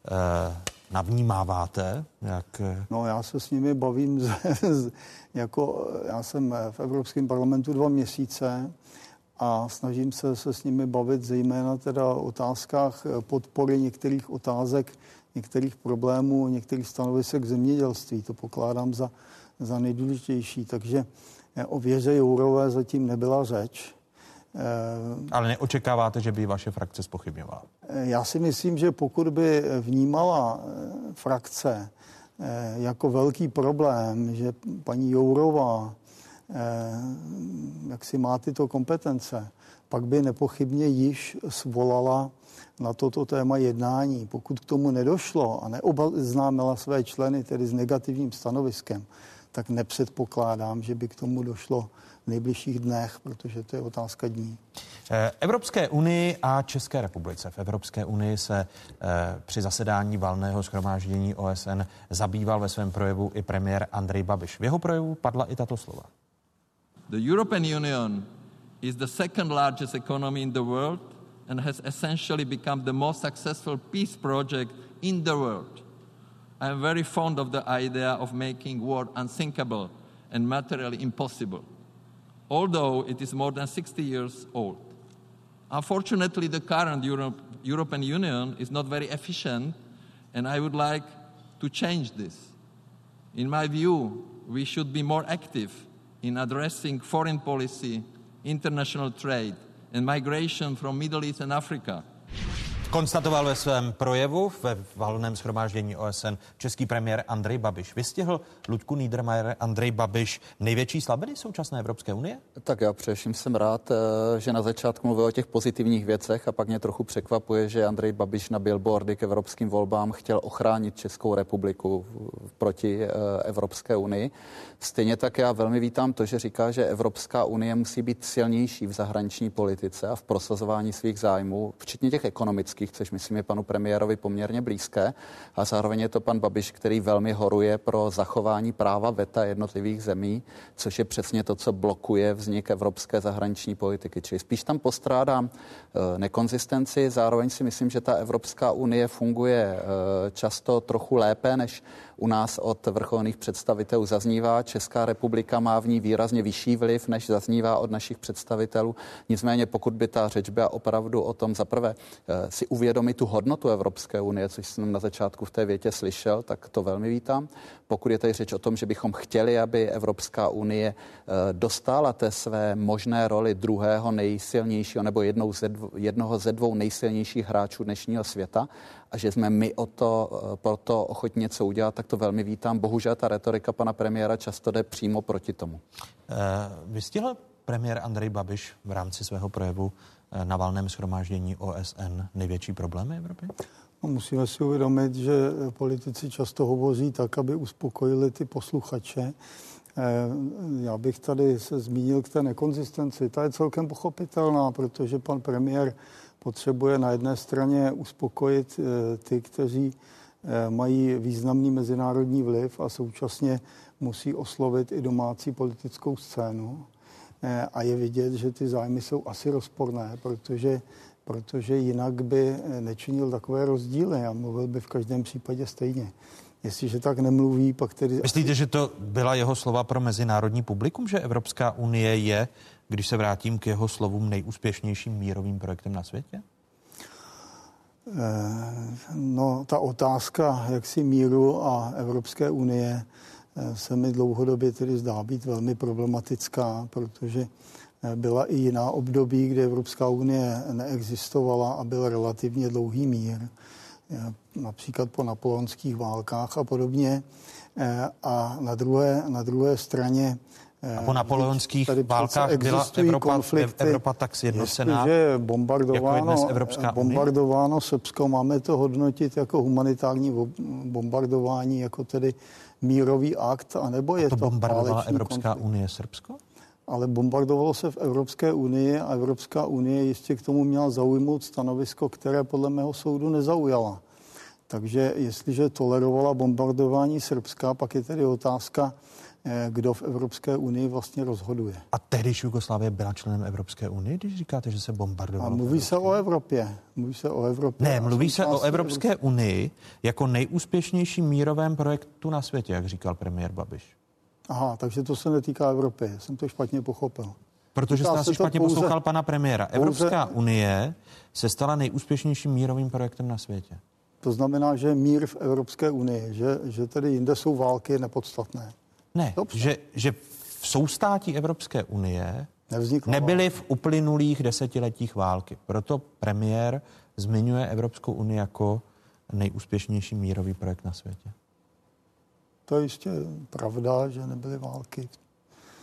navnímáváte? No, já se s nimi bavím, já jsem v Evropském parlamentu 2 měsíce a snažím se s nimi bavit zejména teda o otázkách podpory některých otázek, některých problémů, některých stanovisek zemědělství. To pokládám za nejdůležitější. Takže o Věře Jourové zatím nebyla řeč. Ale neočekáváte, že by vaše frakce zpochybňovala? Já si myslím, že pokud by vnímala frakce jako velký problém, že paní Jourová jak si má tyto kompetence, pak by nepochybně již svolala na toto téma jednání. Pokud k tomu nedošlo a neobeznámila své členy tedy s negativním stanoviskem, tak nepředpokládám, že by k tomu došlo v nejbližších dnech, protože to je otázka dní. Evropské unii a České republice. V Evropské unii se při zasedání valného shromáždění OSN zabýval ve svém projevu i premiér Andrej Babiš. V jeho projevu padla i tato slova. The European Union is the second largest economy in the world and has essentially become the most successful peace project in the world. I am very fond of the idea of making war unthinkable and materially impossible, although it is more than 60 years old. Unfortunately, the current European Union is not very efficient, and I would like to change this. In my view, we should be more active in addressing foreign policy, international trade, and migration from Middle East and Africa. Konstatoval ve svém projevu ve valném shromáždění OSN český premiér Andrej Babiš. Vystihl Luďku Niedermayer Andrej Babiš největší slabiny současné Evropské unie? Tak já především jsem rád, že na začátku mluvil o těch pozitivních věcech a pak mě trochu překvapuje, že Andrej Babiš na billboardy k evropským volbám chtěl ochránit Českou republiku proti Evropské unii. Stejně tak já velmi vítám to, že říká, že Evropská unie musí být silnější v zahraniční politice a v prosazování svých zájmů, včetně těch ekonomických, což myslím je panu premiérovi poměrně blízké. A zároveň je to pan Babiš, který velmi horuje pro zachování práva veta jednotlivých zemí, což je přesně to, co blokuje vznik evropské zahraniční politiky. Čili spíš tam postrádám nekonzistenci, zároveň si myslím, že ta Evropská unie funguje často trochu lépe, než u nás od vrcholných představitelů zaznívá. Česká republika má v ní výrazně vyšší vliv, než zaznívá od našich představitelů. Nicméně pokud by ta řeč byla opravdu o tom zaprvé si uvědomit tu hodnotu Evropské unie, což jsem na začátku v té větě slyšel, tak to velmi vítám. Pokud je tady řeč o tom, že bychom chtěli, aby Evropská unie dostala té své možné roli druhého nejsilnějšího nebo jednoho ze dvou nejsilnějších hráčů dnešního světa a že jsme my proto ochotni něco udělat, tak to velmi vítám. Bohužel ta retorika pana premiéra často jde přímo proti tomu. Vystihl premiér Andrej Babiš v rámci svého projevu na valném shromáždění OSN největší problémy Evropy? No, musíme si uvědomit, že politici často hovoří tak, aby uspokojili ty posluchače. Já bych tady se zmínil k té nekonzistenci. Ta je celkem pochopitelná, protože pan premiér potřebuje na jedné straně uspokojit ty, kteří mají významný mezinárodní vliv a současně musí oslovit i domácí politickou scénu. A je vidět, že ty zájmy jsou asi rozporné, protože jinak by nečinil takové rozdíly a mluvil by v každém případě stejně. Jestliže tak nemluví, pak tedy... Myslíte, že to byla jeho slova pro mezinárodní publikum, že Evropská unie je, když se vrátím k jeho slovům, nejúspěšnějším mírovým projektem na světě? No, ta otázka jaksi míru a Evropské unie se mi dlouhodobě tedy zdá být velmi problematická, protože byla i jiná období, kdy Evropská unie neexistovala a byl relativně dlouhý mír, například po napoleonských válkách a podobně. A na druhé straně a po napoleonských válkách byla Evropa tak sjednocená, jako je dnes Evropská unie? Bombardováno Srbsko, máme to hodnotit jako humanitární bombardování, jako tedy mírový akt, anebo je to bombardovala Evropská unie Srbsko? Ale bombardovalo se v Evropské unii a Evropská unie jistě k tomu měla zaujmout stanovisko, které podle mého soudu nezaujala. Takže jestliže tolerovala bombardování Srbska, pak je tedy otázka, kdo v Evropské unii vlastně rozhoduje. A tehdy Jugoslávie byla členem Evropské unie, když říkáte, že se bombardovalo? A mluví se o Evropě. Ne, mluví se o Evropské unii jako nejúspěšnějším mírovém projektu na světě, jak říkal premiér Babiš. Aha, takže to se netýká Evropy. Jsem to špatně pochopil. Protože jste asi špatně poslouchal pana premiéra. Evropská unie se stala nejúspěšnějším mírovým projektem na světě. To znamená, že mír v Evropské unii, že tedy jinde jsou války nepodstatné. Ne, že v soustátí Evropské unie nebyly v uplynulých desetiletích války. Proto premiér zmiňuje Evropskou unii jako nejúspěšnější mírový projekt na světě. To je jistě pravda, že nebyly války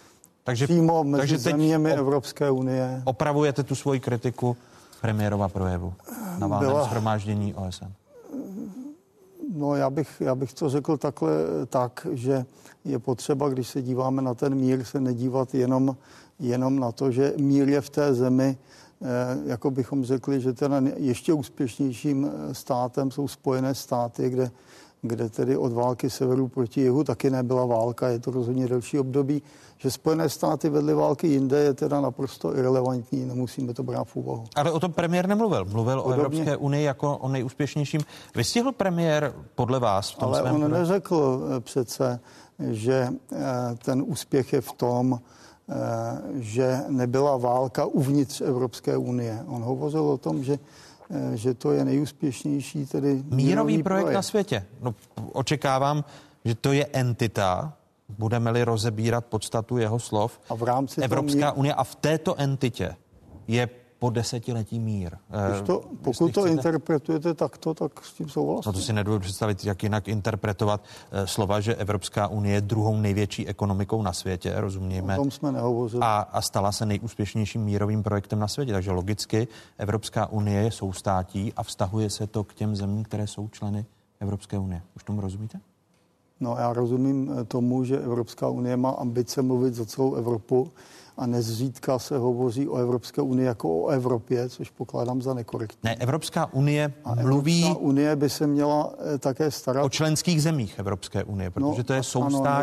přímo mezi zeměmi Evropské unie. Opravujete tu svoji kritiku premiérova projevu na valném shromáždění OSN? No, já bych to řekl tak, že je potřeba, když se díváme na ten mír, se nedívat jenom na to, že mír je v té zemi, jako bychom řekli, že teda ještě úspěšnějším státem jsou Spojené státy, kde tedy od války severu proti jihu taky nebyla válka, je to rozhodně delší období. Že Spojené státy vedly války jinde je teda naprosto irelevantní, nemusíme to brát v úvahu. Ale o tom premiér nemluvil. Mluvil o Evropské unii jako o nejúspěšnějším. Vystihl premiér podle vás v tom ale svém... on neřekl přece, že ten úspěch je v tom, že nebyla válka uvnitř Evropské unie. On hovořil o tom, že to je nejúspěšnější tedy mírový projekt na světě. No, očekávám, že to je entita, budeme-li rozebírat podstatu jeho slov, a v rámci Evropská unie a v této entitě je po desetiletí mír. Pokud to interpretujete takto, tak s tím souhlasím. No to si nedovedu představit, jak jinak interpretovat slova, že Evropská unie je druhou největší ekonomikou na světě, rozumějme. O tom jsme nehovořili. A stala se nejúspěšnějším mírovým projektem na světě. Takže logicky Evropská unie je soustátí a vztahuje se to k těm zemím, které jsou členy Evropské unie. Už tomu rozumíte? No, já rozumím tomu, že Evropská unie má ambice mluvit za celou Evropu a nezřídka se hovoří o Evropské unii jako o Evropě, což pokládám za nekorektní. Ne, Evropská unie mluví... Evropská unie by se měla také starat... O členských zemích Evropské unie, protože to je soustátí... Ano,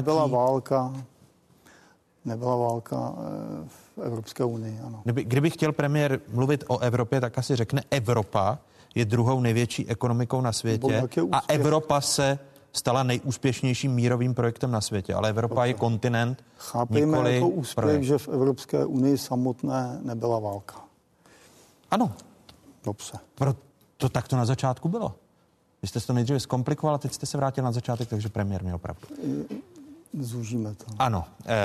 nebyla válka v Evropské unii, ano. Kdyby chtěl premiér mluvit o Evropě, tak asi řekne Evropa je druhou největší ekonomikou na světě a Evropa se stala nejúspěšnějším mírovým projektem na světě, ale Evropa je kontinent, chápejme nikoli jako úspěch, projekt. Že v Evropské unii samotné nebyla válka. Ano. Dobře. Proto tak to na začátku bylo. Vy jste to nejdříve zkomplikoval a teď jste se vrátil na začátek, takže premiér měl pravdu. Zúžíme to. Ano.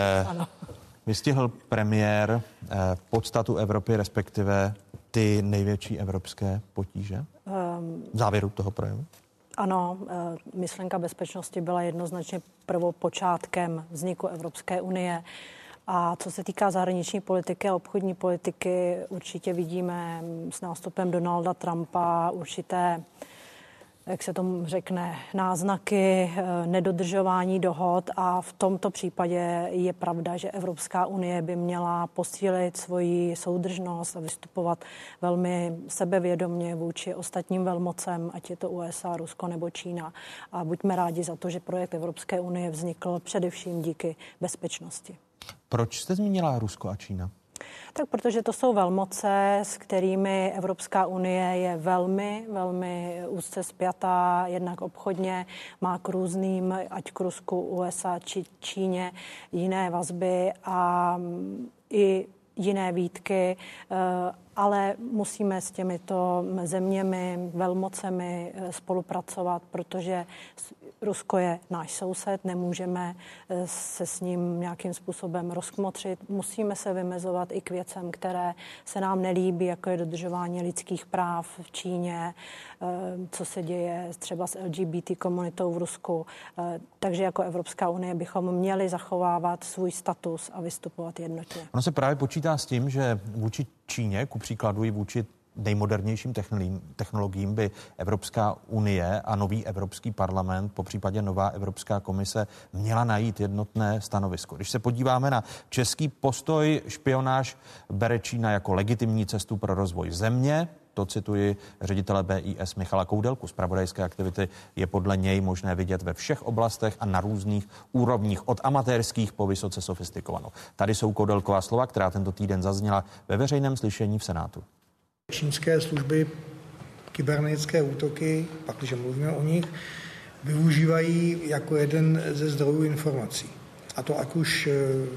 Vystihl premiér podstatu Evropy, respektive ty největší evropské potíže v závěru toho projevu? Ano, myšlenka bezpečnosti byla jednoznačně prvopočátkem vzniku Evropské unie. A co se týká zahraniční politiky a obchodní politiky, určitě vidíme s nástupem Donalda Trumpa určité, jak se tomu řekne, náznaky nedodržování dohod a v tomto případě je pravda, že Evropská unie by měla posílit svoji soudržnost a vystupovat velmi sebevědomně vůči ostatním velmocem, ať je to USA, Rusko nebo Čína. A buďme rádi za to, že projekt Evropské unie vznikl především díky bezpečnosti. Proč jste zmínila Rusko a Čína? Tak protože to jsou velmoce, s kterými Evropská unie je velmi, velmi úzce spjatá, jednak obchodně, má k různým, ať k Rusku, USA či Číně, jiné vazby a i jiné výtky, ale musíme s těmito zeměmi, velmocemi spolupracovat, protože Rusko je náš soused, nemůžeme se s ním nějakým způsobem rozkmotřit. Musíme se vymezovat i k věcem, které se nám nelíbí, jako je dodržování lidských práv v Číně, co se děje třeba s LGBT komunitou v Rusku. Takže jako Evropská unie bychom měli zachovávat svůj status a vystupovat jednotně. Ono se právě počítá s tím, že vůči Číně, ku příkladu i vůči nejmodernějším technologiím by Evropská unie a nový Evropský parlament, popřípadě nová Evropská komise, měla najít jednotné stanovisko. Když se podíváme na český postoj, špionáž bere Čína jako legitimní cestu pro rozvoj země. To cituji ředitele BIS Michala Koudelku. Zpravodajské aktivity je podle něj možné vidět ve všech oblastech a na různých úrovních, od amatérských po vysoce sofistikovanou. Tady jsou Koudelková slova, která tento týden zazněla ve veřejném slyšení v Senátu. Čínské služby kybernetické útoky, pak když mluvíme o nich, využívají jako jeden ze zdrojů informací. A to ať už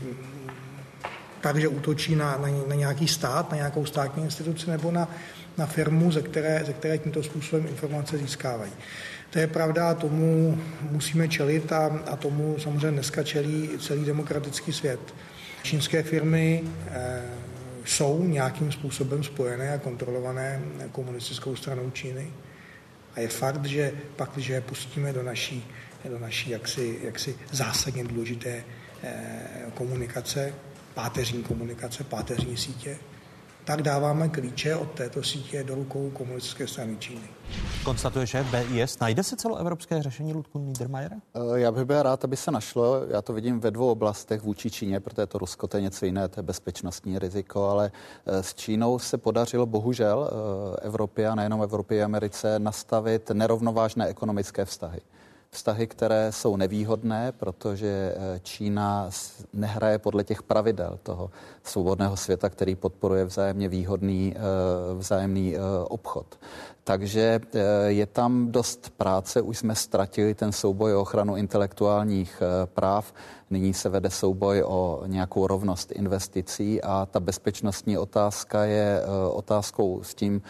tak, že útočí na nějaký stát, na nějakou státní instituci nebo na firmu, ze které tímto způsobem informace získávají. To je pravda, tomu musíme čelit a tomu samozřejmě dneska čelí celý demokratický svět. Čínské firmy jsou nějakým způsobem spojené a kontrolované komunistickou stranou Číny. A je fakt, že pak, když je pustíme do naší jaksi zásadně důležité komunikace, páteřní komunikace, páteřní sítě, tak dáváme klíče od této sítě do rukou komunistické strany Číny. Konstatuje šéf BIS. Najde se celoevropské řešení, Ludku Niedermayera? Já bych byl rád, aby se našlo. Já to vidím ve dvou oblastech vůči Číně, protože to Rusko to je něco jiné, to je bezpečnostní riziko, ale s Čínou se podařilo bohužel Evropě a nejenom Evropě a Americe nastavit nerovnovážné ekonomické vztahy. Vztahy, které jsou nevýhodné, protože Čína nehraje podle těch pravidel toho svobodného světa, který podporuje vzájemně vzájemný obchod. Takže je tam dost práce, už jsme ztratili ten souboj o ochranu intelektuálních práv, nyní se vede souboj o nějakou rovnost investicí a ta bezpečnostní otázka je otázkou s tím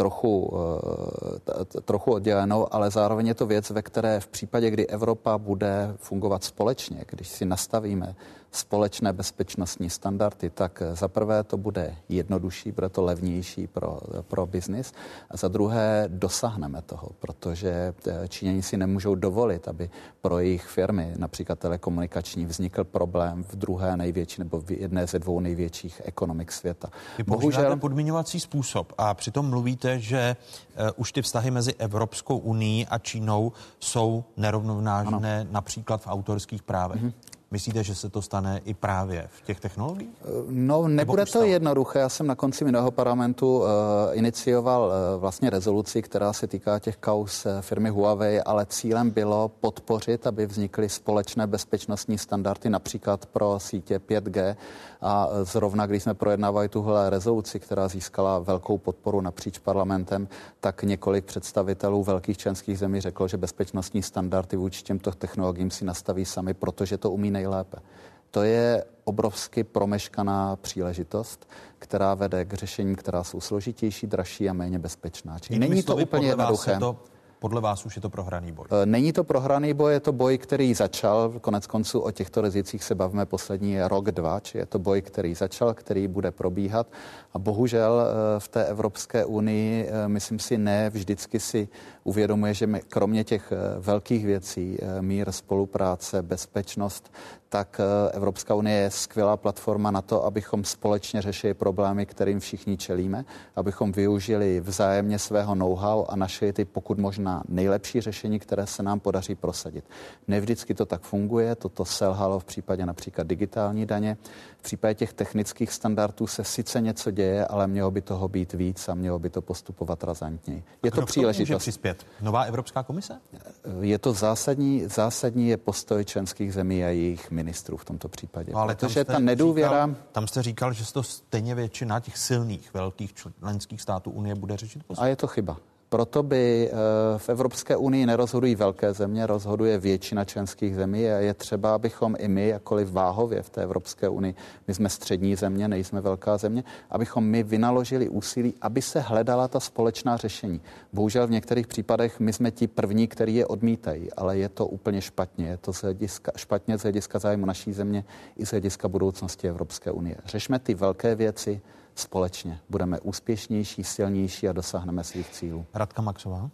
trochu oddělenou, ale zároveň je to věc, ve které v případě, kdy Evropa bude fungovat společně, když si nastavíme společné bezpečnostní standardy, tak za prvé to bude jednodušší, bude to levnější pro biznis a za druhé dosáhneme toho, protože Číňani si nemůžou dovolit, aby pro jejich firmy, například telekomunikační, vznikl problém v druhé největší nebo v jedné ze dvou největších ekonomik světa. Vy používáte podmiňovací způsob a přitom mluvíte, že už ty vztahy mezi Evropskou unií a Čínou jsou nerovnovážné například v autorských právech. Myslíte, že se to stane i právě v těch technologiích? No, nebude to jednoduché. Já jsem na konci minulého parlamentu inicioval vlastně rezoluci, která se týká těch kauz firmy Huawei, ale cílem bylo podpořit, aby vznikly společné bezpečnostní standardy, například pro sítě 5G. A zrovna, když jsme projednávali tuhle rezoluci, která získala velkou podporu napříč parlamentem, tak několik představitelů velkých členských zemí řeklo, že bezpečnostní standardy vůči těmto technologiím si nastaví sami, protože to umí nejlépe. To je obrovsky promeškaná příležitost, která vede k řešením, která jsou složitější, dražší a méně bezpečná. Není to úplně jednoduché. Podle vás už je to prohraný boj? Není to prohraný boj, je to boj, který začal. Konec konců o těchto rizicích se bavíme poslední rok, dva, či je to boj, který začal, který bude probíhat. A bohužel v té Evropské unii, myslím si, ne vždycky si uvědomuje, že my, kromě těch velkých věcí, mír, spolupráce, bezpečnost, tak Evropská unie je skvělá platforma na to, abychom společně řešili problémy, kterým všichni čelíme, abychom využili vzájemně svého know-how a našli ty pokud možná nejlepší řešení, které se nám podaří prosadit. Nevždycky to tak funguje, toto selhalo v případě například digitální daně. V případě těch technických standardů se sice něco děje, ale mělo by toho být víc a mělo by to postupovat razantněji. Je to příležitost. Může přispět nová Evropská komise? Je to zásadní je postoj členských zemí a jejich ministrů v tomto případě. Ale protože ta nedůvěra... Tam jste říkal, že to stejně většina těch silných, velkých členských států Unie bude řešit postoj. A je to chyba. Proto by v Evropské unii nerozhodují velké země, rozhoduje většina členských zemí a je třeba, abychom i my, jakkoliv váhově v té Evropské unii, my jsme střední země, nejsme velká země, abychom my vynaložili úsilí, aby se hledala ta společná řešení. Bohužel v některých případech my jsme ti první, kteří je odmítají, ale je to úplně špatně. Je to špatně z hlediska zájmu naší země i z hlediska budoucnosti Evropské unie. Řešme ty velké věci společně. Budeme úspěšnější, silnější a dosáhneme svých cílů. Radka Maxová.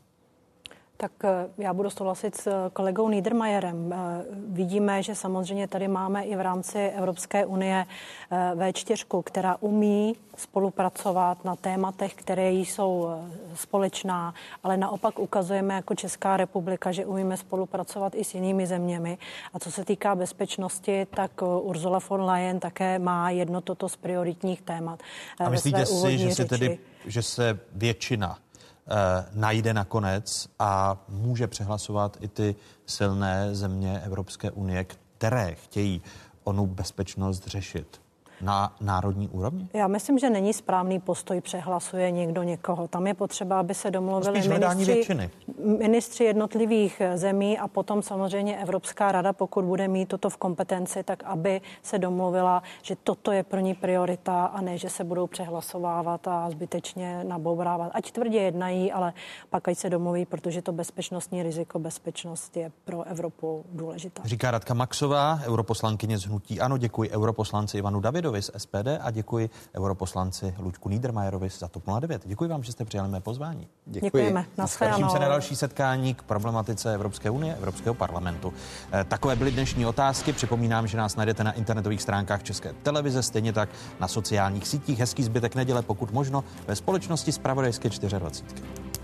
Tak já budu souhlasit s kolegou Niedermayerem. Vidíme, že samozřejmě tady máme i v rámci Evropské unie V4, která umí spolupracovat na tématech, které jsou společná, ale naopak ukazujeme jako Česká republika, že umíme spolupracovat i s jinými zeměmi. A co se týká bezpečnosti, tak Ursula von Leyen také má jedno toto z prioritních témat. A myslíte si, že se většina najde nakonec a může přehlasovat i ty silné země Evropské unie, které chtějí onu bezpečnost řešit na národní úrovni? Já myslím, že není správný postoj, přehlasuje někdo někoho. Tam je potřeba, aby se domluvili ministři jednotlivých zemí a potom samozřejmě Evropská rada, pokud bude mít toto v kompetenci, tak aby se domluvila, že toto je pro ní priorita a ne, že se budou přehlasovávat a zbytečně nabourávat. Ať tvrdě jednají, ale pak ať se domluví, protože to bezpečnostní riziko, bezpečnost je pro Evropu důležitá. Říká Radka Maxová, europoslankyně z hnutí ANO. Děkuji europoslanci Ivanu Davidovi Davidovi z SPD a děkuji europoslanci Luďku Niedermayerovi za TOP 09. Děkuji vám, že jste přijali mé pozvání. Děkujeme. Těším se na další setkání k problematice Evropské unie, Evropského parlamentu. Takové byly dnešní otázky. Připomínám, že nás najdete na internetových stránkách České televize, stejně tak na sociálních sítích. Hezký zbytek neděle, pokud možno, ve společnosti Zpravodajské 24.